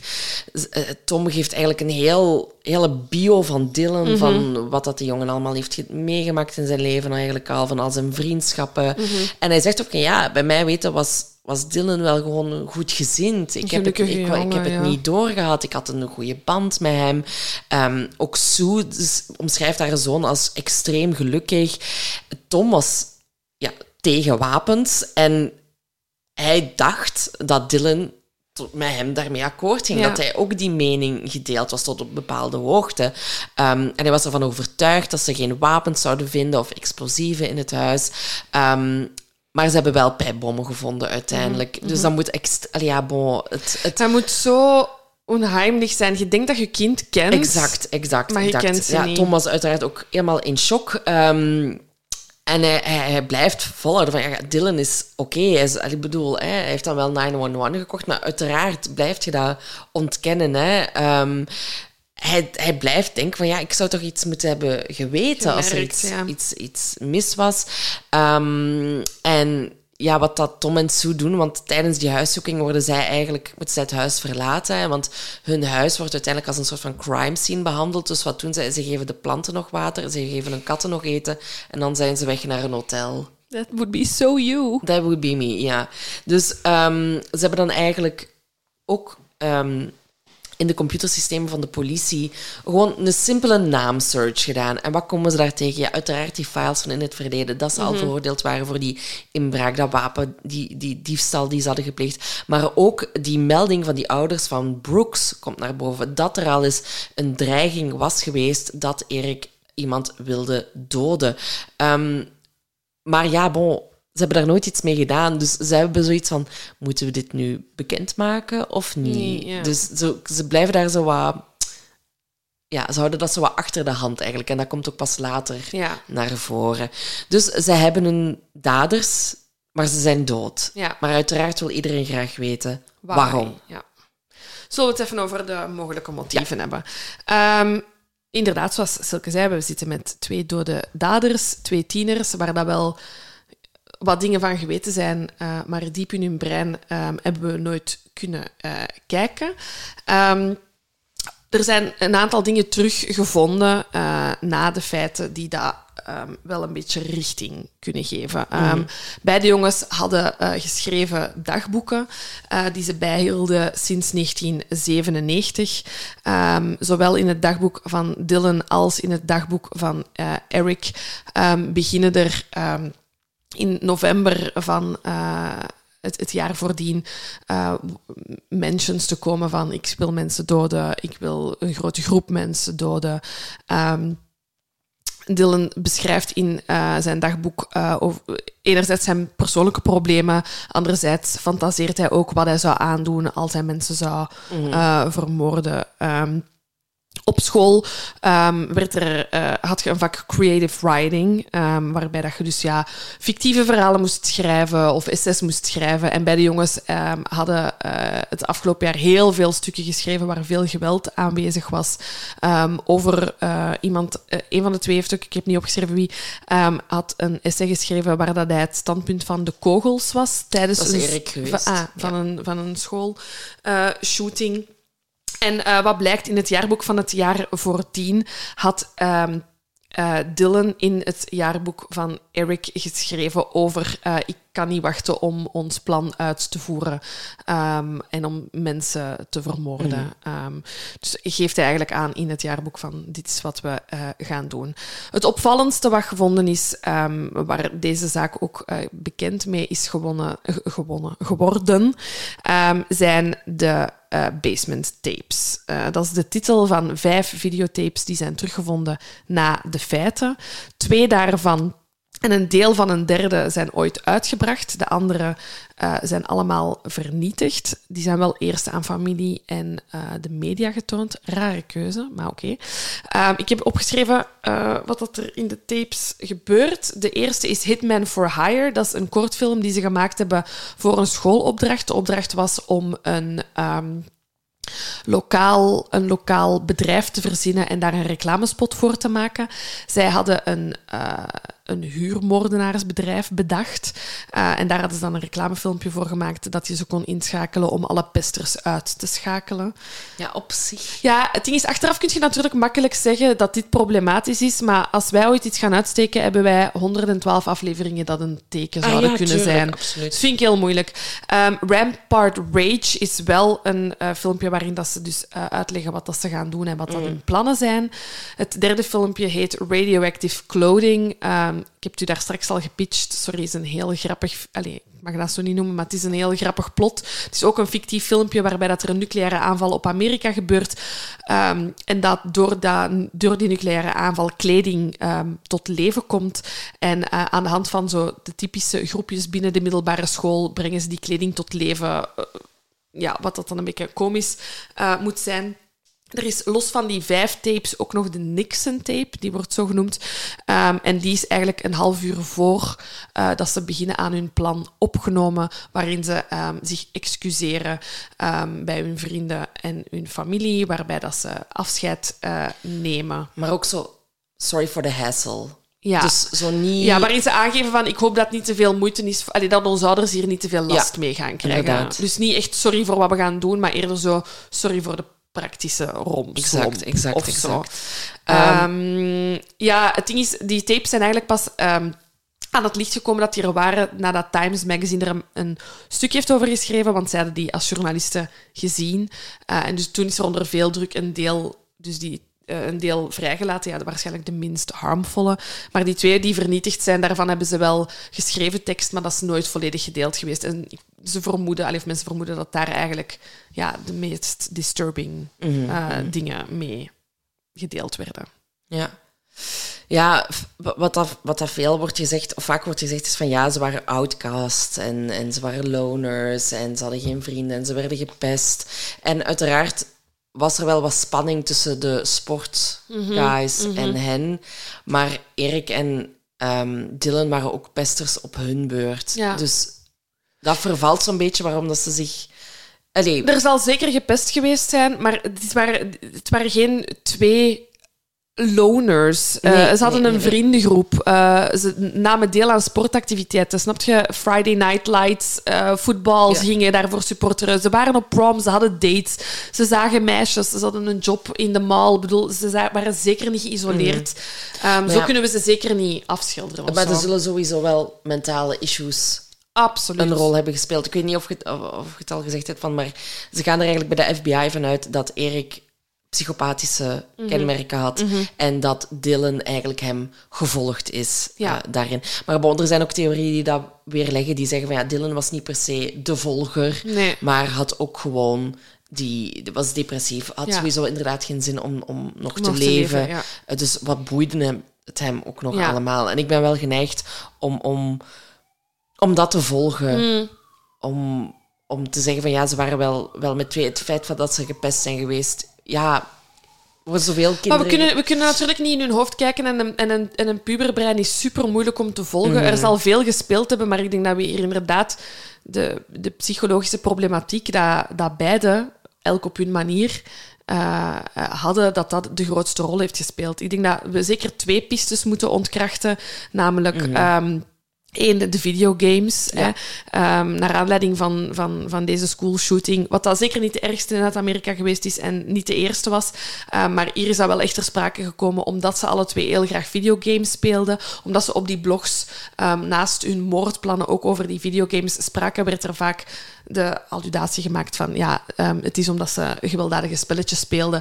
Tom geeft eigenlijk een heel, hele bio van Dylan, mm-hmm. van wat dat de jongen allemaal heeft meegemaakt in zijn leven, eigenlijk al, van al zijn vriendschappen. Mm-hmm. En hij zegt ook, ja, bij mij weten was... was Dylan wel gewoon goed gezind. Ik heb het, ik, jongen, ik heb het ja. niet doorgehad. Ik had een goede band met hem. Um, ook Sue dus, omschrijft haar zoon als extreem gelukkig. Tom was ja, tegen wapens. En hij dacht dat Dylan met hem daarmee akkoord ging. Ja. Dat hij ook die mening gedeeld was tot op bepaalde hoogte. Um, en hij was ervan overtuigd dat ze geen wapens zouden vinden of explosieven in het huis. Um, Maar ze hebben wel pijpbommen gevonden uiteindelijk. Mm-hmm. Dus dat moet... Ext- Allee, ja, bon, het, het... Dat moet zo onheimlich zijn. Je denkt dat je kind kent. Exact, exact. Maar je exact. kent ze ja, niet. Tom was uiteraard ook helemaal in shock. Um, En hij, hij, hij blijft volhouden van, ja, Dylan is oké. Okay. Ik bedoel, hè, hij heeft dan wel negen een een gekocht, maar uiteraard blijft je dat ontkennen. Hè. Um, hij, hij blijft denken van, ja, ik zou toch iets moeten hebben geweten Gemerkt, als er iets, ja. iets, iets mis was. Um, en... Ja, wat dat Tom en Sue doen, want tijdens die huiszoeking worden zij eigenlijk, moeten zij het huis verlaten, hè, want hun huis wordt uiteindelijk als een soort van crime scene behandeld. Dus wat doen ze? Ze geven de planten nog water, ze geven hun katten nog eten en dan zijn ze weg naar een hotel. That would be so you. That would be me, ja. Dus um, ze hebben dan eigenlijk ook... Um, in de computersystemen van de politie gewoon een simpele naamsearch gedaan. En wat komen ze daar tegen? Ja, uiteraard die files van in het verleden, dat ze mm-hmm. al veroordeeld waren voor die inbraak, dat wapen, die, die diefstal die ze hadden gepleegd. Maar ook die melding van die ouders van Brooks komt naar boven. Dat er al eens een dreiging was geweest dat Eric iemand wilde doden. Um, maar ja, bon... Ze hebben daar nooit iets mee gedaan. Dus ze hebben zoiets van, moeten we dit nu bekendmaken of niet? Nee, ja. Dus zo, ze blijven daar zo wat... Ja, ze houden dat zo wat achter de hand eigenlijk. En dat komt ook pas later ja. naar voren. Dus ze hebben hun daders, maar ze zijn dood. Ja. Maar uiteraard wil iedereen graag weten Waar? waarom. Ja. Zullen we het even over de mogelijke motieven ja. hebben? Um, inderdaad, zoals Silke zei, we zitten met twee dode daders, twee tieners, waar dat wel... wat dingen van geweten zijn, uh, maar diep in hun brein um, hebben we nooit kunnen uh, kijken. Um, er zijn een aantal dingen teruggevonden uh, na de feiten die dat um, wel een beetje richting kunnen geven. Um, mm-hmm. Beide jongens hadden uh, geschreven dagboeken uh, die ze bijhielden sinds negentien zevenennegentig. Um, zowel in het dagboek van Dylan als in het dagboek van uh, Eric um, beginnen er... Um, in november van uh, het, het jaar voordien uh, mentions te komen van ik wil mensen doden, ik wil een grote groep mensen doden. Um, Dylan beschrijft in uh, zijn dagboek uh, over, enerzijds zijn persoonlijke problemen, anderzijds fantaseert hij ook wat hij zou aandoen als hij mensen zou mm-hmm. uh, vermoorden. Um, Op school um, werd er, uh, had je een vak creative writing, um, waarbij dat je dus ja, fictieve verhalen moest schrijven of essays moest schrijven. En beide jongens um, hadden uh, het afgelopen jaar heel veel stukken geschreven waar veel geweld aanwezig was. Um, over uh, iemand, uh, een van de twee heeft ook, ik heb niet opgeschreven wie, um, had een essay geschreven waar dat hij het standpunt van de kogels was tijdens dat is Erik geweest. Van, ah, van, ja. een, van een school uh, shooting. En uh, wat blijkt, in het jaarboek van het jaar voordien had um, uh, Dylan in het jaarboek van Eric geschreven over uh, ik kan niet wachten om ons plan uit te voeren um, en om mensen te vermoorden. Mm. Um, dus geeft hij eigenlijk aan in het jaarboek van dit is wat we uh, gaan doen. Het opvallendste wat gevonden is, um, waar deze zaak ook uh, bekend mee is gewonnen, g- gewonnen, geworden, um, zijn de uh, basement tapes. Uh, dat is de titel van vijf videotapes die zijn teruggevonden na de feiten. Twee daarvan en een deel van een derde zijn ooit uitgebracht. De andere uh, zijn allemaal vernietigd. Die zijn wel eerst aan familie en uh, de media getoond. Rare keuze, maar oké. Okay. Uh, ik heb opgeschreven uh, wat dat er in de tapes gebeurt. De eerste is Hitman for Hire. Dat is een kortfilm die ze gemaakt hebben voor een schoolopdracht. De opdracht was om een... Um, Lokaal, een lokaal bedrijf te verzinnen en daar een reclamespot voor te maken. Zij hadden een, uh, een huurmoordenaarsbedrijf bedacht. Uh, en daar hadden ze dan een reclamefilmpje voor gemaakt dat je ze kon inschakelen om alle pesters uit te schakelen. Ja, op zich. Ja, het ding is, achteraf kun je natuurlijk makkelijk zeggen dat dit problematisch is, maar als wij ooit iets gaan uitsteken, hebben wij honderdtwaalf afleveringen dat een teken zouden ah, ja, kunnen tuurlijk, zijn. Absoluut. Dat vind ik heel moeilijk. Um, Rampart Rage is wel een uh, filmpje waarin dat ze dus uh, uitleggen wat dat ze gaan doen en wat dat mm. hun plannen zijn. Het derde filmpje heet Radioactive Clothing. Um, ik heb het u daar straks al gepitcht. Sorry, is een heel grappig... Allez, ik mag dat zo niet noemen, maar het is een heel grappig plot. Het is ook een fictief filmpje waarbij dat er een nucleaire aanval op Amerika gebeurt. Um, en dat door, dat door die nucleaire aanval kleding um, tot leven komt. En uh, aan de hand van zo de typische groepjes binnen de middelbare school brengen ze die kleding tot leven... Uh, Ja, wat dat dan een beetje komisch uh, moet zijn. Er is los van die vijf tapes ook nog de Nixon-tape, die wordt zo genoemd. Um, en die is eigenlijk een half uur voor uh, dat ze beginnen aan hun plan opgenomen, waarin ze um, zich excuseren um, bij hun vrienden en hun familie, waarbij dat ze afscheid uh, nemen. Maar ook zo, sorry for the hassle. Ja. Dus zo niet... Ja, waarin ze aangeven van, ik hoop dat het niet te veel moeite is, allee, dat onze ouders hier niet te veel last ja, mee gaan krijgen. Inderdaad. Dus niet echt sorry voor wat we gaan doen, maar eerder zo, sorry voor de praktische romslomp. Exact, exact, of exact. Zo. Um, um, ja, het ding is, die tapes zijn eigenlijk pas um, aan het licht gekomen dat die er waren nadat Times Magazine er een, een stuk heeft over geschreven, want zij hadden die als journalisten gezien. Uh, en dus toen is er onder veel druk een deel, dus die, uh, een deel vrijgelaten. Ja, waarschijnlijk de minst harmvolle. Maar die twee die vernietigd zijn, daarvan hebben ze wel geschreven tekst, maar dat is nooit volledig gedeeld geweest. En ze vermoeden, of mensen vermoeden dat daar eigenlijk ja, de meest disturbing uh, mm-hmm. dingen mee gedeeld werden. Ja. Ja, wat dat, wat dat veel wordt gezegd, of vaak wordt gezegd, is van ja, ze waren outcast en, en ze waren loners en ze hadden geen vrienden en ze werden gepest. En uiteraard was er wel wat spanning tussen de sportguys mm-hmm. en hen, maar Erik en um, Dylan waren ook pesters op hun beurt. Ja. Dus dat vervalt zo'n beetje waarom dat ze zich... Allee. Er zal zeker gepest geweest zijn, maar het waren, het waren geen twee loners. Nee, uh, ze hadden nee, een nee, vriendengroep. Uh, ze namen deel aan sportactiviteiten. Snap je? Friday Night Lights, uh, voetbal. Ja. Ze gingen daarvoor supporteren. Ze waren op prom, ze hadden dates. Ze zagen meisjes, ze hadden een job in de mall. Ik bedoel, ze waren zeker niet geïsoleerd. Mm. Um, zo ja. kunnen we ze zeker niet afschilderen. Maar zo. er zullen sowieso wel mentale issues... Absoluut. Een rol hebben gespeeld. Ik weet niet of je, of, of je het al gezegd hebt, van, maar ze gaan er eigenlijk bij de F B I vanuit dat Erik psychopathische mm-hmm. kenmerken had mm-hmm. en dat Dylan eigenlijk hem gevolgd is ja. uh, daarin. Maar bon, er zijn ook theorieën die dat weerleggen, die zeggen van ja, Dylan was niet per se de volger, nee. maar had ook gewoon... Die was depressief, had ja. sowieso inderdaad geen zin om, om nog, nog te leven. Te leven ja. uh, dus wat boeide hem, het hem ook nog ja. allemaal. En ik ben wel geneigd om... om Om dat te volgen. Mm. Om, om te zeggen van ja, ze waren wel, wel met twee. Het feit van dat ze gepest zijn geweest. Ja, voor zoveel kinderen... Maar we kunnen, we kunnen natuurlijk niet in hun hoofd kijken en een, en een, en een puberbrein is super moeilijk om te volgen. Mm. Er zal veel gespeeld hebben, maar ik denk dat we hier inderdaad de, de psychologische problematiek, dat, dat beide, elk op hun manier... Uh, hadden, dat dat de grootste rol heeft gespeeld. Ik denk dat we zeker twee pistes moeten ontkrachten, namelijk... Mm. Um, Eén, de videogames. Ja. Hè, um, naar aanleiding van, van, van deze schoolshooting. Wat dat zeker niet de ergste in Zuid-Amerika geweest is en niet de eerste was. Um, maar hier is dat wel echt ter sprake gekomen omdat ze alle twee heel graag videogames speelden. Omdat ze op die blogs um, naast hun moordplannen ook over die videogames spraken, werd er vaak de alludatie gemaakt van ja, um, het is omdat ze gewelddadige spelletjes speelden.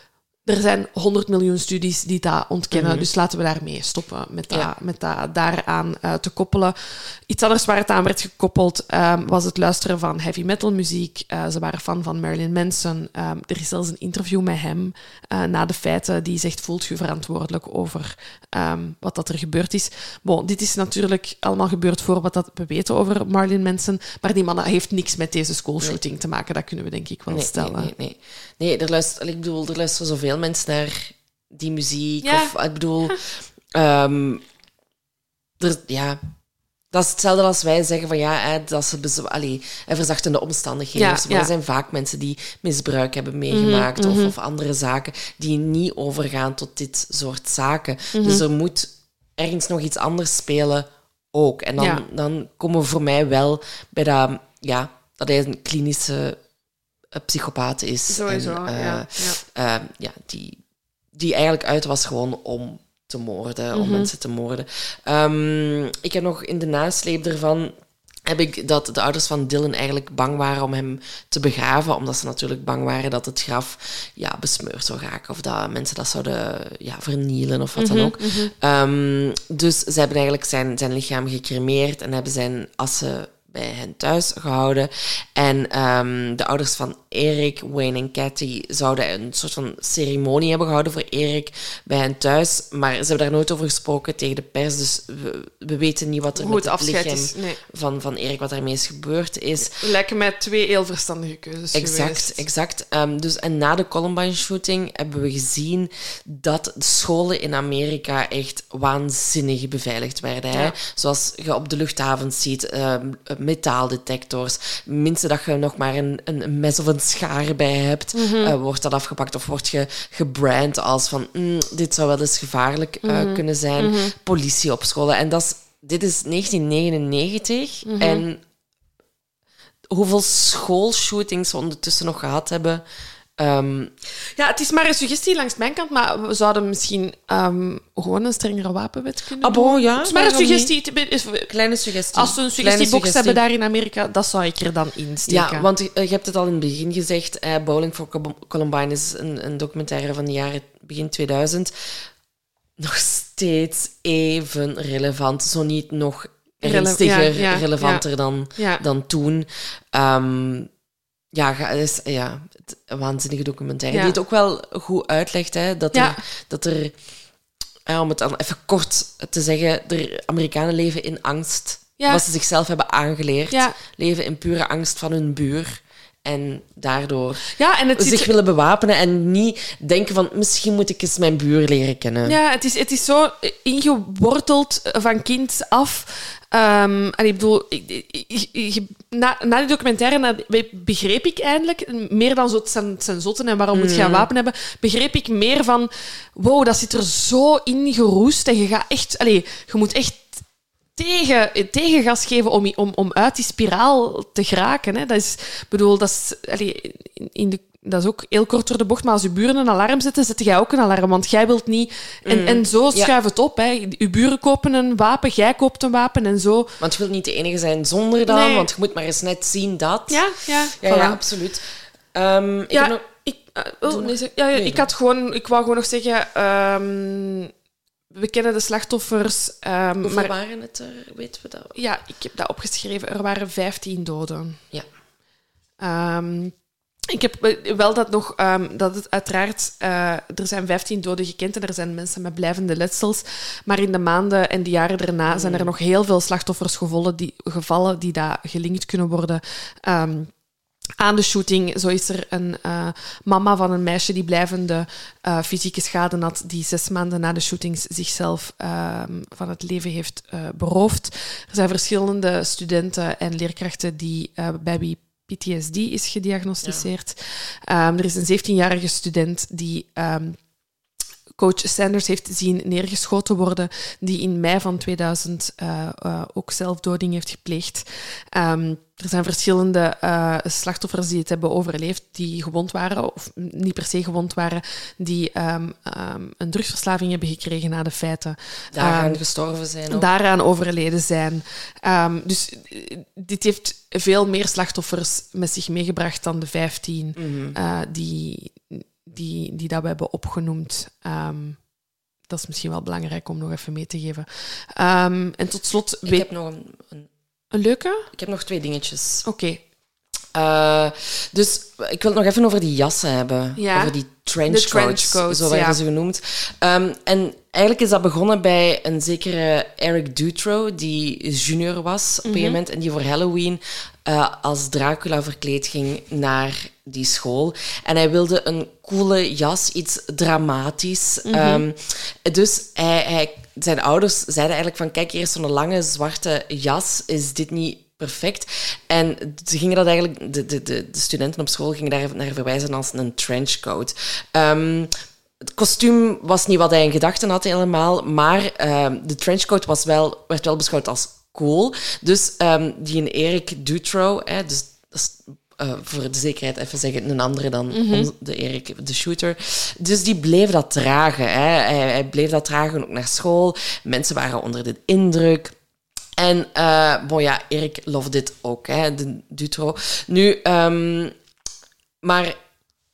Er zijn honderd miljoen studies die dat ontkennen. Mm-hmm. Dus laten we daarmee stoppen met dat, ja. met dat daaraan uh, te koppelen. Iets anders waar het aan werd gekoppeld um, was het luisteren van heavy metal muziek. Uh, ze waren fan van Marilyn Manson. Um, er is zelfs een interview met hem uh, na de feiten die zegt, voelt u verantwoordelijk over um, wat dat er gebeurd is. Bon, dit is natuurlijk allemaal gebeurd voor wat dat we weten over Marilyn Manson. Maar die man heeft niks met deze schoolshooting nee. te maken. Dat kunnen we denk ik wel nee, stellen. Nee, nee, nee. nee er luistert, ik bedoel, er luisteren zoveel mensen naar die muziek. Ja. Of, ik bedoel... Um, er, ja... Dat is hetzelfde als wij zeggen van ja, hè, dat ze bezwa- allee, verzachtende omstandigheden. Ja, maar ja. Er zijn vaak mensen die misbruik hebben meegemaakt mm-hmm. of, of andere zaken die niet overgaan tot dit soort zaken. Mm-hmm. Dus er moet ergens nog iets anders spelen ook. En dan, ja. dan komen we voor mij wel bij dat, ja, dat hij een klinische uh, psychopaat is. Sowieso, en, uh, ja. ja. Uh, ja die, die eigenlijk uit was gewoon om te moorden, om mm-hmm. mensen te moorden. Um, ik heb nog in de nasleep ervan... heb ik dat de ouders van Dylan eigenlijk bang waren om hem te begraven, omdat ze natuurlijk bang waren dat het graf ja, besmeurd zou raken of dat mensen dat zouden ja, vernielen of wat mm-hmm, dan ook. Mm-hmm. Um, dus ze hebben eigenlijk zijn, zijn lichaam gecremeerd en hebben zijn assen bij hen thuis gehouden. En um, de ouders van Erik, Wayne en Cathy zouden een soort van ceremonie hebben gehouden voor Erik bij hen thuis. Maar ze hebben daar nooit over gesproken tegen de pers. Dus we, we weten niet wat er Hoe met het het afscheid lichaam is. Nee. van, van Erik, wat daarmee is gebeurd is. Lijken mij twee heel verstandige keuzes Exact, geweest. exact. Um, dus, en na de Columbine-shooting hebben we gezien dat de scholen in Amerika echt waanzinnig beveiligd werden. Hè? Ja. Zoals je op de luchthavens ziet, um, metaaldetectors. Minstens dat je nog maar een, een mes of een schaar bij hebt, mm-hmm. uh, wordt dat afgepakt of wordt je gebrand als van mm, dit zou wel eens gevaarlijk uh, mm-hmm. kunnen zijn. Mm-hmm. Politie op scholen. En dat is, dit is negentien negenennegentig mm-hmm. en hoeveel schoolshootings we ondertussen nog gehad hebben. Um, ja, het is maar een suggestie langs mijn kant, maar we zouden misschien um, gewoon een strengere wapenwet kunnen ah, bon, doen. ja, het is maar een suggestie. Is, Kleine suggestie. Als we een suggestiebox hebben daar in Amerika, dat zou ik er dan in steken. Ja, want je, je hebt het al in het begin gezegd. Eh, Bowling for Columbine is een, een documentaire van de jaren begin tweeduizend. Nog steeds even relevant, zo niet nog ernstiger, Rele- ja, ja, relevanter ja. Dan, ja. dan toen. Um, ja, het is ja, een waanzinnige documentaire. Ja. Die het ook wel goed uitlegt, hè, dat, ja. er, dat er, ja, om het dan even kort te zeggen, er Amerikanen leven in angst. Ja. Wat ze zichzelf hebben aangeleerd. Ja. Leven in pure angst van hun buur. En daardoor ja, en het zich zit... willen bewapenen en niet denken van misschien moet ik eens mijn buur leren kennen. Ja, het is, het is zo ingeworteld van kind af. Um, en ik bedoel, ik, ik, ik, na, na die documentaire na, begreep ik eindelijk, meer dan zo, het zijn, het zijn zotten en waarom moet je een wapen hebben, begreep ik meer van, wow, dat zit er zo in geroest en je gaat echt, allez, je moet echt tegen, tegengas geven om, om, om uit die spiraal te geraken. Hè. Dat is, bedoel, dat is, allez, in de, dat is ook heel kort door de bocht, maar als je buren een alarm zetten, zet jij ook een alarm, want jij wilt niet... En, mm. en zo schuif het op. Hè. Je buren kopen een wapen, jij koopt een wapen en zo. Want je wilt niet de enige zijn zonder dan, nee. want je moet maar eens net zien dat. Ja, ja, ja, voilà. ja absoluut. Um, ik ja, heb nog... ik, uh, oh, nee, ja, ja, ik had gewoon... Ik wou gewoon nog zeggen... Um, we kennen de slachtoffers. Um, Hoeveel maar, waren het er? Weten we dat? Ja, ik heb dat opgeschreven. Er waren vijftien doden. Ja. Um, ik heb wel dat nog... Um, dat het uiteraard... Uh, er zijn vijftien doden gekend en er zijn mensen met blijvende letsels. Maar in de maanden en de jaren daarna mm. zijn er nog heel veel slachtoffers gevallen die, gevallen die daar gelinkt kunnen worden... Um, aan de shooting. Zo is er een uh, mama van een meisje die blijvende uh, fysieke schade had, die zes maanden na de shootings zichzelf uh, van het leven heeft uh, beroofd. Er zijn verschillende studenten en leerkrachten die, uh, bij wie P T S D is gediagnosticeerd. Ja. Um, er is een zeventienjarige student die... Um, coach Sanders heeft zien neergeschoten worden, die in mei van tweeduizend uh, uh, ook zelfdoding heeft gepleegd. Um, er zijn verschillende uh, slachtoffers die het hebben overleefd, die gewond waren, of niet per se gewond waren, die um, um, een drugsverslaving hebben gekregen na de feiten. Daaraan um, gestorven zijn ook. Daaraan overleden zijn. Um, dus dit heeft veel meer slachtoffers met zich meegebracht dan de vijftien mm-hmm. uh, die... Die, die dat we hebben opgenoemd. Um, dat is misschien wel belangrijk om nog even mee te geven. Um, en tot slot... Ik weet... heb nog een, een... Een leuke? Ik heb nog twee dingetjes. Oké. Okay. Uh, dus ik wil het nog even over die jassen hebben. Ja. Over die trenchcoats. Trench zo werden ja. ze genoemd. Um, en eigenlijk is dat begonnen bij een zekere Eric Dutro, die junior was op een mm-hmm. moment en die voor Halloween uh, als Dracula verkleed ging naar die school. En hij wilde een coole jas, iets dramatisch. Mm-hmm. Um, dus hij, hij, zijn ouders zeiden eigenlijk van, kijk, hier is zo'n lange zwarte jas. Is dit niet perfect? En ze gingen dat eigenlijk, de, de, de studenten op school gingen daar naar verwijzen als een trenchcoat. Um, Het kostuum was niet wat hij in gedachten had helemaal, maar uh, de trenchcoat was wel, werd wel beschouwd als cool. Dus um, die een Eric Dutro, hè, dus dat is uh, voor de zekerheid even zeggen, een andere dan mm-hmm. de Eric, de shooter. Dus die bleef dat dragen. Hè. Hij, hij bleef dat dragen ook naar school. Mensen waren onder de indruk. En uh, bon ja, Eric loved dit ook, hè, de Dutro. Nu, um, maar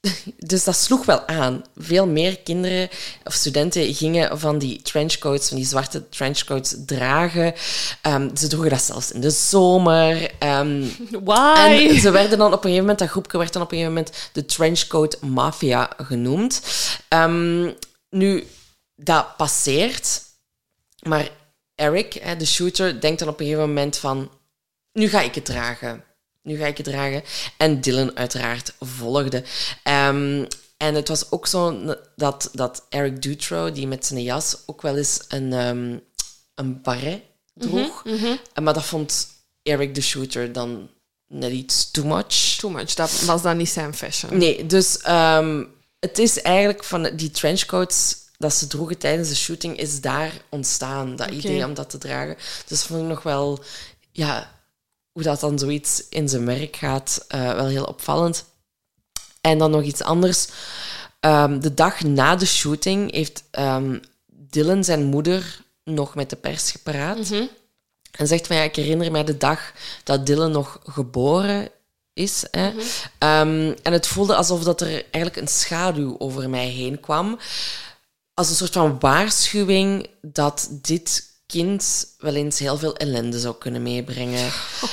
dus dat sloeg wel aan. Veel meer kinderen of studenten gingen van die trenchcoats, van die zwarte trenchcoats dragen. Um, ze droegen dat zelfs in de zomer. Um, Why? En ze werden dan op een gegeven moment, dat groepje werd dan op een gegeven moment de trenchcoat mafia genoemd. Um, nu, dat passeert, maar Eric, de shooter, denkt dan op een gegeven moment van, nu ga ik het dragen. Nu ga ik het dragen. En Dylan uiteraard volgde. Um, en het was ook zo dat, dat Eric Dutrow, die met zijn jas ook wel eens een, um, een barret droeg. Mm-hmm, mm-hmm. Maar dat vond Eric de shooter dan net iets too much. Too much, dat was dan niet zijn fashion. Nee, dus um, het is eigenlijk van die trenchcoats dat ze droegen tijdens de shooting, is daar ontstaan. Dat okay. idee om dat te dragen. Dus vond ik nog wel... Ja, hoe dat dan zoiets in zijn werk gaat, uh, wel heel opvallend. En dan nog iets anders. Um, de dag na de shooting heeft um, Dylan zijn moeder nog met de pers gepraat. Mm-hmm. En zegt van, ja, ik herinner mij de dag dat Dylan nog geboren is. Hè. Mm-hmm. Um, en het voelde alsof dat er eigenlijk een schaduw over mij heen kwam. Als een soort van waarschuwing dat dit kind wel eens heel veel ellende zou kunnen meebrengen.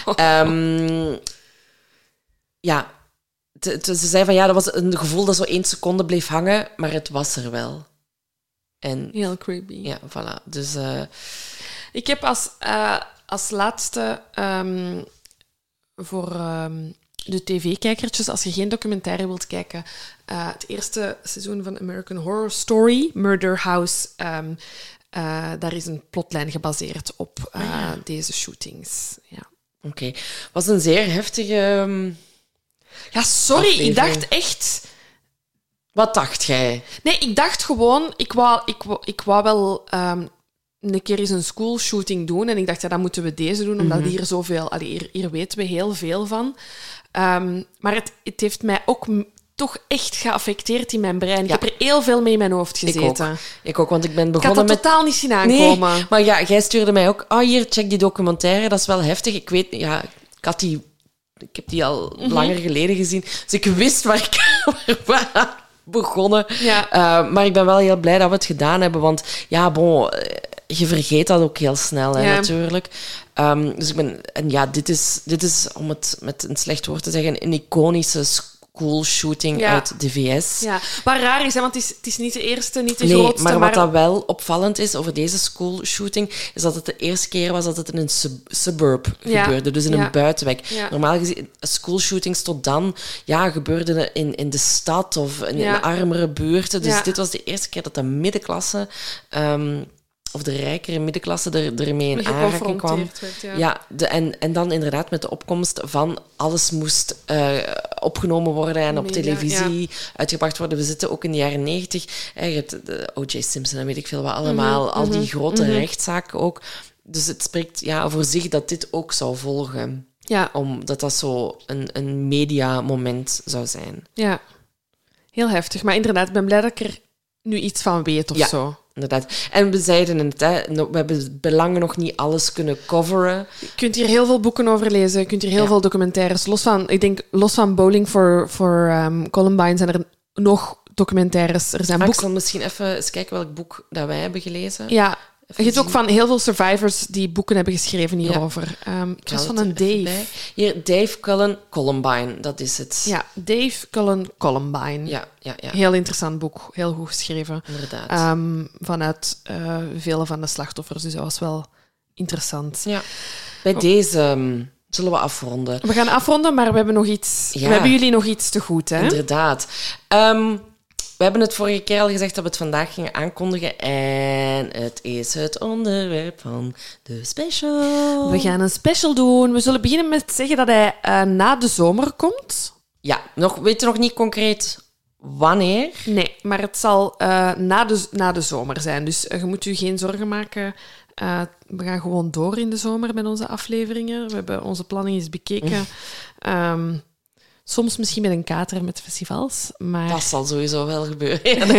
um, ja, t- t- ze zei van ja, dat was een gevoel dat zo één seconde bleef hangen, maar het was er wel. En, heel creepy. Ja, voilà. Dus, uh, ik heb als, uh, als laatste um, voor um, de tv-kijkertjes, als je geen documentaire wilt kijken, uh, het eerste seizoen van American Horror Story, Murder House, um, Uh, daar is een plotlijn gebaseerd op uh, oh ja. deze shootings. Ja. Oké. Okay. Was een zeer heftige... Um, ja, sorry. Aflevering. Ik dacht echt... Wat dacht jij? Nee, ik dacht gewoon... Ik wou, ik wou, ik wou wel um, een keer eens een schoolshooting doen. En ik dacht, ja, dan moeten we deze doen, omdat mm-hmm. hier zoveel... Allee, hier, hier weten we heel veel van. Um, maar het, het heeft mij ook... toch echt geaffecteerd in mijn brein. Ja. Ik heb er heel veel mee in mijn hoofd gezeten. Ik ook, ik ook want ik ben begonnen met... Ik had dat met... totaal niet zien aankomen. Nee, maar ja, jij stuurde mij ook... Oh, hier, check die documentaire, dat is wel heftig. Ik weet... Ja, ik had die... Ik heb die al mm-hmm. langer geleden gezien. Dus ik wist waar ik waar we begonnen. Ja. Uh, maar ik ben wel heel blij dat we het gedaan hebben, want ja, bon... Je vergeet dat ook heel snel, hè, ja. natuurlijk. Um, dus ik ben... En ja, dit is, dit is, om het met een slecht woord te zeggen, een iconische schoolshooting ja. uit de V S. Ja, wat raar is, hè, want het is, het is niet de eerste, niet de nee, grootste. Maar, maar wat dat wel opvallend is over deze schoolshooting, is dat het de eerste keer was dat het in een sub- suburb ja. gebeurde, dus in ja. een buitenwijk. Ja. Normaal gezien, schoolshootings tot dan ja, gebeurden in, in de stad of in, ja. in armere buurten. Dus ja. dit was de eerste keer dat de middenklasse... Um, of de rijkere middenklasse er, ermee in aanraking kwam. Werd, ja. Ja, de, en, en dan inderdaad met de opkomst van alles moest uh, opgenomen worden en op Media, televisie ja. uitgebracht worden. We zitten ook in de jaren negentig. Je hebt de O J Simpson en weet ik veel wat allemaal. Mm-hmm, al die grote mm-hmm. rechtszaken ook. Dus het spreekt ja, voor zich dat dit ook zou volgen. Ja. Omdat dat zo een, een mediamoment zou zijn. Ja, heel heftig. Maar inderdaad, ik ben blij dat ik er nu iets van weet of ja. zo. Inderdaad. En we zeiden het, hè, we hebben belangen nog niet alles kunnen coveren. Je kunt hier heel veel boeken over lezen, je kunt hier heel ja. veel documentaires. Los van, ik denk, los van Bowling for, for um, Columbine zijn er nog documentaires. Er zijn ah, boeken... Ik zal misschien even eens kijken welk boek dat wij hebben gelezen. Ja, je hebt ook van heel veel survivors die boeken hebben geschreven hierover. Ja. Um, ik was van een Dave. Bij. Hier, Dave Cullen Columbine, dat is het. Ja, Dave Cullen Columbine. Ja, ja, ja. Heel interessant boek, heel goed geschreven. Inderdaad. Um, vanuit uh, vele van de slachtoffers, dus dat was wel interessant. Ja. Bij oh. deze um, zullen we afronden. We gaan afronden, maar we hebben nog iets. Ja. We hebben jullie nog iets te goed, hè? Inderdaad. Um, We hebben het vorige keer al gezegd dat we het vandaag gingen aankondigen. En het is het onderwerp van de special. We gaan een special doen. We zullen beginnen met zeggen dat hij uh, na de zomer komt. Ja, nog, weet je nog niet concreet wanneer? Nee, maar het zal uh, na, de, na de zomer zijn. Dus uh, je moet je geen zorgen maken. Uh, we gaan gewoon door in de zomer met onze afleveringen. We hebben onze planning eens bekeken. Um, Soms misschien met een kater met festivals, maar... Dat zal sowieso wel gebeuren. Ja,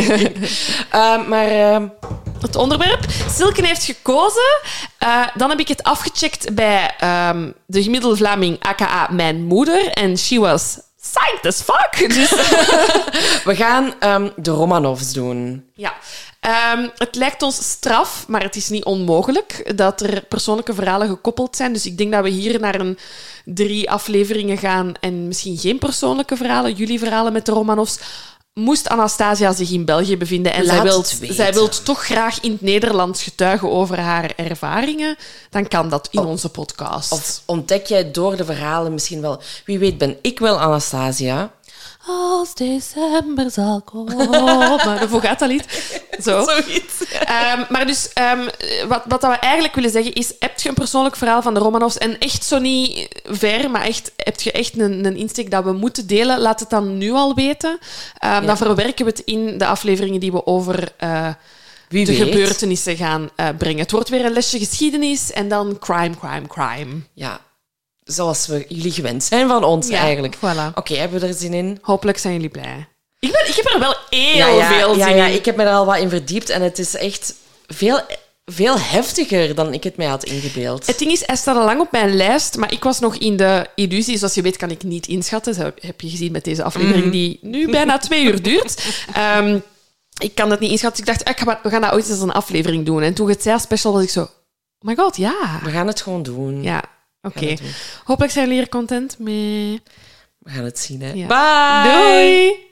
uh, maar... Uh... Het onderwerp. Silken heeft gekozen. Uh, dan heb ik het afgecheckt bij um, de gemiddelde Vlaming, aka mijn moeder. En she was psyched as fuck. Dus... We gaan um, de Romanovs doen. Ja. Um, het lijkt ons straf, maar het is niet onmogelijk dat er persoonlijke verhalen gekoppeld zijn. Dus ik denk dat we hier naar een drie afleveringen gaan en misschien geen persoonlijke verhalen, jullie verhalen met de Romanovs. Moest Anastasia zich in België bevinden en zij wil, zij wil toch graag in het Nederlands getuigen over haar ervaringen, dan kan dat in of, onze podcast. Of ontdek jij door de verhalen misschien wel... Wie weet ben ik wel Anastasia... Als december zal komen. Maar hoe gaat dat lied? Zo. Zoiets. Um, maar dus, um, wat, wat we eigenlijk willen zeggen is, heb je een persoonlijk verhaal van de Romanovs en echt zo niet ver, maar echt, heb je echt een, een insteek dat we moeten delen, laat het dan nu al weten. Um, ja. Dan verwerken we het in de afleveringen die we over uh, Wie de weet. gebeurtenissen gaan uh, brengen. Het wordt weer een lesje geschiedenis en dan crime, crime, crime. Ja. Zoals we jullie gewend zijn van ons, ja, eigenlijk. Voilà. Oké, okay, hebben we er zin in? Hopelijk zijn jullie blij. Ik, ben, ik heb er wel heel ja, ja, veel ja, zin ja, in. ik heb me er al wat in verdiept en het is echt veel, veel heftiger dan ik het mij had ingebeeld. Het ding is, hij staat al lang op mijn lijst, maar ik was nog in de illusie. Zoals je weet kan ik niet inschatten. Dat heb je gezien met deze aflevering mm. die nu bijna twee uur duurt. Um, ik kan dat niet inschatten. Dus ik dacht, ik ga, we gaan dat ooit eens als een aflevering doen. En toen het zei special was ik zo... Oh my god, ja. We gaan het gewoon doen. Ja, oké. Okay. Hopelijk zijn jullie hier content mee. We gaan het zien, hè. Ja. Bye! Doei!